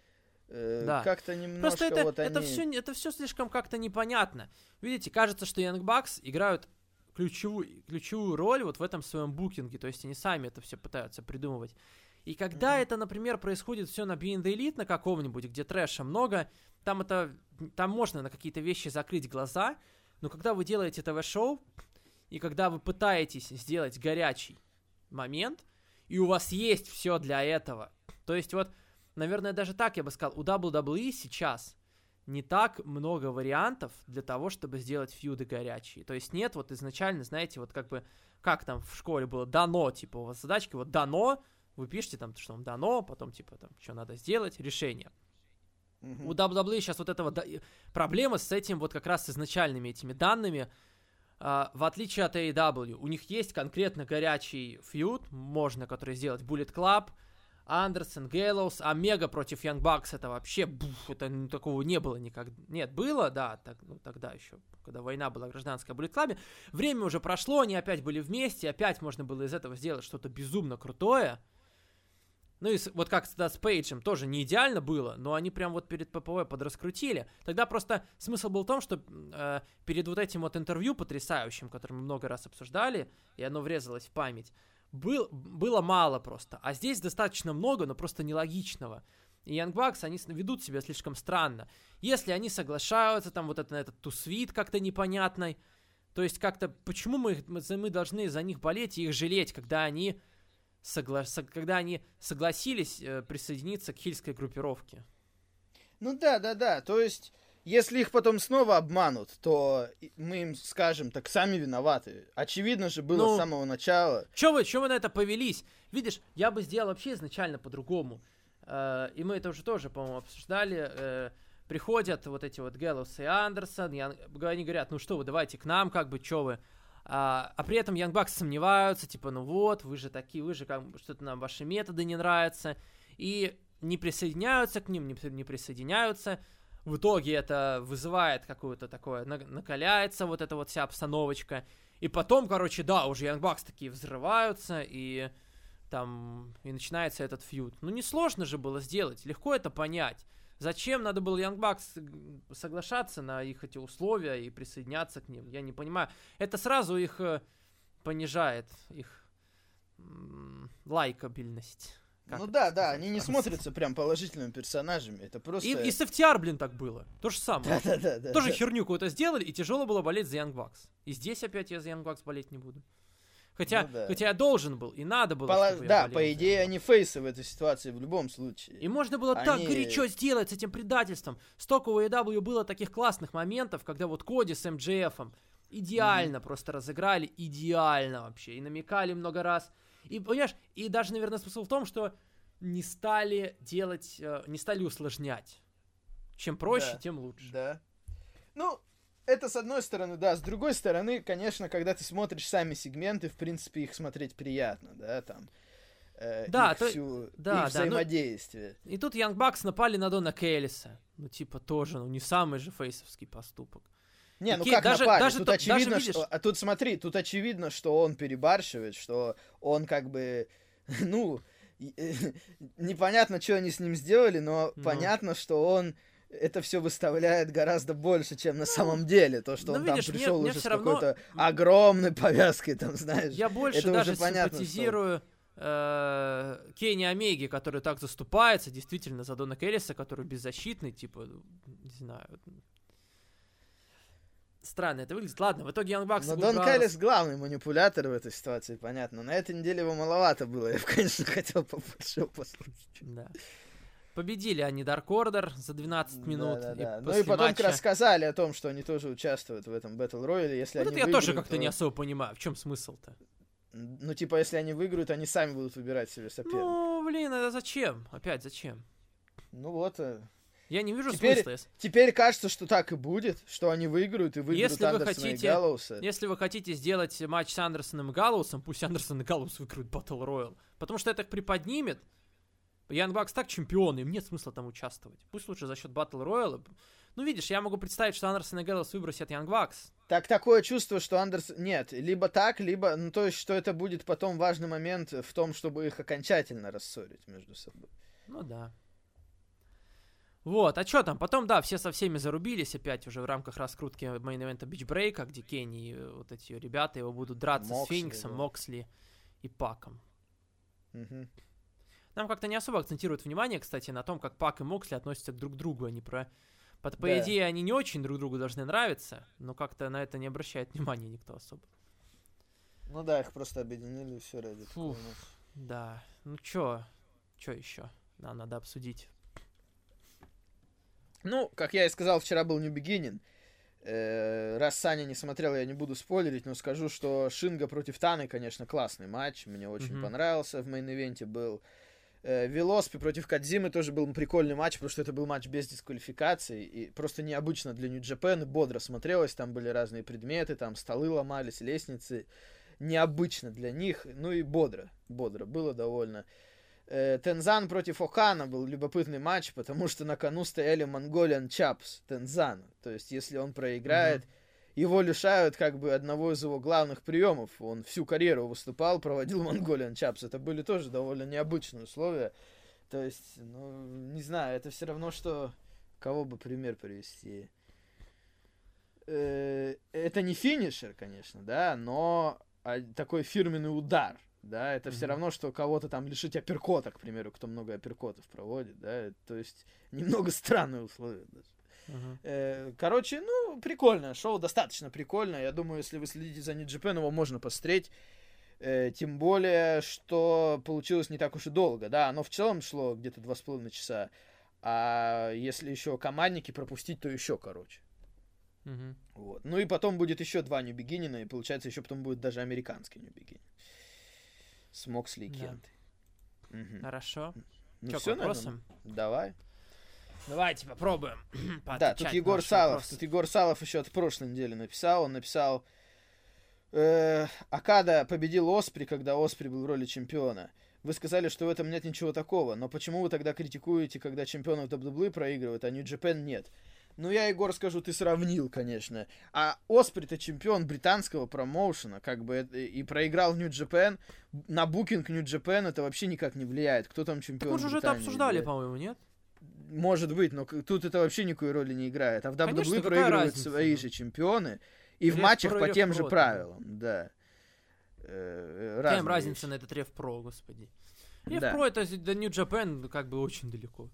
Э, да. Как-то немножко Просто это, вот это, они... все, это все слишком как-то непонятно. Видите, кажется, что Young Bucks играют ключевую, ключевую роль вот в этом своем букинге, то есть они сами это все пытаются придумывать. И когда mm-hmm. это, например, происходит все на Being the Elite на каком-нибудь, где трэша много, там это, там можно на какие-то вещи закрыть глаза, но когда вы делаете ТВ-шоу, и когда вы пытаетесь сделать горячий момент, и у вас есть все для этого, то есть вот, наверное, даже так я бы сказал, у дабл ю дабл ю и сейчас не так много вариантов для того, чтобы сделать фьюды горячие. То есть нет вот изначально, знаете, вот как бы, как там в школе было, дано, типа у вас задачки, вот дано, вы пишете там, что вам дано, потом типа там, что надо сделать, решение. Mm-hmm. У дабл ю дабл ю и сейчас вот этого да... проблема с этим вот как раз с изначальными этими данными, uh, в отличие от эй и дабл ю, у них есть конкретно горячий фьюд, можно, который сделать Bullet Club, Андерсон, Гэллоус, Омега против Young Bucks, это вообще, буф, это ну, такого не было никогда. Нет, было, да, так, ну, тогда еще, когда война была гражданская в Bullet Club. Время уже прошло, они опять были вместе, опять можно было из этого сделать что-то безумно крутое. Ну и с, вот как тогда с Пейджем тоже не идеально было, но они прям вот перед ППВ подраскрутили. Тогда просто смысл был в том, что э, перед вот этим вот интервью потрясающим, которое мы много раз обсуждали, и оно врезалось в память, Был, было мало просто, а здесь достаточно много, но просто нелогичного. И Young Bucks, они ведут себя слишком странно. Если они соглашаются, там вот это, этот тусвит как-то непонятный, То есть как-то, почему мы, их, мы, мы должны за них болеть и их жалеть, когда они, согла... когда они согласились э, присоединиться к хильской группировке? Ну да, да, да, то есть, если их потом снова обманут, то мы им скажем, так сами виноваты. Очевидно же было ну, с самого начала. Чё вы, чё вы на это повелись? Видишь, я бы сделал вообще изначально по-другому. Э, и мы это уже тоже, по-моему, обсуждали. Э, приходят вот эти вот Гэллоус и Андерсон, и они говорят, ну что вы, давайте к нам, как бы, чё вы. А, а при этом Young Bucks сомневаются, типа, ну вот, вы же такие, вы же, как бы, что-то нам ваши методы не нравятся. И не присоединяются к ним, не, не присоединяются. В итоге это вызывает какое-то такое, накаляется вот эта вот вся обстановочка. И потом, короче, да, уже Young Bucks такие взрываются, и там, и начинается этот фьюд. Ну, несложно же было сделать, легко это понять. Зачем надо было Young Bucks соглашаться на их эти условия и присоединяться к ним? Я не понимаю. Это сразу их понижает, их м- лайкабельность. Как ну да, да, они не смотрятся прям положительными персонажами, это просто... И, и с эф ти ар, блин, так было, то же самое. Да-да-да. Тоже херню какую-то сделали, и тяжело было болеть за Young Bucks. И здесь опять я за Young Bucks болеть не буду. Хотя, ну, да. хотя я должен был, и надо было, Поло... чтобы Да, я по идее, они фейсы в этой ситуации в любом случае. И можно было они... так горячо сделать с этим предательством. Столько у эй дабл ю было таких классных моментов, когда вот Коди с эм джей эфом идеально mm-hmm. просто разыграли, идеально вообще, и намекали много раз. И, понимаешь, и даже, наверное, смысл в том, что не стали делать, не стали усложнять. Чем проще, да, тем лучше. Да. Ну, это с одной стороны, да. С другой стороны, конечно, когда ты смотришь сами сегменты, в принципе, их смотреть приятно, да, там. Э, да, их, то... всю, да, их да, взаимодействие. Ну, и тут Young Bucks напали на Дона Кейлиса. Ну, типа, тоже, ну, не самый же фейсовский поступок. Не, ну Кей... как даже, напали? Даже тут то, очевидно, даже, что... А тут смотри, тут очевидно, что он перебарщивает, что он как бы, ну, непонятно, что они с ним сделали, но ну. понятно, что он это все выставляет гораздо больше, чем на самом деле. То, что ну, он видишь, там пришел уже с равно... какой-то огромной повязкой, там, знаешь. Я больше это даже уже понятно, симпатизирую что... э, Кенни Омеги, который так заступается, действительно, за Дона Кейлиса, который беззащитный, типа, не знаю... Странно это выглядит. Ладно, в итоге Young Bucks... Но Дон Кейлис главный манипулятор в этой ситуации, понятно. На этой неделе его маловато было. Я бы, конечно, хотел побольше его послушать. Да. Победили они Dark Order за двенадцать минут. Да, да, и да. Ну и потом матча... как раз сказали о том, что они тоже участвуют в этом Battle Royale. Если вот они это я выиграют, тоже как-то то... не особо понимаю. В чем смысл-то? Ну, типа, если они выиграют, они сами будут выбирать себе соперника. Ну, блин, это зачем? Опять зачем? Ну вот... Я не вижу теперь, смысла. Теперь кажется, что так и будет, что они выиграют и выиграют если Андерсона вы хотите, и Галлоуса. Если вы хотите сделать матч с Андерсоном и Галлоусом, пусть Андерсон и Галлоус выиграют Battle Royale. Потому что это их приподнимет. Young Bucks так чемпионы, им нет смысла там участвовать. Пусть лучше за счет Battle Royale. Ну, видишь, я могу представить, что Андерсон и Галлоус выбросят Young Bucks. Так, такое чувство, что Андерсон... Нет, либо так, либо... Ну, то есть, что это будет потом важный момент в том, чтобы их окончательно рассорить между собой. Ну, да. Вот, а что там? Потом, да, все со всеми зарубились опять уже в рамках раскрутки мейн-эвента Бичбрейка, где Кенни и вот эти ребята его будут драться Моксли, с Фениксом, да. Моксли и Паком. Угу. Нам как-то не особо акцентируют внимание, кстати, на том, как Пак и Моксли относятся друг к другу, они про... По, по да. идее, они не очень друг другу должны нравиться, но как-то на это не обращает внимания никто особо. Ну да, их просто объединили и все ради Фух, да. Ну чё? Чё еще? Да, надо обсудить. Ну, как я и сказал, вчера был New Beginning. Э, раз Саня не смотрел, я не буду спойлерить, но скажу, что Шинга против Таны, конечно, классный матч. Мне очень mm-hmm. понравился. В мейн-ивенте был э, Велоспи против Кадзимы. Тоже был прикольный матч, потому что это был матч без дисквалификации. И просто необычно для Нью-Джапен. Бодро смотрелось. Там были разные предметы, там столы ломались, лестницы. Необычно для них. Ну и бодро. Бодро было довольно. Тензан против Охана был любопытный матч, потому что на кону стояли Mongolian Chaps Тензана. То есть, если он проиграет, mm-hmm. его лишают как бы одного из его главных приемов. Он всю карьеру выступал, проводил Mongolian Chaps. Это были тоже довольно необычные условия. То есть, ну, не знаю, это все равно, что... Кого бы пример привести? Это не финишер, конечно, да, но такой фирменный удар. Да, это mm-hmm. все равно, что кого-то там лишить апперкота, к примеру, кто много апперкотов проводит, да, то есть немного странные условия даже. Uh-huh. Э, короче, ну, Ну, прикольное шоу, достаточно прикольное. Я думаю, если вы следите за New Japan, его можно посмотреть. Э, тем более, что получилось не так уж и долго. Да, оно в целом шло где-то два с половиной часа. А если еще командники пропустить, то еще короче. Угу. Вот. Ну и потом будет еще два New Beginning, и получается еще потом будет даже американский New Beginning. С Моксли и Да. Кентой. Угу. Хорошо. Ну Чё, все, к вопросам? наверное. Давай. Давайте попробуем. Да, тут Егор Салов, тут Егор Салов еще от прошлой недели написал. Он написал: э, Окада победил Оспри, когда Оспри был в роли чемпиона. Вы сказали, что в этом нет ничего такого, но почему вы тогда критикуете, когда чемпионов дабл ю дабл ю и проигрывают, а New Japan нет? Ну, я, Егор, скажу, ты сравнил, конечно. А Оспри-то чемпион британского промоушена, как бы, и проиграл в New Japan. На букинг New Japan это вообще никак не влияет. Кто там чемпион? Так мы же это обсуждали, по-моему, нет? Может быть, но тут это вообще никакой роли не играет. А в дабл ю дабл ю и Конечно, проигрывают разница, свои да. же чемпионы. И в Реф матчах про, по реф тем же про, правилам, да. Э, Какая разные разница вещи. на этот Реф Про, господи. Реф Да. Про это до New Japan как бы очень далеко.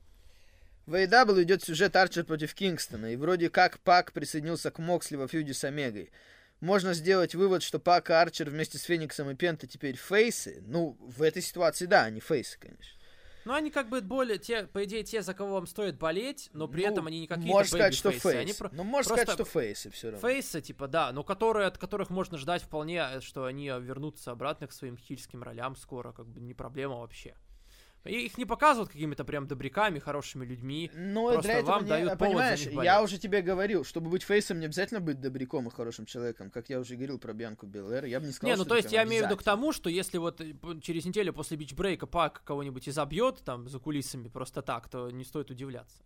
В эй и дабл ю идет сюжет Арчер против Кингстона, и вроде как Пак присоединился к Моксли во фьюде с Омегой. Можно сделать вывод, что Пак и Арчер вместе с Фениксом и Пента теперь фейсы. Ну, в этой ситуации, да, они фейсы, конечно. Ну, они как бы более, те, по идее, те, за кого вам стоит болеть, но при Ну, этом они не какие-то можно сказать, что бэйби-фейсы. Они фейсы. про- Ну, можно просто сказать, что фейсы все равно. Фейсы, типа, да, но которые, от которых можно ждать вполне, что они вернутся обратно к своим хильским ролям скоро, как бы не проблема вообще. И их не показывают какими-то прям добряками, хорошими людьми. Ну, Просто для этого, вам не- дают повод за понимаешь, них я болеть. уже тебе говорил, чтобы быть фейсом, не обязательно быть добряком и хорошим человеком. Как я уже говорил про Бьянку Белэр, я бы не сказал, Не, ну что то это есть прям я имею в виду к обязательно. тому, что если вот э, п- через неделю после бичбрейка Пак кого-нибудь изобьет там за кулисами просто так, то не стоит удивляться.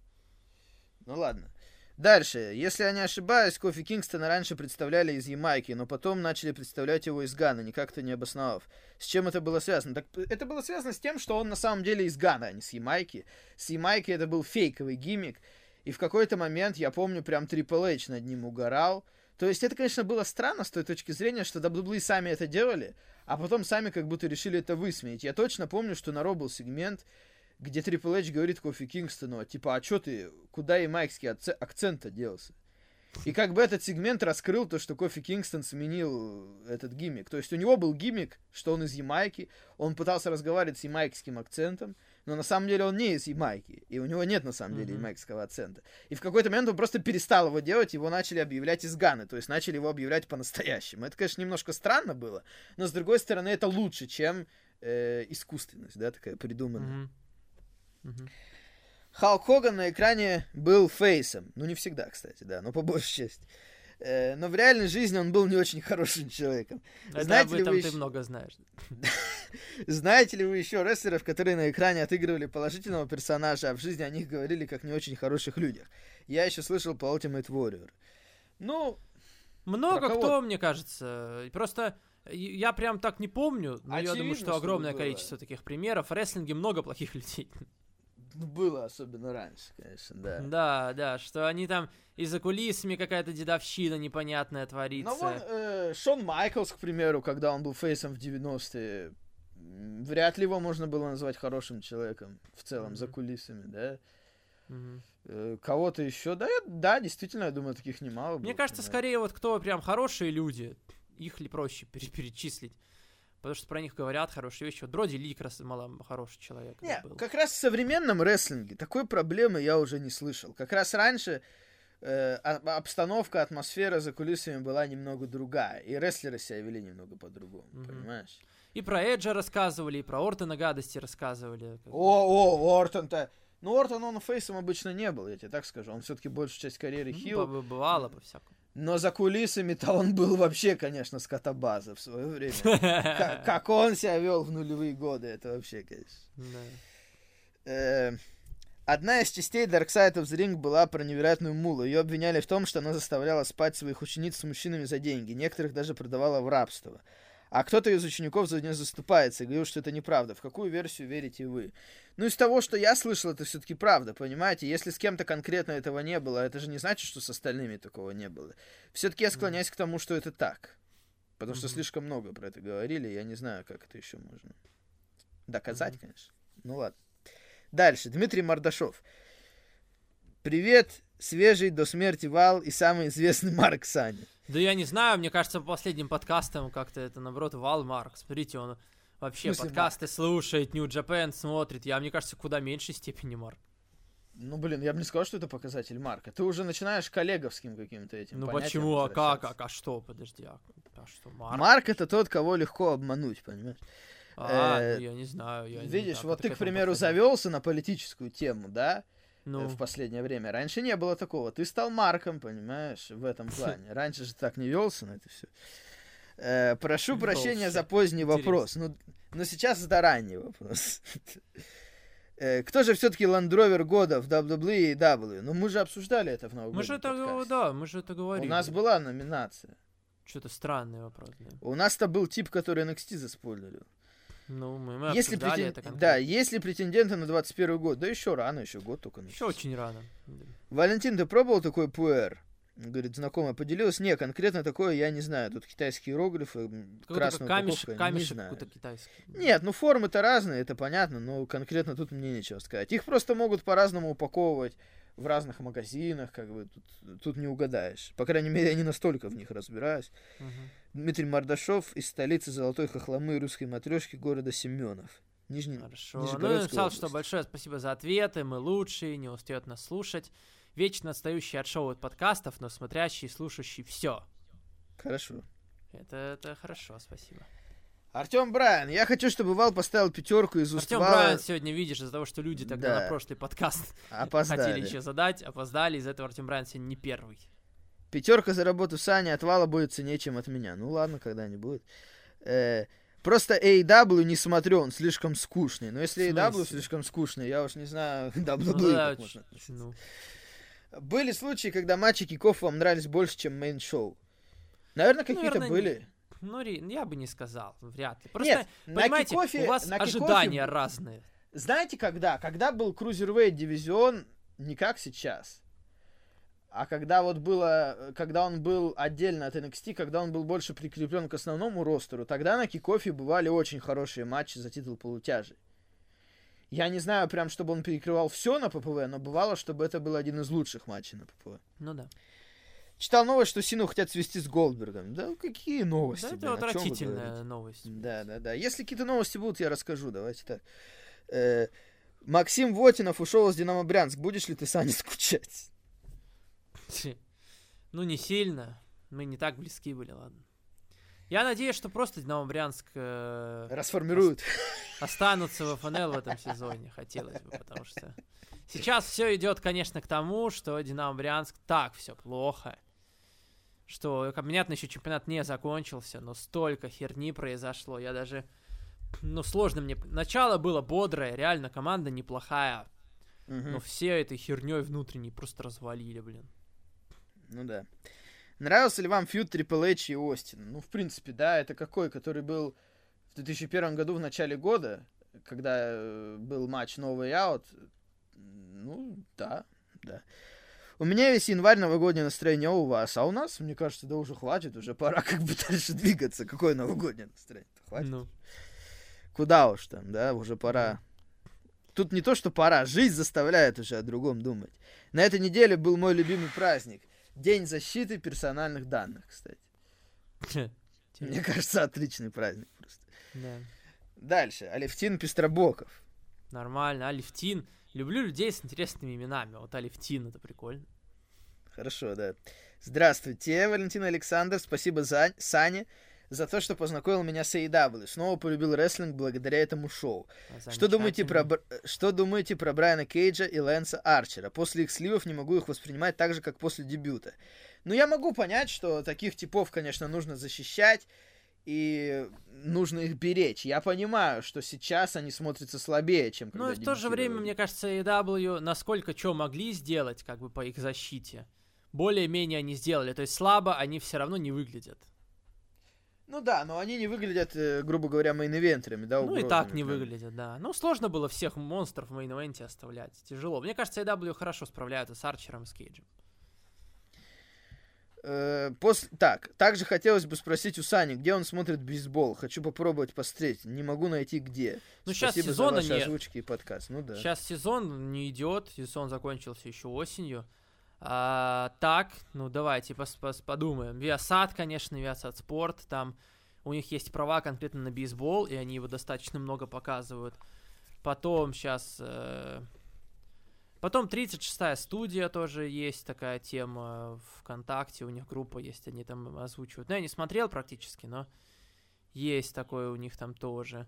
Ну ладно. Дальше. Если я не ошибаюсь, Кофи Кингстона раньше представляли из Ямайки, но потом начали представлять его из Ганы, никак-то не обосновав. С чем это было связано? Так это было связано с тем, что он на самом деле из Ганы, а не с Ямайки. С Ямайки это был фейковый гиммик, и в какой-то момент, я помню, прям Трипл Эйч над ним угорал. То есть это, конечно, было странно с той точки зрения, что дабл ю дабл ю и сами это делали, а потом сами как будто решили это высмеять. Я точно помню, что на Ро был сегмент, где Трипл Эйч говорит Кофи Кингстону, типа, а чё ты, куда ямайский акце- акцент-то делся? И как бы этот сегмент раскрыл то, что Кофи Кингстон сменил этот гиммик. То есть у него был гиммик, что он из Ямайки, он пытался разговаривать с ямайским акцентом, но на самом деле он не из Ямайки, и у него нет на самом деле Мгм. ямайского акцента. И в какой-то момент он просто перестал его делать, его начали объявлять из Ганы, то есть начали его объявлять по-настоящему. Это, конечно, немножко странно было, но с другой стороны это лучше, чем э, искусственность, да, такая придуманная. Мгм. Мгм. Халк Хоган на экране был фейсом. Ну, не всегда, кстати, да, но по большей части. Э, но в реальной жизни он был не очень хорошим человеком. Это Знаете об ли этом вы ты ещё- много знаешь. Знаете ли вы еще рестлеров, которые на экране отыгрывали положительного персонажа, а в жизни о них говорили как не очень хороших людях? Я еще слышал по Ultimate Warrior. Ну, Много Про кого? кто, мне кажется. И Просто э, я прям так не помню, но я Очевидно, думаю, что чтобы огромное было. количество таких примеров. В рестлинге много плохих людей. ну, было особенно раньше, конечно, да. Да, да, что они там и за кулисами какая-то дедовщина непонятная творится. Ну, вон, э, Шон Майклс, к примеру, когда он был фейсом в девяностые, м, вряд ли его можно было назвать хорошим человеком в целом, за Мгм. кулисами, да. Мгм. Э, Кого-то еще, да, я- да, действительно, я думаю, таких немало Мне было, кажется, да. скорее вот кто прям хорошие люди, их ли проще пере- перечислить. Потому что про них говорят хорошие вещи. Вот Броди Ли как раз мало хороший человек Не, был. как раз в современном рестлинге такой проблемы я уже не слышал. Как раз раньше э, а- обстановка, атмосфера за кулисами была немного другая, и рестлеры себя вели немного по-другому, Мгм. понимаешь? И про Эджа рассказывали, и про Ортона гадости рассказывали. как бы. О, о, Ортон-то... Ну, Ортон, он фейсом обычно не был, я тебе так скажу. Он все-таки большую часть карьеры Ну, хил. б- бывало по-всякому. Но за кулисами-то он был вообще, конечно, скотобаза в свое время. Ка- Как он себя вел в нулевые годы, это вообще, конечно. Да. Э, Одна из частей Dark Side of the Ring была про невероятную мулу. Ее обвиняли в том, что она заставляла спать своих учениц с мужчинами за деньги. Некоторых даже продавала в рабство. А кто-то из учеников за нее заступается и говорил, что это неправда. В какую версию верите вы? Ну, из того, что я слышал, это все-таки правда, понимаете? Если с кем-то конкретно этого не было, это же не значит, что с остальными такого не было. Все-таки я склоняюсь к тому, что это так. Потому что Мгм. слишком много про это говорили, я не знаю, как это еще можно доказать, Мгм. конечно. Ну ладно. Дальше. Дмитрий Мордашов. Привет, свежий до смерти Вал и самый известный Марк Саня. Да я не знаю, мне кажется, по последним подкастам как-то это, наоборот, Вал Марк. Смотрите, он вообще подкасты Марк слушает, New Japan смотрит. Я, мне кажется, куда меньшей степени Марк. Ну, блин, я бы не сказал, что это показатель Марка. Ты уже начинаешь коллеговским каким-то этим. Ну почему? А как? А, а что? Подожди, а, а что? Марк? Марк это тот, кого легко обмануть, понимаешь? А, э, ну я не знаю. Я видишь, не вот ты, к примеру, завелся на политическую тему, да? Ну. В последнее время. Раньше не было такого. Ты стал Марком, понимаешь, в этом плане. Раньше же так не велся на это все. Э, прошу прощения за поздний вопрос. Ну, но сейчас это ранний вопрос. Кто же все-таки ландровер года в дабл ю дабл ю и и дабл ю? Ну, мы же обсуждали это в новогоднем Мы же это, подкасте. да, мы же это говорили. У нас была номинация. Что-то странный вопрос. Да. У нас-то был тип, который эн экс ти заспойлерил. Ну, мы, мы если обсуждали претен... это конкретно. Да, если претенденты на двадцать первый год, да еще рано, еще год только начался. Еще очень рано. Валентин, ты пробовал такой пуэр? Говорит, знакомая поделилась. Не, конкретно такое я не знаю. Тут китайские иероглифы, красная камешек, упаковка, камешек не знаю. какой-то китайский. Нет, ну формы-то разные, это понятно, но конкретно тут мне нечего сказать. Их просто могут по-разному упаковывать в разных магазинах, как бы тут, тут не угадаешь. По крайней мере, я не настолько в них разбираюсь. Угу. Дмитрий Мордашов из столицы Золотой Хохломы и Русской Матрешки города Семенов. Нижний... Хорошо. Ну, я написал, область. Что большое спасибо за ответы, мы лучшие, не устает нас слушать. Вечно отстающий от шоу от подкастов, но смотрящий и слушающий все. Хорошо. Это, это хорошо, спасибо. Артем Брайан, я хочу, чтобы Вал поставил пятерку из уст Артем Вала. Брайан сегодня, видишь, из-за того, что люди тогда да. на прошлый подкаст опоздали. Хотели еще задать, опоздали, из-за этого Артем Брайан сегодня не первый. Пятерка за работу Сани от Вала будет ценнее, чем от меня. Ну ладно, когда-нибудь. Э, просто эй дабл ю не смотрю, он слишком скучный. Но если эй дабл ю слишком скучный, я уж не знаю, дабл ю дабл ю ну, да, как можно относиться. Ну. Были случаи, когда матчи киков вам нравились больше, чем мейн-шоу? Наверное, какие-то Наверное, были. Ну, я бы не сказал, вряд ли. Просто, Нет, понимаете, на кикофе, у вас на ожидания кикофе... разные. Знаете, когда? Когда был крузервейт дивизион, не как сейчас. А когда вот было, когда он был отдельно от эн экс ти, когда он был больше прикреплен к основному ростеру, тогда на кикофе бывали очень хорошие матчи за титул полутяжей. Я не знаю прям, чтобы он перекрывал все на ППВ, но бывало, чтобы это был один из лучших матчей на ППВ. Ну да. Читал новость, что Сину хотят свести с Голдбергом. Да какие новости? Да, блин, это отвратительная новость. Да, да, да. Если какие-то новости будут, я расскажу. Давайте так. Э, Максим Вотинов ушел из Динамо Брянск. Будешь ли ты, Саня, скучать? Ну, не сильно. Мы не так близки были, ладно. Я надеюсь, что просто Динамо Брянск э, расформируют. Останутся в эф эн эл в этом сезоне, хотелось бы, потому что сейчас все идет, конечно, к тому, что Динамо Брянск так все плохо, что, понятно, еще чемпионат не закончился, но столько херни произошло, я даже, ну, сложно мне, начало было бодрое, реально команда неплохая, угу. но все этой херней внутренней просто развалили, блин. Ну да. Нравился ли вам фьюд Трипл Эйч и Остина? Ну, в принципе, да, это какой, который был в две тысячи первом году в начале года, когда был матч No Way Out. Ну, да, да. У меня весь январь новогоднее настроение, а у вас? А у нас, мне кажется, да уже хватит, уже пора как бы дальше двигаться. Какое новогоднее настроение? Хватит. Ну. Куда уж там, да, уже пора. Тут не то, что пора, жизнь заставляет уже о другом думать. На этой неделе был мой любимый праздник. День защиты персональных данных, кстати. Мне кажется, отличный праздник просто. Да. Дальше. Алевтин Пестробоков. Нормально. Алевтин. Люблю людей с интересными именами. Вот Алевтин, это прикольно. Хорошо, да. Здравствуйте, Валентин Александр. Спасибо за... Сане за то, что познакомил меня с эй дабл ю. Снова полюбил рестлинг благодаря этому шоу. Что думаете, про... что думаете про Брайана Кейджа и Лэнса Арчера? После их сливов не могу их воспринимать так же, как после дебюта. Ну, я могу понять, что таких типов, конечно, нужно защищать, и нужно их беречь. Я понимаю, что сейчас они смотрятся слабее, чем когда Ну, и в то же время, мне кажется, эй дабл ю насколько что могли сделать, как бы, по их защите, более-менее они сделали. То есть слабо они все равно не выглядят. Ну да, но они не выглядят, грубо говоря, мейн-ивентерами, да, Ну и так не выглядят, да. Ну, сложно было всех монстров в мейн-ивенте оставлять. Тяжело. Мне кажется, эй дабл ю хорошо справляются с Арчером и с Кейджем. Э, после... Так, также хотелось бы спросить у Сани, где он смотрит бейсбол. Хочу попробовать посмотреть. Не могу найти где. Ну, Спасибо сейчас сезона за ваши не... озвучки и подкаст. Ну да. Сейчас сезон не идет. Сезон закончился еще осенью. А, так, ну давайте пос- пос- подумаем. Viasat, конечно, Viasat Sport, там у них есть права конкретно на бейсбол, и они его достаточно много показывают. Потом сейчас... Э, потом тридцать шестая студия тоже есть такая тема ВКонтакте, у них группа есть, они там озвучивают. Ну, я не смотрел практически, но есть такое у них там тоже.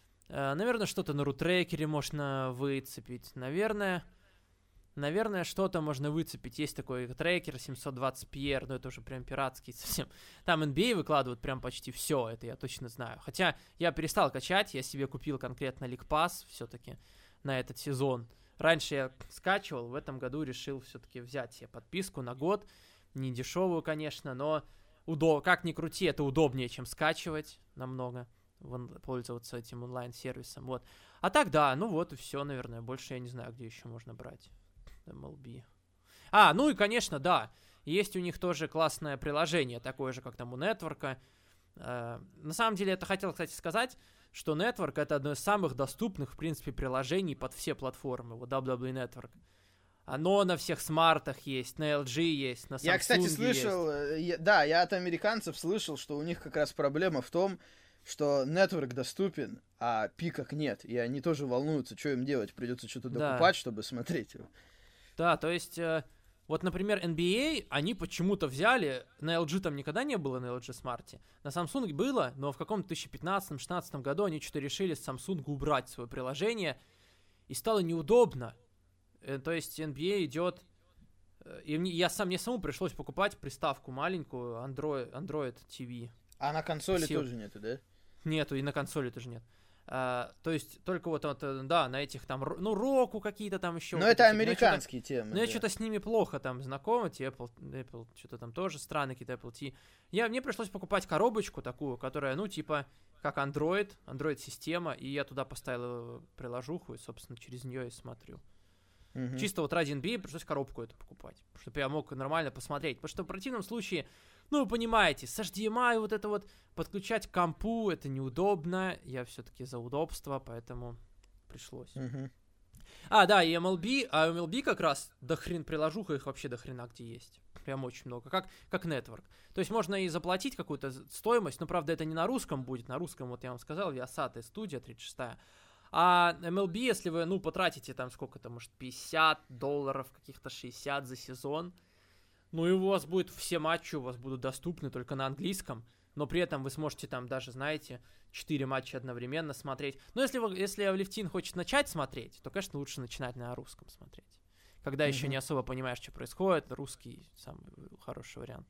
Э, наверное, что-то на рутрекере можно выцепить. Наверное... Наверное, что-то можно выцепить. Есть такой трекер семьсот двадцать пи ар, но это уже прям пиратский совсем. Там эн би эй выкладывают прям почти все, это я точно знаю. Хотя я перестал качать, я себе купил конкретно League Pass все-таки на этот сезон. Раньше я скачивал, в этом году решил все-таки взять себе подписку на год. Не дешевую, конечно, но удоб... как ни крути, это удобнее, чем скачивать намного, пользоваться этим онлайн-сервисом. Вот. А так, да, ну вот и все, наверное. Больше я не знаю, где еще можно брать. эм эл би. А, ну и, конечно, да, есть у них тоже классное приложение, такое же, как там у Network. Э, на самом деле, это хотел, кстати, сказать, что Network — это одно из самых доступных, в принципе, приложений под все платформы, вот дабл ю дабл ю и Network. Оно на всех смартах есть, на эл джи есть, на Samsung есть. Я, кстати, слышал, я, да, я от американцев слышал, что у них как раз проблема в том, что Network доступен, а пикок нет, и они тоже волнуются, что им делать, придется что-то докупать, да, чтобы смотреть его. Да, то есть, э, вот, например, эн би эй, они почему-то взяли, на эл джи там никогда не было, на эл джи Smart, на Samsung было, но в каком-то две тысячи пятнадцатом-шестнадцатом году они что-то решили с Samsung убрать свое приложение, и стало неудобно. Э, то есть, эн би эй идет, э, и мне, я сам, мне самому пришлось покупать приставку маленькую, Android, Android ти ви. А на консоли Сил. тоже нету, да? Нету, и на консоли тоже нет. А, то есть только вот, вот, да, на этих там, ну, Року какие-то там еще. Но вот это эти, американские темы. Но да. я что-то с ними плохо там знаком, эти Apple, Apple что-то там тоже странные какие-то Apple ти ви. Я, мне пришлось покупать коробочку такую, которая, ну, типа, как Android, Android-система, и я туда поставил приложуху, и, собственно, через нее и смотрю. Uh-huh. Чисто вот ради эн би эй пришлось коробку эту покупать, чтобы я мог нормально посмотреть. Потому что в противном случае, ну, вы понимаете, с эйч ди эм ай вот это вот подключать к компу, это неудобно. Я все-таки за удобство, поэтому пришлось. Uh-huh. А, да, и эм эл би, а эм эл би как раз до хрен приложуха, их вообще до хрена где есть. Прям очень много, как, как Network. То есть можно и заплатить какую-то стоимость, но, правда, это не на русском будет. На русском, вот я вам сказал, Viasat и студия тридцать шестая. А эм эл би, если вы, ну, потратите там сколько-то, может, пятьдесят долларов, каких-то шестьдесят за сезон, ну, и у вас будет все матчи, у вас будут доступны только на английском, но при этом вы сможете там даже, знаете, четыре матча одновременно смотреть. Но если, вы, если Алевтин хочет начать смотреть, то, конечно, лучше начинать на русском смотреть. Когда mm-hmm. еще не особо понимаешь, что происходит, русский самый хороший вариант.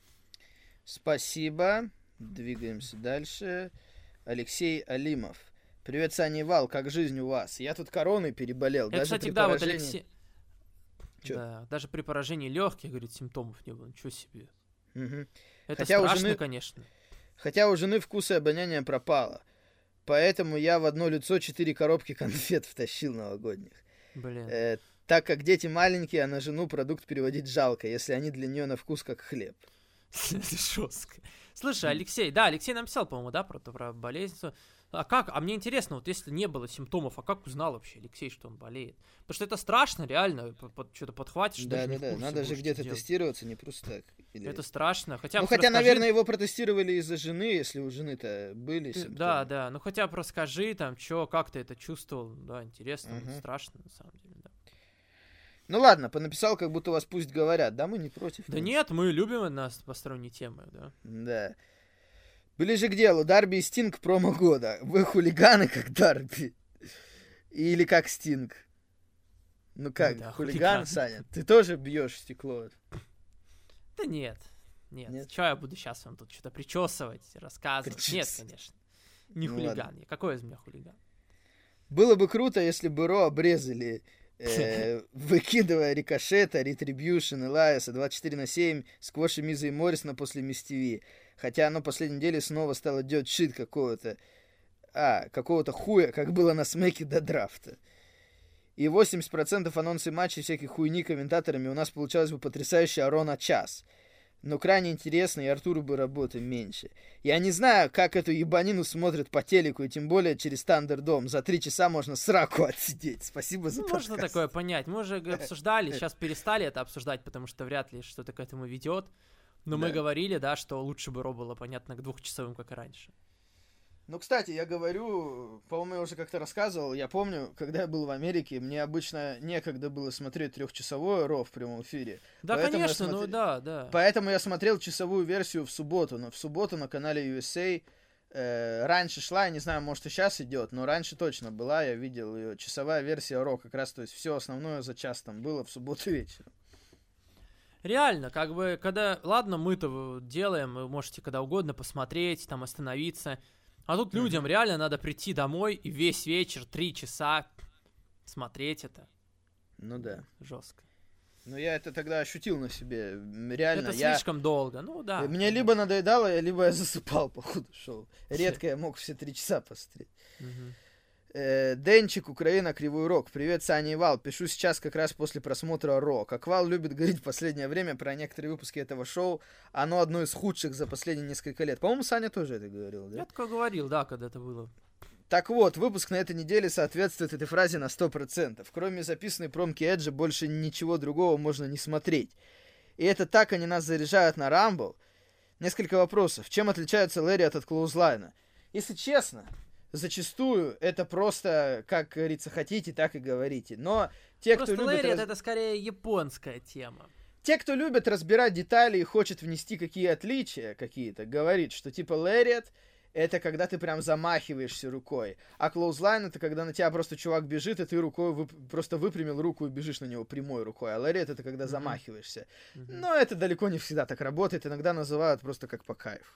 Спасибо. Двигаемся дальше. Алексей Алимов. Привет, Саня и Вал, как жизнь у вас? Я тут короной переболел. Это, даже кстати, при да, поражении... вот Алексей... Да, даже при поражении легких, говорит, симптомов не было. Ничего себе. Угу. Это Хотя страшно, у жены... конечно. Хотя у жены вкус и обоняние пропало. Поэтому я в одно лицо четыре коробки конфет втащил новогодних. Блин. Э, так как дети маленькие, а на жену продукт переводить жалко, если они для нее на вкус как хлеб. Это жестко. Слушай, Алексей, да, Алексей написал, по-моему, да, про, про болезнь. А как? А мне интересно, вот если не было симптомов, а как узнал вообще Алексей, что он болеет? Потому что это страшно, реально, под, что-то подхватишь. Да, да, да, надо же где-то тестироваться, не просто так. Или... Это страшно. Хотя ну, хотя, расскажи... наверное, его протестировали из-за жены, если у жены-то были ты, симптомы. Да, да, ну хотя бы расскажи, там, что, как ты это чувствовал, да, интересно, uh-huh. страшно, на самом деле, да. Ну ладно, понаписал, как будто вас пусть говорят, да, мы не против. Да нет, мы любим нас посторонние темы, да. Да. Ближе к делу, Дарби и Стинг промо года. Вы хулиганы, как Дарби? Или как Стинг? Ну как, ну, да, хулиган, хулиган, Саня? Ты тоже бьешь стекло? Да нет, нет. нет? Чё я буду сейчас вам тут что-то причесывать, рассказывать? Причесывать. Нет, конечно. Не ну, хулиган. Ладно. Какой из меня хулиган? Было бы круто, если бы Ро обрезали, э, выкидывая Рикошета, Ретрибьюшн, Элайаса, двадцать четыре на семь, Сквоши, Миза и Моррисона после Мисс ТВ. Хотя оно последней неделе снова стало делать шит какого-то, а, какого-то хуя, как было на смеке до драфта. И восемьдесят процентов анонсы матчей всяких хуйни комментаторами у нас получалось бы потрясающе Аро на час. но крайне интересно, и Артуру бы работы меньше. Я не знаю, как эту ебанину смотрят по телеку, и тем более через Thunderdome. За три часа можно сраку отсидеть. Спасибо за Ну, подкаст. можно такое понять. Мы уже обсуждали, сейчас перестали это обсуждать, потому что вряд ли что-то к этому ведет. Но Да. мы говорили, да, что лучше бы Ро было, понятно, к двухчасовым, как и раньше. Ну, кстати, я говорю, по-моему, я уже как-то рассказывал, я помню, когда я был в Америке, мне обычно некогда было смотреть трехчасовое Ро в прямом эфире. Да, Поэтому я конечно, ну смотрел- да, да. Поэтому я смотрел часовую версию в субботу, но в субботу на канале ю эс эй э, раньше шла, я не знаю, может и сейчас идет, но раньше точно была, я видел ее, часовая версия Ро, как раз, то есть все основное за час там было в субботу вечером. Реально, как бы, когда, ладно, мы-то делаем, вы можете когда угодно посмотреть, там, остановиться, а тут людям реально надо прийти домой и весь вечер, три часа смотреть это. Ну да. Жестко. Но я это тогда ощутил на себе, м, реально. Это я... слишком долго, ну да. Мне либо надоедало, либо я засыпал по ходу шоу. Редко я мог все три часа посмотреть. Мгм. Э, Денчик, Украина, Кривой Рог. Привет, Саня и Вал. Пишу сейчас как раз после просмотра Ро. Как Вал любит говорить в последнее время про некоторые выпуски этого шоу, оно одно из худших за последние несколько лет. По-моему, Саня тоже это говорил, да? Я такое говорил, да, когда это было. Так вот, выпуск на этой неделе соответствует этой фразе на сто процентов. Кроме записанной промки Эджа, больше ничего другого можно не смотреть. И это так они нас заряжают на Рамбл. Несколько вопросов. Чем отличается Лэриат от Клоузлайна? Если честно, зачастую это просто, как говорится, хотите, так и говорите. Но те, Просто кто любит... Лэриат раз- это скорее японская тема. Те, кто любит разбирать детали и хочет внести какие отличия какие-то, говорит, что типа Лэриат это когда ты прям замахиваешься рукой, а Clothesline это когда на тебя просто чувак бежит, и ты рукой вып- просто выпрямил руку и бежишь на него прямой рукой, а Лэриат это когда Мгм. замахиваешься. Мгм. Но это далеко не всегда так работает, иногда называют просто как по кайфу.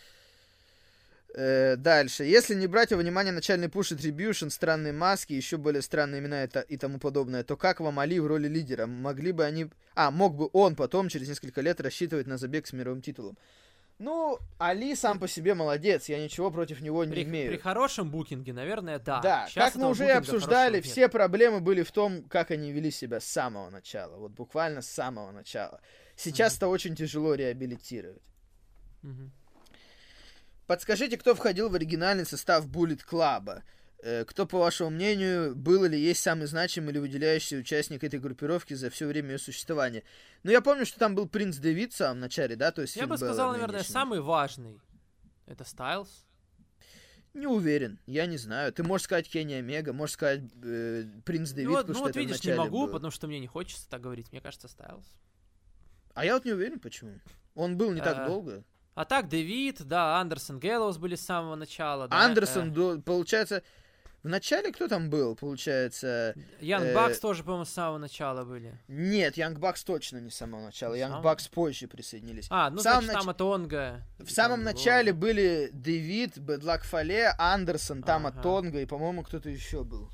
Э, дальше. Если не брать во внимание начальный пуш Retribution, странные маски, еще более странные имена и, та- и тому подобное, то как вам Али в роли лидера? Могли бы они... А, мог бы он потом, через несколько лет, рассчитывать на забег с мировым титулом? Ну, Али сам по себе молодец, я ничего против него не При, имею. при хорошем букинге, наверное, да. Да, Щас как мы этого уже и букинга обсуждали, хорошего нет. все проблемы были в том, как они вели себя с самого начала. Вот буквально с самого начала. Сейчас это очень тяжело реабилитировать. Мгм. Подскажите, кто входил в оригинальный состав Bullet Club? Э, Кто, по вашему мнению, был или есть самый значимый или выделяющийся участник этой группировки за все время ее существования? Ну, я помню, что там был Принц Дэвид в самом начале, да? То есть Я Финн бы Бэлор сказал, наверное, нынешний. самый важный. Это Стайлз. Не уверен, я не знаю. Ты можешь сказать Кенни Омега, можешь сказать э, Принц Дэвид, Ну вот, потому ну что вот это в видишь, не начале могу, было. потому что мне не хочется так говорить. Мне кажется, Стайлз. А я вот не уверен, почему. Он был не так А, долго. А так, Дэвид, да, Андерсон, Гэллоус были с самого начала. да, Андерсон, э, до- получается... В начале кто там был, получается? Янг э, Бакс тоже, по-моему, с самого начала были. Нет, Янг Бакс точно не с самого начала. С Янг самого? Бакс позже присоединились. А, ну, В самом значит, нач- там это Онга. В самом начале были Дэвид, Бэдлак Фале, Андерсон, Тама Ага. Тонга и, по-моему, кто-то еще был.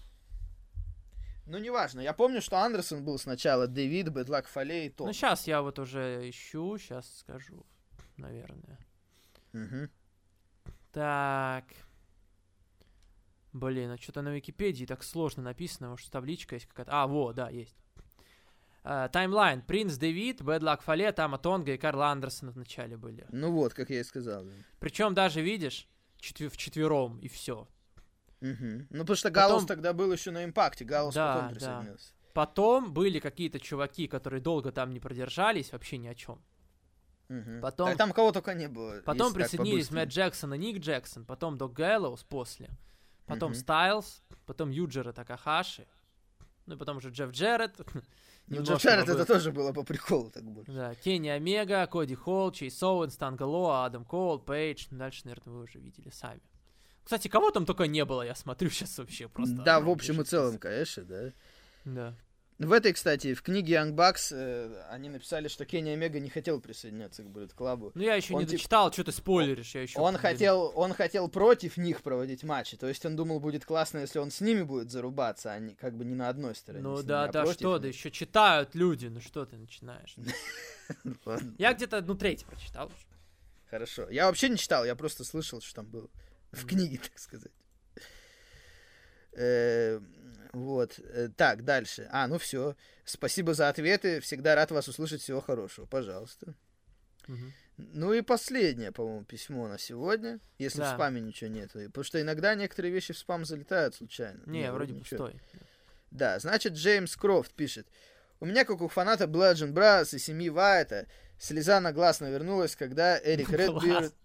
Ну, неважно. Я помню, что Андерсон был сначала, Дэвид, Бэдлак Фале и Ну, Тонга. сейчас я вот уже ищу, сейчас скажу, наверное. Мгм. Так. Блин, а что-то на Википедии так сложно написано, может, табличка есть какая-то. А, вот, да, есть. Э, Таймлайн. Принц Дэвид, Бэдлак Фале, Тама Тонга и Карл Андерсон в начале были. Ну вот, как я и сказал. Да. Причем даже, видишь, четвер- вчетвером, и все. Мгм. Ну, потому что Потом- Галлус тогда был еще на импакте, Галлус Да, потом да. присоединился. Потом были какие-то чуваки, которые долго там не продержались, вообще ни о чем. Мгм. Потом- Так там кого только не было. Потом если так присоединились по-быстрому. Мэтт Джексон и Ник Джексон, потом Док Гэллоус после, потом Мгм. Стайлз, потом Юджера Такахаши, ну и потом уже Джефф Джеррет. Ну, Немножко Джефф Джарретт побыл. это тоже было по приколу так больше. Да, Кенни Омега, Коди Холл, Чейз Оуэнс, Тангалоа, Адам Коул, Пейдж. Ну, дальше, наверное, вы уже видели сами. Кстати, кого там только не было, я смотрю сейчас вообще просто. Да, в огромный общем и список. целом, конечно, да. Да. В этой, кстати, в книге Young Bucks э, они написали, что Кенни Омега не хотел присоединяться к Bullet Club. Ну, я еще Он не тип- дочитал, что ты спойлеришь, я еще... Он хотел, он хотел против них проводить матчи. То есть он думал, будет классно, если он с ними будет зарубаться, а не, как бы не на одной стороне. Ну с ними, да, а да, против что, да них. еще читают люди, ну что ты начинаешь? Ладно, Я где-то, ну, треть прочитал уже. хорошо. Я вообще не читал, я просто слышал, что там было. В Мгм. книге, так сказать. Э, Вот. э, Так, дальше. А, ну все. Спасибо за ответы. Всегда рад вас услышать. Всего хорошего. Пожалуйста. Угу. Ну и последнее, по-моему, письмо на сегодня, если Да. в спаме ничего нету. Потому что иногда некоторые вещи в спам залетают случайно. Не, Не, вроде ничего. пустой. Да, значит, Джеймс Крофт пишет. У меня, как у фаната Bludgeon Brothers и семьи Вайта, слеза на глаз навернулась, когда Эрик Редбирд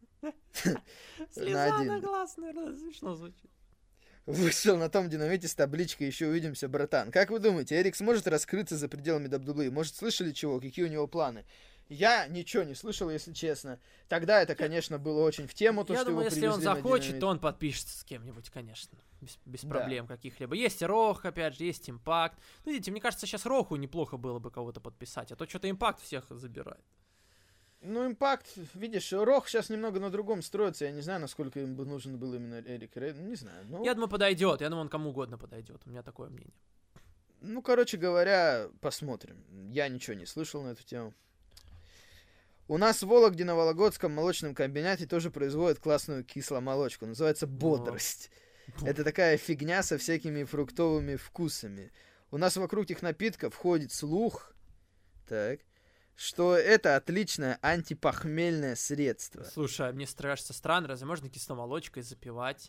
Слеза один. на глаз, наверное, смешно звучит. вышел на том динамите с табличкой «Еще увидимся, братан». Как вы думаете, Эрик сможет раскрыться за пределами дабл ю дабл ю и? Может, слышали чего? Какие у него планы? Я ничего не слышал, если честно. Тогда это, конечно, было очень в тему, то, Я что думаю, его если он привезли на захочет, динамит. то он подпишется с кем-нибудь, конечно. Без, без Да. проблем каких-либо. Есть Рох, опять же, есть Импакт. Ну, видите, мне кажется, сейчас Роху неплохо было бы кого-то подписать, а то что-то Импакт всех забирает. Ну, импакт, видишь, Рох сейчас немного на другом строится. Я не знаю, насколько им бы нужен был именно Эрик Рейд. Не знаю. Ну, Я думаю, подойдет. Я думаю, он кому угодно подойдет. У меня такое мнение. ну, короче говоря, посмотрим. Я ничего не слышал на эту тему. У нас в Вологде на Вологодском молочном комбинате тоже производят классную кисломолочку. Называется «Бодрость». Это такая фигня со всякими фруктовыми вкусами. У нас вокруг этих напитков ходит слух, так, что это отличное антипохмельное средство. Слушай, а мне кажется странно, разве можно кисломолочкой запивать?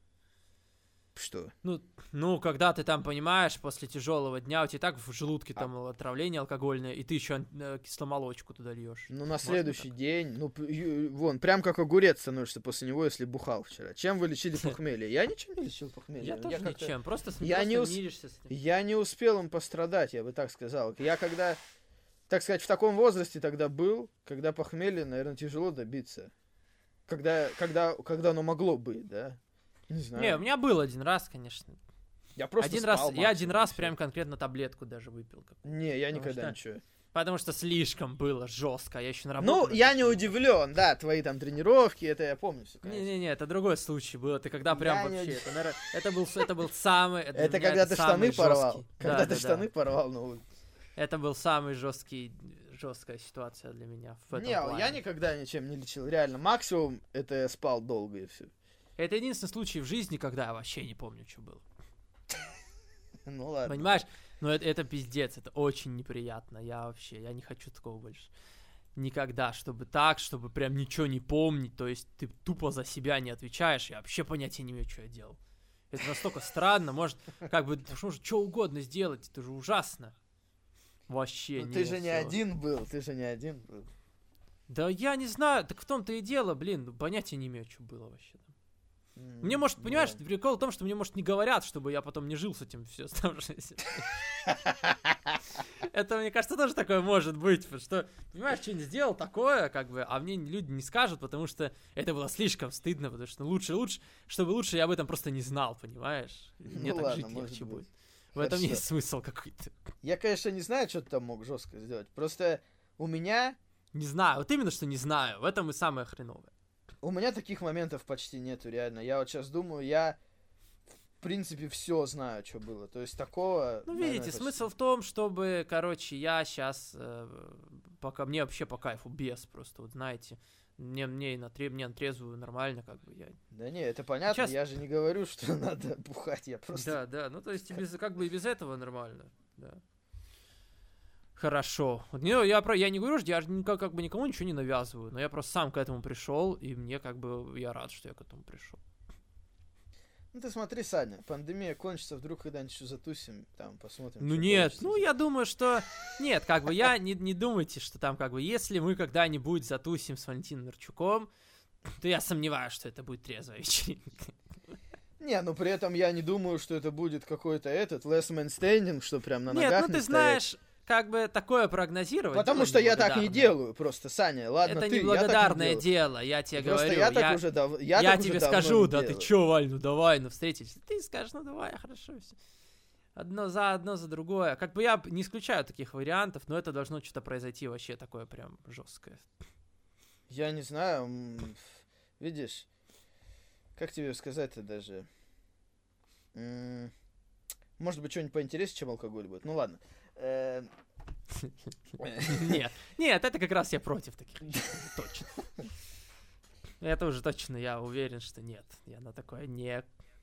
Что? Ну, ну, когда ты там, понимаешь, после тяжелого дня у тебя и так в желудке там отравление алкогольное, и ты еще э, кисломолочку туда льешь. Ну, на следующий день, ну, п- ю- вон, прям как огурец становишься после него, если бухал вчера. Чем вы лечили похмелье? Я ничем не лечил похмелье. Я тоже как-то- ничем, просто, с- Я просто не ус- миришься с этим. Я не успел им пострадать, я бы так сказал. Я когда, так сказать, в таком возрасте тогда был, когда похмелье, наверное, тяжело добиться. Когда, когда, когда оно могло быть, да? Не знаю. Не, у меня был один раз, конечно. Я просто один спал раз, я один максимум, раз и всё. прям конкретно таблетку даже выпил. как- Не, я Потому никогда что- ничего. Потому что слишком было жестко. Я еще на Ну, работу. я не удивлен, да, твои там тренировки, это я помню все, конечно. Не-не-не, это другой случай был. Это когда прям Я не вообще. уд- Это, наверное, это был, это был самый. для Это меня когда ты самый штаны порвал. жесткий. Когда Да, ты да, да. штаны порвал на улице. Это был самый жесткий, жесткая ситуация для меня в этом Не, плане. я никогда ничем не лечил. Реально, максимум это я спал долго и все. Это единственный случай в жизни, когда я вообще не помню, что было. Ну ладно. Понимаешь? Но это, это пиздец, это очень неприятно. Я вообще, я не хочу такого больше. Никогда, чтобы так, чтобы прям ничего не помнить. То есть ты тупо за себя не отвечаешь. Я вообще понятия не имею, что я делал. Это настолько странно. Может, как бы, ты можешь что угодно сделать. Это же ужасно. Вообще Ну, не ты же не всё. один был, ты же не один был. Да я не знаю, так в том-то и дело, блин, ну, понятия не имею, что было вообще. М, Мне, может, ну понимаешь, ладно. прикол в том, что мне, может, не говорят, чтобы я потом не жил с этим все оставшееся. Это, мне кажется, тоже такое может быть, потому что, понимаешь, что-нибудь сделал такое, как бы, а мне люди не скажут, потому что это было слишком стыдно, потому что лучше, лучше, чтобы лучше я об этом просто не знал, понимаешь? Мне Ну так ладно, жить может легче быть. будет. В этом Хорошо. есть смысл какой-то. Я, конечно, не знаю, что ты там мог жестко сделать. Просто у меня, Не знаю, вот именно, что не знаю, в этом и самое хреновое. у меня таких моментов почти нету, реально. Я вот сейчас думаю, я в принципе все знаю, что было. То есть такого. Ну, наверное, видите, почти- смысл в том, чтобы, короче, я сейчас, пока мне вообще по кайфу, без просто, вот знаете, мне, мне, и на, тре- мне на трезвую нормально, как бы, я... Да не, это понятно, Сейчас- я же не говорю, что надо бухать, я просто... Да, да, ну, то есть, и без, как бы и без этого нормально, да. Хорошо. Вот, не, я, про, я не говорю, что я же никак, как бы никому ничего не навязываю, но я просто сам к этому пришел, и мне, как бы, я рад, что я к этому пришел. Ну ты смотри, Саня, пандемия кончится, вдруг когда-нибудь еще затусим, там, посмотрим. Ну что нет, получится. ну я думаю, что... Нет, как бы я не, не думайте, что там как бы, если мы когда-нибудь затусим с Валентином Нырчуком, то я сомневаюсь, что это будет трезвая вечеринка. Не, ну при этом я не думаю, что это будет какой-то этот, last man standing, что прям на Нет, ногах ну не ты стоять. знаешь, как бы такое прогнозировать... Потому дело что я так не неблагодарное. делаю, просто, Саня, ладно Это ты, неблагодарное я так не делаю. дело, я тебе Просто говорю. я так уже, дав... я я так тебе уже давно скажу, не да ты делаю. чё, Валь, ну давай, ну встретимся. Ты скажешь, ну давай, хорошо, все. Одно за одно, за другое. Как бы я не исключаю таких вариантов, но это должно что-то произойти вообще такое прям жесткое. Я не знаю, м, видишь, как тебе сказать-то даже... М, Может быть, что-нибудь поинтереснее, чем алкоголь будет. Ну ладно. Э, Нет, нет, это как раз я против таких вещей, точно. Это уже точно, я уверен, что нет. Я на такое не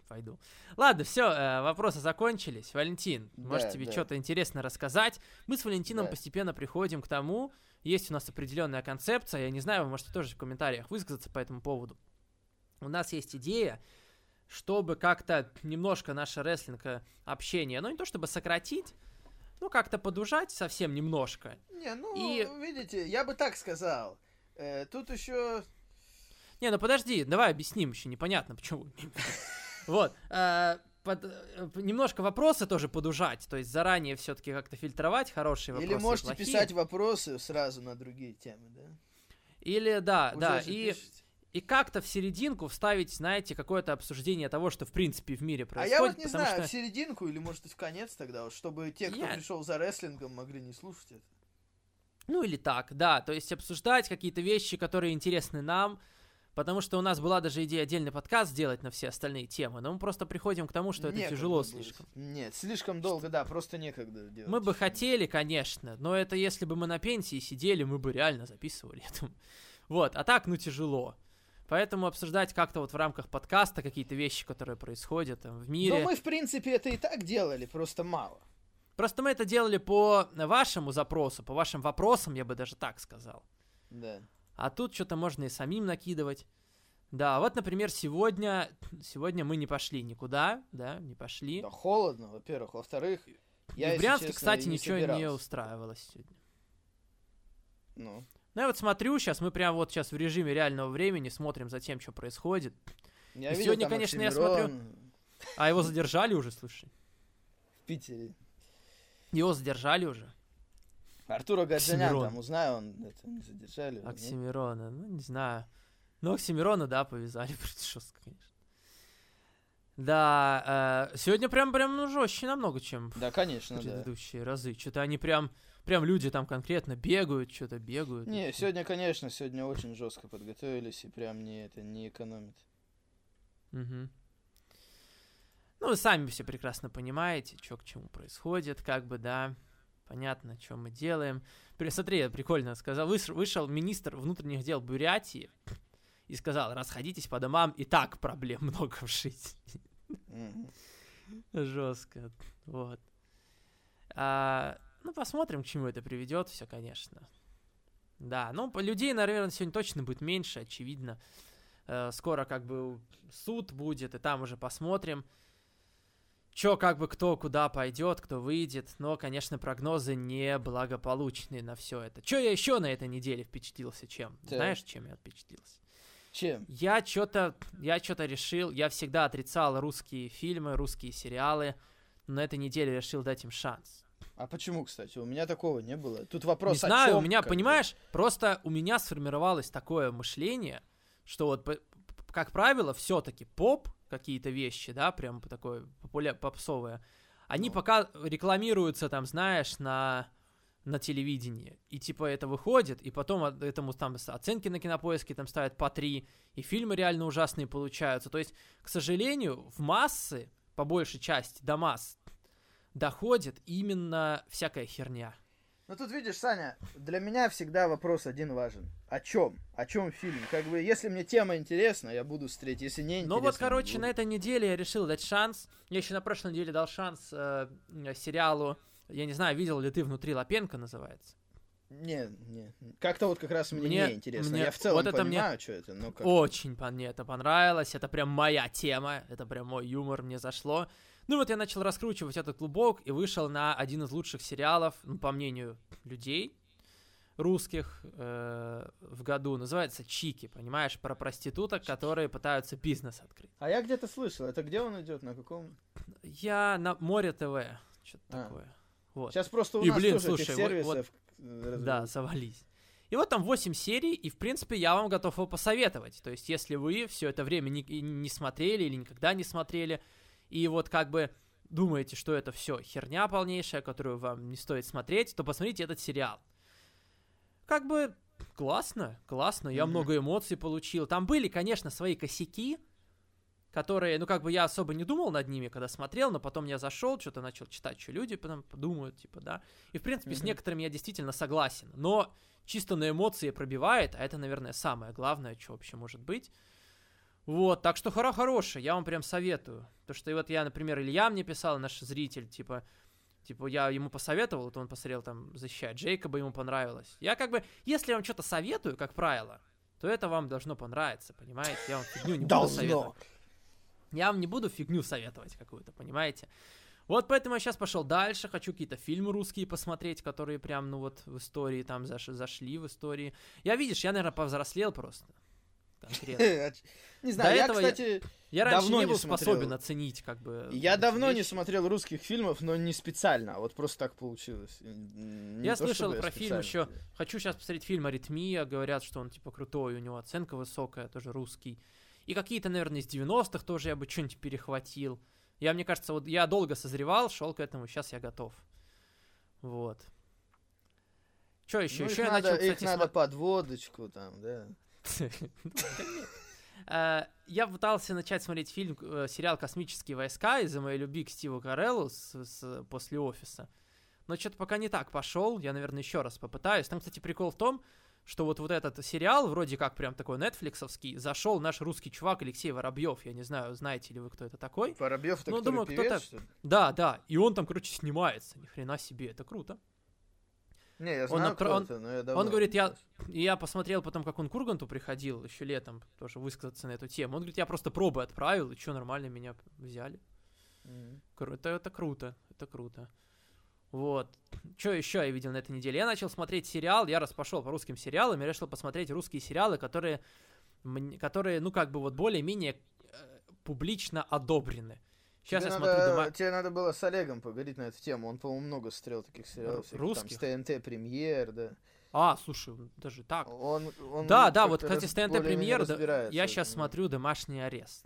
пойду. Ладно, все, э, вопросы закончились. Валентин, Да, может тебе да. что-то интересно рассказать? Мы с Валентином Да. постепенно приходим к тому, есть у нас определенная концепция, я не знаю, вы можете тоже в комментариях высказаться по этому поводу. У нас есть идея, чтобы как-то немножко наше рестлинг общение, ну не то чтобы сократить, ну как-то подужать совсем немножко. Не, ну, И- видите, я бы так сказал. Э, тут еще... Не, ну подожди, давай объясним еще, непонятно почему. Вот, э, под- э, немножко вопросы тоже подужать, то есть заранее все-таки как-то фильтровать хорошие вопросы Или и можете плохие. писать вопросы сразу на другие темы, да? Или, да, Уже да, же и, пишете. и как-то в серединку вставить, знаете, какое-то обсуждение того, что в принципе в мире А происходит. я вот не потому знаю, что... в серединку или может в конец тогда, вот, чтобы те, кто Я- пришел за рестлингом, могли не слушать это. Ну или так, да, то есть обсуждать какие-то вещи, которые интересны нам, потому что у нас была даже идея отдельный подкаст сделать на все остальные темы, но мы просто приходим к тому, что это Некогда тяжело будет. слишком. Нет, слишком долго, да, просто некогда делать. Мы бы хотели, конечно, но это если бы мы на пенсии сидели, мы бы реально записывали это. Вот, а так, ну, тяжело. Поэтому обсуждать как-то вот в рамках подкаста какие-то вещи, которые происходят там, в мире. Но мы, в принципе, это и так делали, просто мало. Просто мы это делали по вашему запросу, по вашим вопросам, я бы даже так сказал. Да. А тут что-то можно и самим накидывать. Да, вот, например, сегодня, сегодня мы не пошли никуда, да, не пошли. Да, холодно, во-первых. Во-вторых, И я, в если Брянске, честно, кстати, и не ничего не собирался. устраивалось сегодня. Ну, Ну, я вот смотрю сейчас, мы прям вот сейчас в режиме реального времени смотрим за тем, что происходит. я И видел сегодня, там конечно, я Оксимирон А его задержали уже, слушай. в Питере. Его задержали уже. Артура Гаджанян, Оксимирон. там, узнаю, он это не задержали. его, нет? Оксимирона, ну, не знаю. Ну, Оксимирона, да, повязали, жестко, конечно. Да, э, сегодня прям, прям, ну, жестче намного, чем Да, конечно, да. предыдущие разы. Что-то они прям, прям люди там конкретно бегают, что-то бегают. Не, сегодня, конечно, сегодня очень жестко подготовились и прям не это не экономит. Мгм. Ну, вы сами все прекрасно понимаете, что к чему происходит, как бы, да. Понятно, что мы делаем. При- Смотри, я прикольно сказал. Вышел, вышел министр внутренних дел Бурятии и сказал: расходитесь по домам, и так проблем много в жизни. Мгм. Жестко. Вот. А, ну, посмотрим, к чему это приведет, все, конечно. Да, ну, по- людей, наверное, сегодня точно будет меньше, очевидно. Э, скоро как бы суд будет, и там уже посмотрим, чё, как бы, кто куда пойдет, кто выйдет. Но, конечно, прогнозы не благополучные на все это. Чё я еще на этой неделе впечатлился чем? Так. Знаешь, чем я впечатлился? Чем? Я что-то, я что-то решил, я всегда отрицал русские фильмы, русские сериалы, но на этой неделе решил дать им шанс. А почему, кстати? У меня такого не было. Тут вопрос Не о знаю, чём, у меня, как бы. понимаешь, просто у меня сформировалось такое мышление, что вот, п- п- как правило, все-таки поп, какие-то вещи, да, прям такое популя- попсовое, они Ну. пока рекламируются там, знаешь, на, на телевидении, и типа это выходит, и потом от- этому там с- оценки на Кинопоиске там ставят по три, и фильмы реально ужасные получаются. То есть, к сожалению, в массы, по большей части, до масс, доходит именно всякая херня. Ну тут видишь, Саня, для меня всегда вопрос один важен. О чем? О чем фильм? Как бы, если мне тема интересна, я буду смотреть. Если не интересна, Ну вот, не короче, буду. на этой неделе я решил дать шанс. Я еще на прошлой неделе дал шанс э, э, сериалу, я не знаю, видел ли ты «Внутри Лапенко» называется. Не, не. Как-то вот как раз мне, Мне- не интересно. мне- Я в целом вот это понимаю, что это, но как... Очень по- мне это понравилось, это прям моя тема, это прям мой юмор, мне зашло. Ну вот я начал раскручивать этот клубок и вышел на один из лучших сериалов, ну, по мнению людей русских э, в году. Называется «Чики», понимаешь, про проституток, которые пытаются бизнес открыть. А я где-то слышал. Это где он идет? На каком? Я на Море ТВ, что-то А. такое. Вот. Сейчас просто у И, нас блин, тоже слушай, этих вот- сервисов э, Да, развелось. завались. И вот там восемь серий, и, в принципе, я вам готов его посоветовать. То есть, если вы все это время не, и не смотрели или никогда не смотрели, и вот как бы думаете, что это все херня полнейшая, которую вам не стоит смотреть, то посмотрите этот сериал. Как бы классно, классно, я Мгм. много эмоций получил. Там были, конечно, свои косяки, которые, ну, как бы я особо не думал над ними, когда смотрел, но потом я зашел, что-то начал читать, что люди потом подумают, типа, да. И, в принципе, с Мгм. некоторыми я действительно согласен, но чисто на эмоции пробивает, а это, наверное, самое главное, что вообще может быть. Вот, так что хоро хороший, я вам прям советую. Потому что и вот я, например, Илья мне писал, наш зритель, типа, типа я ему посоветовал, вот он посмотрел там «Защищать Джейкоба», ему понравилось. Я как бы, если я вам что-то советую, как правило, то это вам должно понравиться, понимаете? Я вам фигню не буду советовать. Я вам не буду фигню советовать какую-то, понимаете? Вот поэтому я сейчас пошел дальше, хочу какие-то фильмы русские посмотреть, которые прям, ну вот, в истории там заш- зашли в истории. Я, видишь, я, наверное, повзрослел просто. Конкретно. Не знаю, я, кстати, я раньше давно не был не способен смотрел. оценить, как бы... Я давно вещи. не смотрел русских фильмов, но не специально, а вот просто так получилось. Не я то, слышал я про фильм еще, хочу сейчас посмотреть фильм «Аритмия», говорят, что он, типа, крутой, у него оценка высокая, тоже русский. И какие-то, наверное, из девяностых тоже я бы что-нибудь перехватил. Я, мне кажется, вот я долго созревал, шел к этому, сейчас я готов. Вот. Что еще? Ну, еще я надо, начал, кстати, их надо см... под водочку там, да. Я пытался начать смотреть фильм, сериал «Космические войска» из-за моей любви к Стиву Кареллу после «Офиса». Но что-то пока не так пошел, я, наверное, еще раз попытаюсь. Там, кстати, прикол в том, что вот, вот этот сериал, вроде как прям такой нетфликсовский, зашел наш русский чувак Алексей Воробьев. Я не знаю, знаете ли вы, кто это такой. Воробьев, это ну, который думаю, певец, кто-то... что ли? Да, да, и он там, короче, снимается. Ни хрена себе, это круто. Не, я знаю, он, кто он, это, но я давно... Он говорит, я, я посмотрел потом, как он к Урганту приходил, еще летом, тоже высказаться на эту тему. Он говорит, я просто пробы отправил, и что, нормально меня взяли. Mm-hmm. Это, это круто, это круто. Вот. Что еще я видел на этой неделе? Я начал смотреть сериал, я раз пошел по русским сериалам, я решил посмотреть русские сериалы, которые, которые ну, как бы вот более-менее э, публично одобрены. Сейчас тебе я надо, смотрю... Дома... Тебе надо было с Олегом поговорить на эту тему, он, по-моему, много смотрел таких сериалов. Русских? Там, с ТНТ Премьер, да. А, слушай, даже так. Он, он да, да, вот, кстати, с ТНТ Премьер, да, я сейчас смотрю «Домашний арест».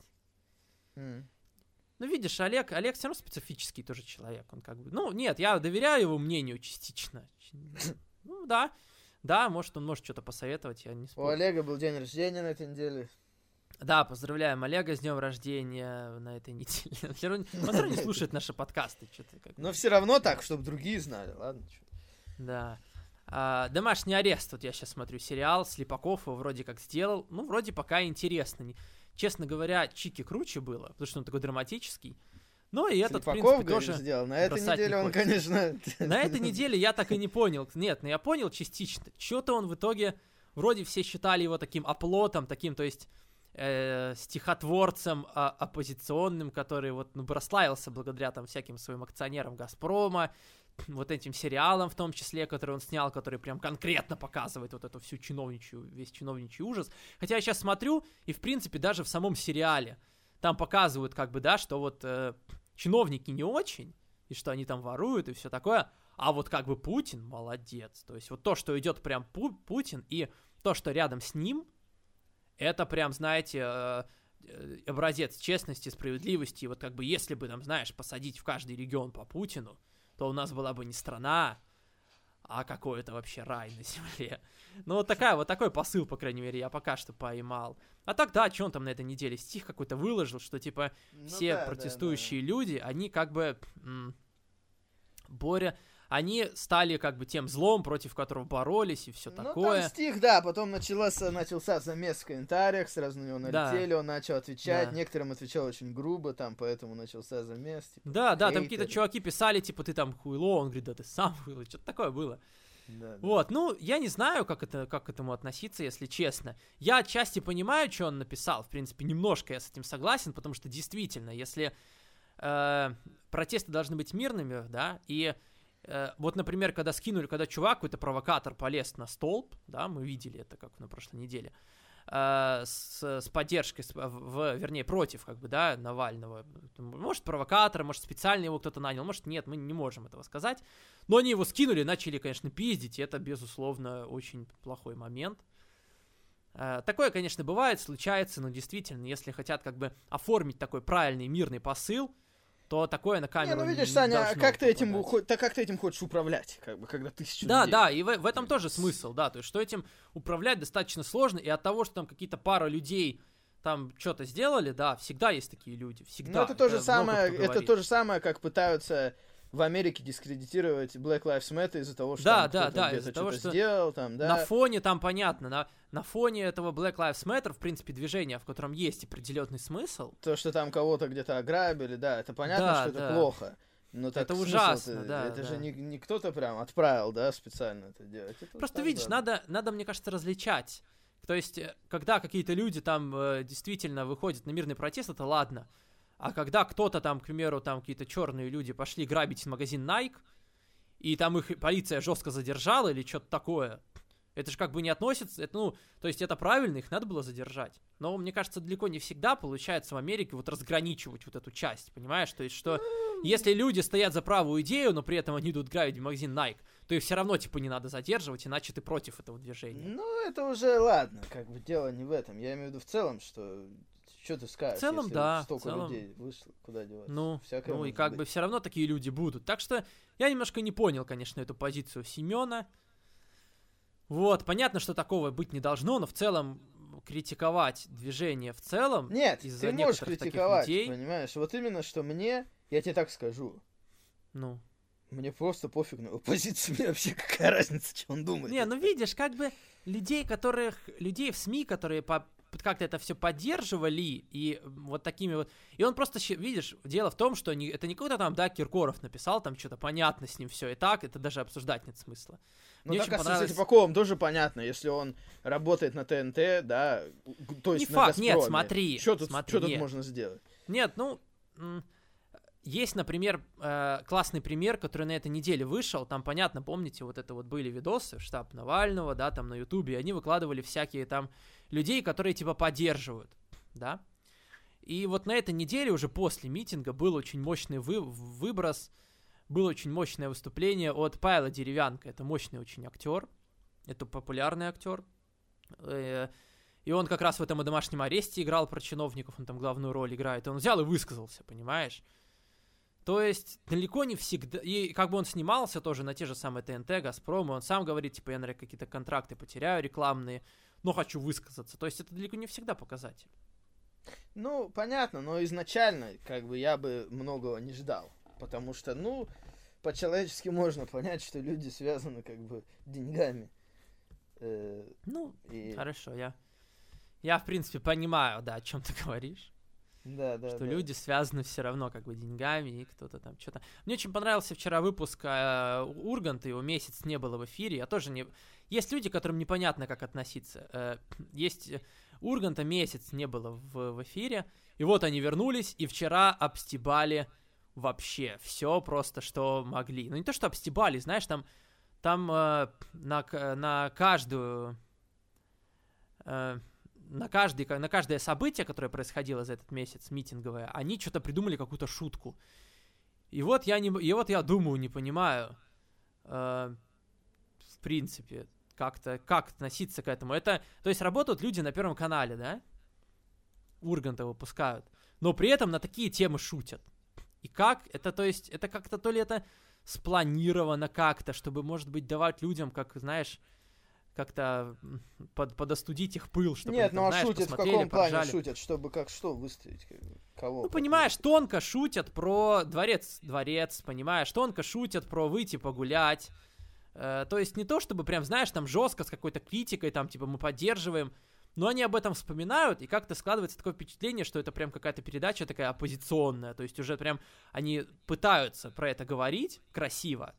Mm. Ну, видишь, Олег, Олег все равно специфический тоже человек, он как бы... Ну, нет, я доверяю его мнению частично. Ну, да, да, может, он может что-то посоветовать, я не спорю. У Олега был день рождения на этой неделе. Да, поздравляем Олега с днем рождения на этой неделе. Он все равно не слушает наши подкасты. Но все равно так, чтобы другие знали, ладно? Да. А, «Домашний арест», вот я сейчас смотрю сериал, Слепаков его вроде как сделал, ну, вроде пока интересно. Честно говоря, Чики круче было, потому что он такой драматический. Ну и этот, Слепаков, в принципе, говоришь, тоже сделал. На этой неделе он, конечно... На этой неделе я так и не понял. Нет, ну я понял частично. Что-то он в итоге... Вроде все считали его таким оплотом, таким, то есть... Э, стихотворцем а, оппозиционным, который вот, ну, прославился благодаря там всяким своим акционерам «Газпрома», вот этим сериалам в том числе, который он снял, который прям конкретно показывает вот эту всю чиновничью, весь чиновничий ужас. Хотя я сейчас смотрю, и в принципе даже в самом сериале там показывают как бы, да, что вот э, чиновники не очень, и что они там воруют и все такое, а вот как бы Путин молодец. То есть вот то, что идет прям Пу- Путин, и то, что рядом с ним, это прям, знаете, образец честности, справедливости. И вот как бы если бы, там, знаешь, посадить в каждый регион по Путину, то у нас была бы не страна, а какой-то вообще рай на земле. Ну вот, такая, вот такой посыл, по крайней мере, я пока что поймал. А так, да, что он там на этой неделе стих какой-то выложил, что типа ну, все да, протестующие да, да. люди, они как бы м- боря... Они стали как бы тем злом, против которого боролись и все ну, такое. Ну там стих, да, потом начался, начался замес в комментариях, сразу на него налетели, да. Он начал отвечать, да. Некоторым отвечал очень грубо, там, поэтому начался замес. Типа, да, да, там какие-то чуваки писали, типа, ты там хуйло, он говорит, да ты сам хуйло, что-то такое было. Да, вот, да. Ну, я не знаю, как, это, как к этому относиться, если честно. Я отчасти понимаю, что он написал, в принципе, немножко я с этим согласен, потому что действительно, если э, протесты должны быть мирными, да, и вот, например, когда скинули, когда чувак, какой-то провокатор полез на столб, да, мы видели это как на прошлой неделе, э, с, с поддержкой, с, в, вернее, против, как бы, да, Навального. Может, провокатор, может, специально его кто-то нанял, может, нет, мы не можем этого сказать. Но они его скинули, начали, конечно, пиздить, и это, безусловно, очень плохой момент. Э, такое, конечно, бывает, случается, но действительно, если хотят, как бы, оформить такой правильный мирный посыл, то такое на камеру не, ну видишь, не Саня, как ты, этим, так как ты этим хочешь управлять, как бы, когда тысячу Да, людей. да, и в, в этом тоже смысл, да, то есть, что этим управлять достаточно сложно, и от того, что там какие-то пара людей там что-то сделали, да, всегда есть такие люди, всегда. Ну это то же самое, это то же самое, как пытаются в Америке дискредитировать Black Lives Matter из-за того, что да, там да, кто-то да, где-то из-за того, что-то что сделал, там, да. На фоне там понятно, на, на фоне этого Black Lives Matter, в принципе, движения, в котором есть определенный смысл. То, что там кого-то где-то ограбили, да, это понятно, Да, что да. это плохо. Но так Это смысл-то- ужасно, да, Это да. же не, не кто-то прям отправил, да, специально это делать. Это Просто так, видишь, да. надо, надо, мне кажется, различать. То есть, э, когда какие-то люди там э, действительно выходят на мирный протест, это ладно. А когда кто-то там, к примеру, там какие-то черные люди пошли грабить магазин Nike, и там их полиция жестко задержала или что-то такое, это же как бы не относится, это, ну, то есть это правильно, их надо было задержать. Но, мне кажется, далеко не всегда получается в Америке вот разграничивать вот эту часть, понимаешь? То есть, что если люди стоят за правую идею, но при этом они идут грабить магазин Nike, то их все равно, типа, не надо задерживать, иначе ты против этого движения. Ну, это уже ладно, как бы дело не в этом. Я имею в виду в целом, что... Что ты скажешь, В целом, если да, столько в целом. людей вышло, куда деваться? Ну, Всякое ну и может как быть. бы все равно такие люди будут. Так что я немножко не понял, конечно, эту позицию Семена. Вот, понятно, что такого быть не должно, но в целом критиковать движение в целом Нет, из-за ты можешь некоторых таких критиковать, людей, понимаешь? Вот именно, что мне, я тебе так скажу, ну... мне просто пофиг на его позицию, мне вообще какая разница, что он думает. Не, ну видишь, как бы людей, которых, людей в СМИ, которые по, как-то это все поддерживали, и вот такими вот, и он просто, щ- видишь, дело в том, что не, это не какой-то там, да, Киркоров написал, там что-то понятно с ним все и так, это даже обсуждать нет смысла. Ну, Мне так, очень а с понравилось... Сетипаковым тоже понятно, если он работает на ТНТ, да, то есть Не на факт, нет, «Газпроме». смотри, Что тут, смотри, что тут нет. можно сделать? Нет, ну, м, есть, например, э, классный пример, который на этой неделе вышел, там, понятно, помните, вот это вот были видосы, штаб Навального, да, там на Ютубе, они выкладывали всякие там людей, которые, типа, поддерживают, да, и вот на этой неделе, уже после митинга, был очень мощный вы- выброс, было очень мощное выступление от Павла Деревянко, это мощный очень актер, это популярный актер, э, и он как раз в этом «Домашнем аресте» играл про чиновников, он там главную роль играет, и он взял и высказался, понимаешь? То есть далеко не всегда... И как бы он снимался тоже на те же самые ТНТ, Газпром, и он сам говорит, типа, я, наверное, какие-то контракты потеряю рекламные, но хочу высказаться. То есть это далеко не всегда показатель. Ну, понятно, но изначально, как бы, я бы многого не ждал. Потому что, ну, по-человечески можно понять, что люди связаны, как бы, деньгами. Э, Ну, и... хорошо, я... Я, в принципе, понимаю, да, о чем ты говоришь. Да, да, Что да. люди связаны все равно как бы деньгами, и кто-то там что-то... Мне очень понравился вчера выпуск э, Урганта, его месяц не было в эфире, я тоже не... Есть люди, которым непонятно, как относиться. Э, есть... Урганта месяц не было в, в эфире, и вот они вернулись, и вчера обстебали вообще все просто, что могли. Ну не то, что обстебали, знаешь, там, там э, на, к- на каждую... э, на, каждый, на каждое событие, которое происходило за этот месяц, митинговое, они что-то придумали, какую-то шутку. И вот я, не, и вот я думаю, не понимаю, э, в принципе, как-то, как относиться к этому. Это, то есть работают люди на Первом канале, да? Урганта выпускают. Но при этом на такие темы шутят. И как? Это, то есть, это как-то то ли это спланировано как-то, чтобы, может быть, давать людям, как, знаешь, как-то под, подостудить их пыл, чтобы Нет, они, ну там, а знаешь, шутят в посмотрели, каком плане поржали. шутят, чтобы как что выставить? Как бы, кого? Ну, как понимаешь, выставить? тонко шутят про дворец, дворец, понимаешь, тонко шутят про выйти погулять. Э, то есть не то, чтобы прям, знаешь, там жестко с какой-то критикой, там, типа, мы поддерживаем, но они об этом вспоминают, и как-то складывается такое впечатление, что это прям какая-то передача такая оппозиционная, то есть уже прям они пытаются про это говорить красиво,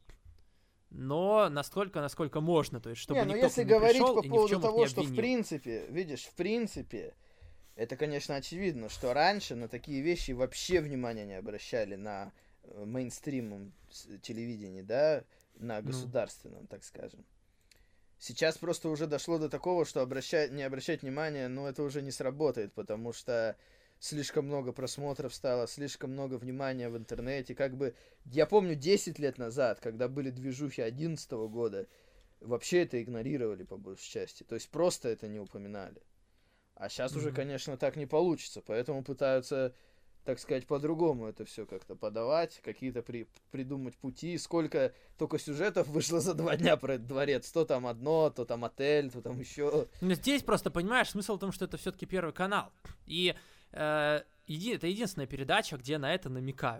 но настолько, насколько можно, то есть чтобы Не, ну никто если к ним не говорить пришел по и ни в поводу чем их того, не что в обвинил. принципе, видишь, в принципе, это, конечно, очевидно, что раньше на такие вещи вообще внимания не обращали на э, мейнстримом с- телевидении, да, на Ну. государственном, так скажем. Сейчас просто уже дошло до такого, что обращать, не обращать внимания, ну, это уже не сработает, потому что слишком много просмотров стало, слишком много внимания в интернете. Как бы, я помню, десять лет назад, когда были движухи одиннадцатого года, вообще это игнорировали по большей части. То есть просто это не упоминали. А сейчас уже, Мгм. конечно, так не получится, поэтому пытаются, так сказать, по-другому это все как-то подавать, какие-то при, придумать пути. Сколько только сюжетов вышло за два дня про этот дворец. То там одно, то там отель, то там еще. Но здесь просто, понимаешь, смысл в том, что это все-таки Первый канал. И э, еди- это единственная передача, где на это намекают.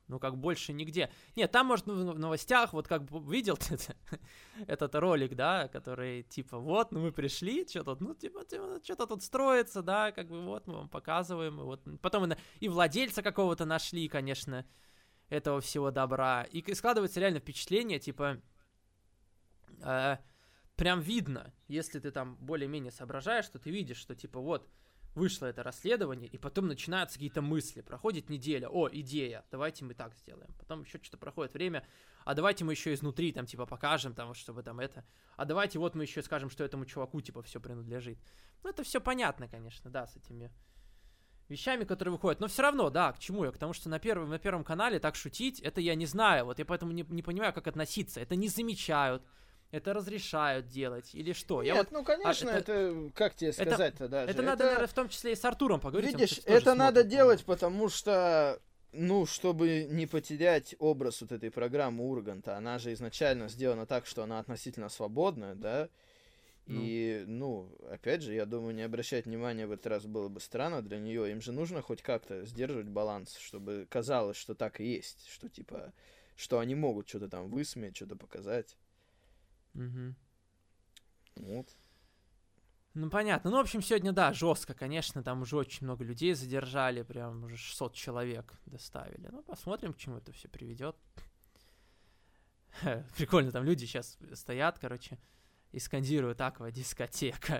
Ну, как больше нигде. Нет, там, может, ну, в новостях, вот как бы видел ты этот ролик, да, который, типа, вот, ну, мы пришли, что тут, ну, типа, типа что-то тут строится, да, как бы, вот, мы вам показываем, и вот. Потом и, и владельца какого-то нашли, конечно, этого всего добра. И складывается реально впечатление, типа, э, прям видно, если ты там более-менее соображаешь, что ты видишь, что, типа, вот, вышло это расследование, и потом начинаются какие-то мысли. Проходит неделя, о, идея, давайте мы так сделаем. Потом еще что-то проходит время, а давайте мы еще изнутри, там, типа, покажем, там, чтобы там это. А давайте вот мы еще скажем, что этому чуваку, типа, все принадлежит. Ну, это все понятно, конечно, да, с этими вещами, которые выходят. Но все равно, да, к чему я? К тому, что на первом, на первом канале так шутить, это я не знаю. Вот я поэтому не, не понимаю, как относиться. Это не замечают. Это разрешают делать или что? Нет, я вот, ну, конечно, а, это, это, как тебе сказать-то даже? Это, это надо, наверное, в том числе и с Артуром поговорить. Видишь, он, это надо смотрит, делать, потому что, ну, чтобы не потерять образ вот этой программы Урганта, она же изначально сделана так, что она относительно свободная, да, ну. И, ну, опять же, я думаю, не обращать внимания в этот раз было бы странно для нее. Им же нужно хоть как-то сдерживать баланс, чтобы казалось, что так и есть, что, типа, что они могут что-то там высмеять, что-то показать. Угу. Вот. Ну, понятно. Ну, в общем, сегодня, да, жестко, конечно, там уже очень много людей задержали, прям уже шестьсот человек доставили. Ну, посмотрим, к чему это все приведет. Прикольно, там люди сейчас стоят, короче, и скандируют «Аква-дискотека».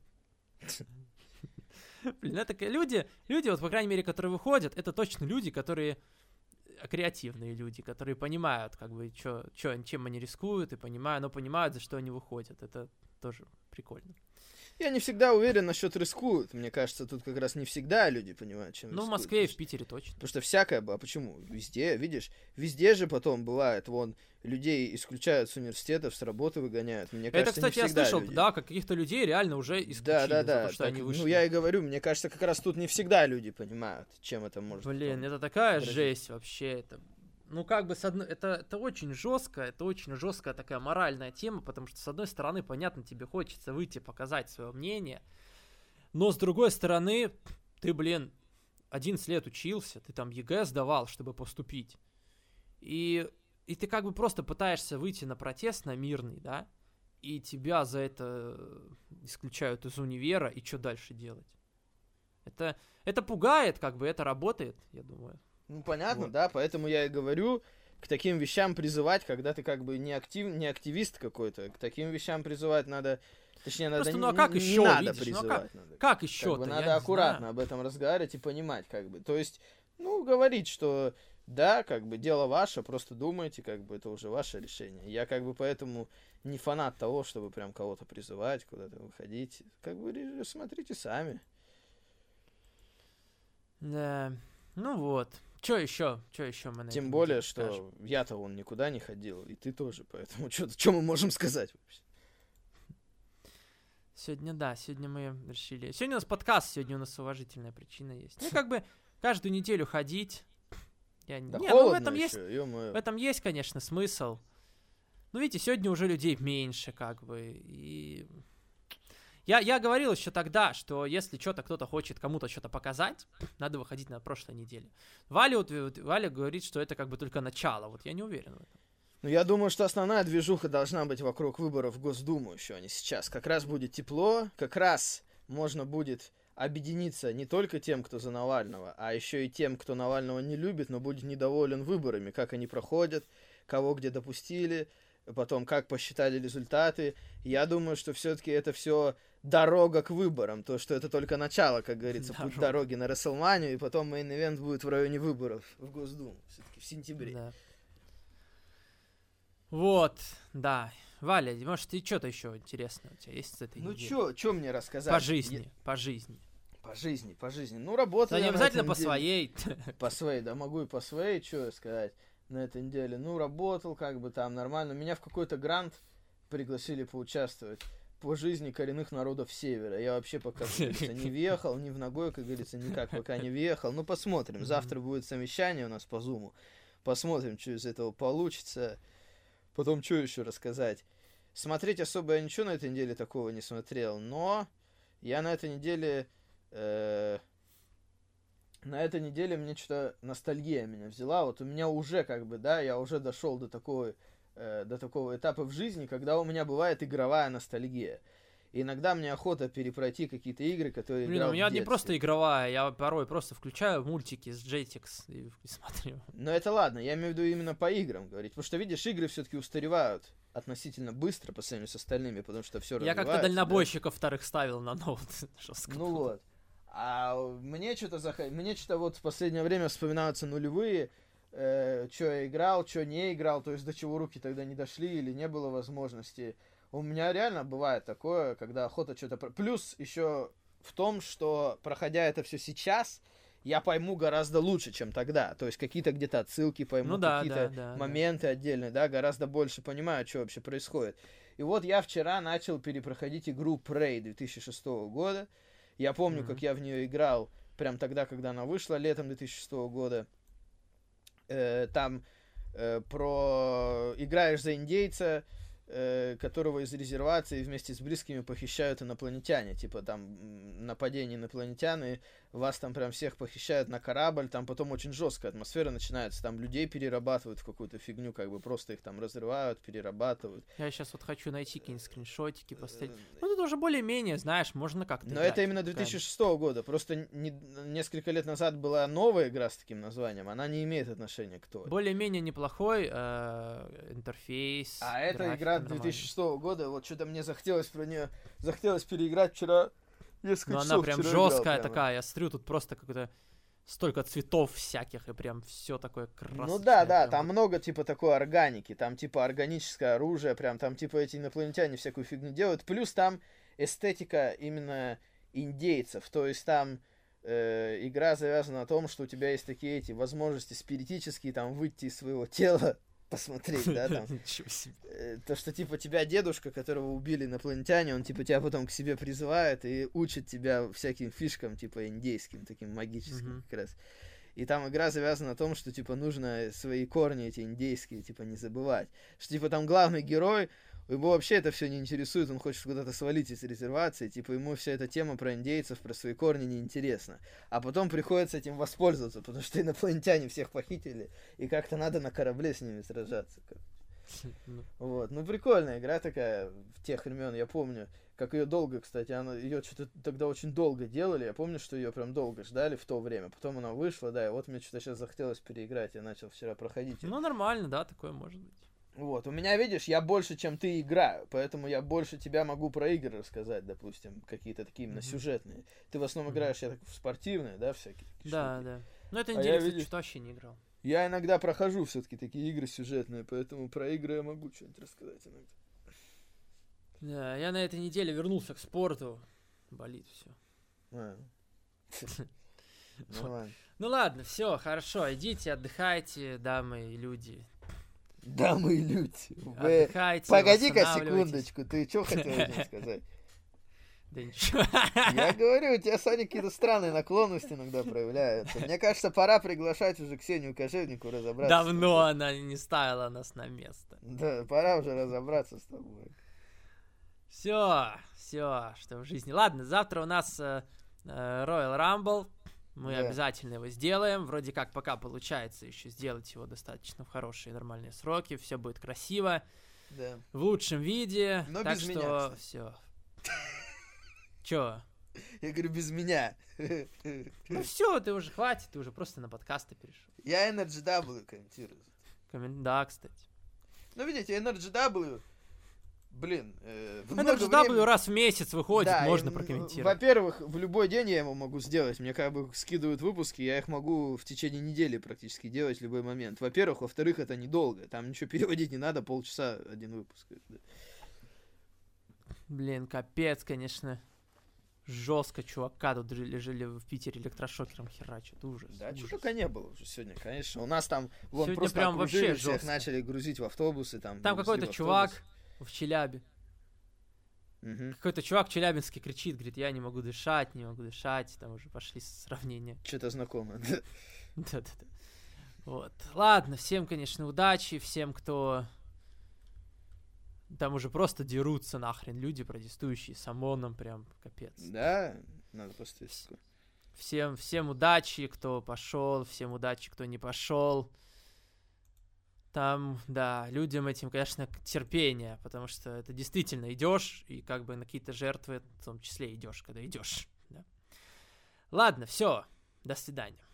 Блин, это люди, люди, вот, по крайней мере, которые выходят, это точно люди, которые креативные люди, которые понимают, как бы, чё, чё, чем они рискуют, и понимают, но понимают, за что они выходят. Это тоже прикольно. Я не всегда уверен насчет рискуют. Мне кажется, тут как раз не всегда люди понимают, чем ну, рискуют. Ну, в Москве и в Питере точно. Потому что всякое было. А почему? Везде, видишь? Везде же потом бывает, вон, людей исключают с университетов, с работы выгоняют. Мне это, кажется, кстати, не я слышал, люди. да, каких-то людей реально уже исключили да, да, за да, то, что так, они вышли. Ну, я и говорю, мне кажется, как раз тут не всегда люди понимают, чем это может быть. Блин, это такая грозить. Жесть вообще, это... Ну, как бы, с одной... это, это очень жестко, это очень жесткая такая моральная тема, потому что, с одной стороны, понятно, тебе хочется выйти, показать свое мнение, но, с другой стороны, ты, блин, одиннадцать лет учился, ты там ЕГЭ сдавал, чтобы поступить, и, и ты как бы просто пытаешься выйти на протест, на мирный, да, и тебя за это исключают из универа, и что дальше делать? Это, это пугает, как бы, это работает, я думаю. Ну, понятно, вот. Да, поэтому я и говорю, к таким вещам призывать, когда ты как бы не, актив, не активист какой-то, к таким вещам призывать надо, точнее, надо Просто, не, ну, а как не, еще, не надо видишь, призывать. Ну, а как, надо. как еще-то? Как бы, надо я аккуратно об этом разговаривать и понимать, как бы. То есть, ну, говорить, что да, как бы, дело ваше, просто думайте, как бы, это уже ваше решение. Я, как бы, поэтому не фанат того, чтобы прям кого-то призывать, куда-то выходить. Как бы, смотрите сами. Да, ну вот. Что еще? Что еще мы на Тем более, что скажем? Я-то вон никуда не ходил, и ты тоже, поэтому что мы можем сказать вообще? Сегодня, да, сегодня мы решили... Сегодня у нас подкаст, сегодня у нас уважительная причина есть. Ну, как бы, каждую неделю ходить... Я... Да не, холодно ну, в этом еще, есть, ё-моё. в этом есть, конечно, смысл. Ну, видите, сегодня уже людей меньше, как бы, и... Я, я говорил еще тогда, что если что-то кто-то хочет кому-то что-то показать, надо выходить на прошлой неделе. Валя, вот, Валя говорит, что это как бы только начало. Вот я не уверен в этом. Ну, я думаю, что основная движуха должна быть вокруг выборов в Госдуму еще, а не сейчас. Как раз будет тепло, как раз можно будет объединиться не только тем, кто за Навального, а еще и тем, кто Навального не любит, но будет недоволен выборами, как они проходят, кого где допустили, потом как посчитали результаты. Я думаю, что все-таки это все дорога к выборам, то, что это только начало, как говорится, Дорога. путь дороги на Расселманию, и потом мейн-ивент будет в районе выборов в Госдуму, все-таки в сентябре. Да. Вот, да. Валя, может, и что-то еще интересное у тебя есть с этой Ну, недели? что, что мне рассказать? По жизни, Я... по жизни. По жизни, по жизни. Ну, работаю. Да не обязательно по неделе. своей. По своей, да, могу и по своей, что сказать, на этой неделе. Ну, работал, как бы там нормально. Меня в какой-то грант пригласили поучаствовать по жизни коренных народов Севера. Я вообще пока, как говорится, не въехал, ни в ногой, как говорится, никак пока не въехал. Ну, посмотрим. Завтра будет совещание у нас по Зуму. Посмотрим, что из этого получится. Потом, что еще рассказать. Смотреть особо я ничего на этой неделе такого не смотрел, но я на этой неделе... Э- на этой неделе мне что-то ностальгия меня взяла. Вот у меня уже как бы, да, я уже дошел до такой, э, до такого этапа в жизни, когда у меня бывает игровая ностальгия. И иногда мне охота перепройти какие-то игры, которые Блин, играл у меня в не детстве. просто игровая, я порой просто включаю мультики с Jetix и, и смотрю. Но это ладно, я имею в виду именно по играм говорить. Потому что, видишь, игры все-таки устаревают относительно быстро по сравнению с остальными, потому что все Я как-то дальнобойщиков да? вторых ставил на ноут. Ну вот. А мне что-то зах... мне что-то вот в последнее время вспоминаются нулевые, э, что я играл, что не играл, то есть до чего руки тогда не дошли или не было возможности. У меня реально бывает такое, когда охота что-то... Плюс еще в том, что, проходя это все сейчас, я пойму гораздо лучше, чем тогда. То есть какие-то где-то отсылки пойму, ну, да, какие-то да, да, моменты да. отдельные, да, гораздо больше понимаю, что вообще происходит. И вот я вчера начал перепроходить игру Prey две тысячи шестого года. Я помню, mm-hmm. как я в нее играл прям тогда, когда она вышла, летом две тысячи шестого года. Э, там э, про... Играешь за индейца, э, которого из резервации вместе с близкими похищают инопланетяне. Типа там нападение инопланетян, и вас там прям всех похищают на корабль. Там потом очень жесткая атмосфера начинается. Там людей перерабатывают в какую-то фигню, как бы просто их там разрывают, перерабатывают. Я сейчас вот хочу найти какие-нибудь скриншотики, поставить. Ну, тут уже более-менее, знаешь, можно как-то... Но это именно две тысячи шестого года. Просто не, несколько лет назад была новая игра с таким названием. Она не имеет отношения к той. Более-менее неплохой э, интерфейс. А эта игра две тысячи шестого года, вот что-то мне захотелось про нее... Захотелось переиграть вчера. Несколько Но часов она прям жесткая играл, такая. Я смотрю, тут просто какой-то... Столько цветов всяких, и прям все такое красочное. Ну да, да, прям... там много типа такой органики, там типа органическое оружие, прям там типа эти инопланетяне всякую фигню делают, плюс там эстетика именно индейцев, то есть там э, игра завязана на том, что у тебя есть такие эти возможности спиритические, там выйти из своего тела, посмотреть, да, там. То, что, типа, тебя дедушка, которого убили инопланетяне, он, типа, тебя потом к себе призывает и учит тебя всяким фишкам, типа, индейским, таким магическим, как раз. И там игра завязана на том, что, типа, нужно свои корни эти индейские, типа, не забывать. Что, типа, там главный герой, его вообще это все не интересует, он хочет куда-то свалить из резервации, типа, ему вся эта тема про индейцев, про свои корни не интересна. А потом приходится этим воспользоваться, потому что инопланетяне всех похитили, и как-то надо на корабле с ними сражаться. Вот, ну прикольная игра такая, в тех времен, я помню, как ее долго, кстати, она, ее что-то тогда очень долго делали, я помню, что ее прям долго ждали в то время, потом она вышла, да, и вот мне что-то сейчас захотелось переиграть, я начал вчера проходить. Ну нормально, да, такое может быть. Вот, у меня, видишь, я больше, чем ты играю, поэтому я больше тебя могу про игры рассказать, допустим, какие-то такие именно mm-hmm. сюжетные. Ты в основном mm-hmm. играешь, я так, в спортивные, да, всякие? Да, штуки. Да. Ну, этой а неделе, я, кстати, видишь, что-то вообще не играл. Я иногда прохожу все-таки такие игры сюжетные, поэтому про игры я могу что-нибудь рассказать иногда. Да, я на этой неделе вернулся к спорту. Болит все. А. Нормально. Ну ладно, все, хорошо, идите, отдыхайте, дамы и люди. Дамы и люди. Отдыхайте, погоди-ка секундочку, ты что хотел этим сказать? Да ничего. Я говорю, у тебя, Саня, какие-то странные наклонности иногда проявляются. Мне кажется, пора приглашать уже Ксению Кожевнику разобраться. Давно она не ставила нас на место. Да, пора уже разобраться с тобой. Все, все, что в жизни. Ладно, завтра у нас э, э, Royal Rumble. Мы да. обязательно его сделаем. Вроде как пока получается еще сделать его достаточно в хорошие нормальные сроки. Все будет красиво. Да. В лучшем виде. Но так без что меня, все. Чё? Я говорю, без меня. Ну все, ты уже хватит, ты уже просто на подкасты перешел. Я эн эр джи дабл ю комментирую. Коммен... Да, кстати. Ну, видите, эн эр джи дабл ю, блин, э, эн эр джи дабл ю времени... раз в месяц выходит, да, можно и, прокомментировать. Во-первых, в любой день я его могу сделать. Мне как бы скидывают выпуски, я их могу в течение недели практически делать в любой момент. Во-первых, во-вторых, это недолго. Там ничего переводить не надо, полчаса один выпуск. Блин, капец, конечно. Жестко, чувака, тут жили в Питере электрошокером херачат, ужас. Да, ужас. что только не было уже сегодня, конечно. У нас там, вон, сегодня просто прям окружили, вообще всех жестко. начали грузить в автобусы. Там, там какой-то чувак в Челябе. Угу. Какой-то чувак в Челябинске кричит, говорит, я не могу дышать, не могу дышать. Там уже пошли сравнения. Что-то знакомое. Да-да-да. Вот. Ладно, всем, конечно, удачи, всем, кто... Там уже просто дерутся нахрен люди, протестующие с ОМОНом, прям капец. Да, надо поставить. Всем, всем удачи, кто пошел, всем удачи, кто не пошел. Там, да, людям этим, конечно, терпение, потому что это действительно идешь, и как бы на какие-то жертвы в том числе идешь, когда идешь. Да. Ладно, все, до свидания.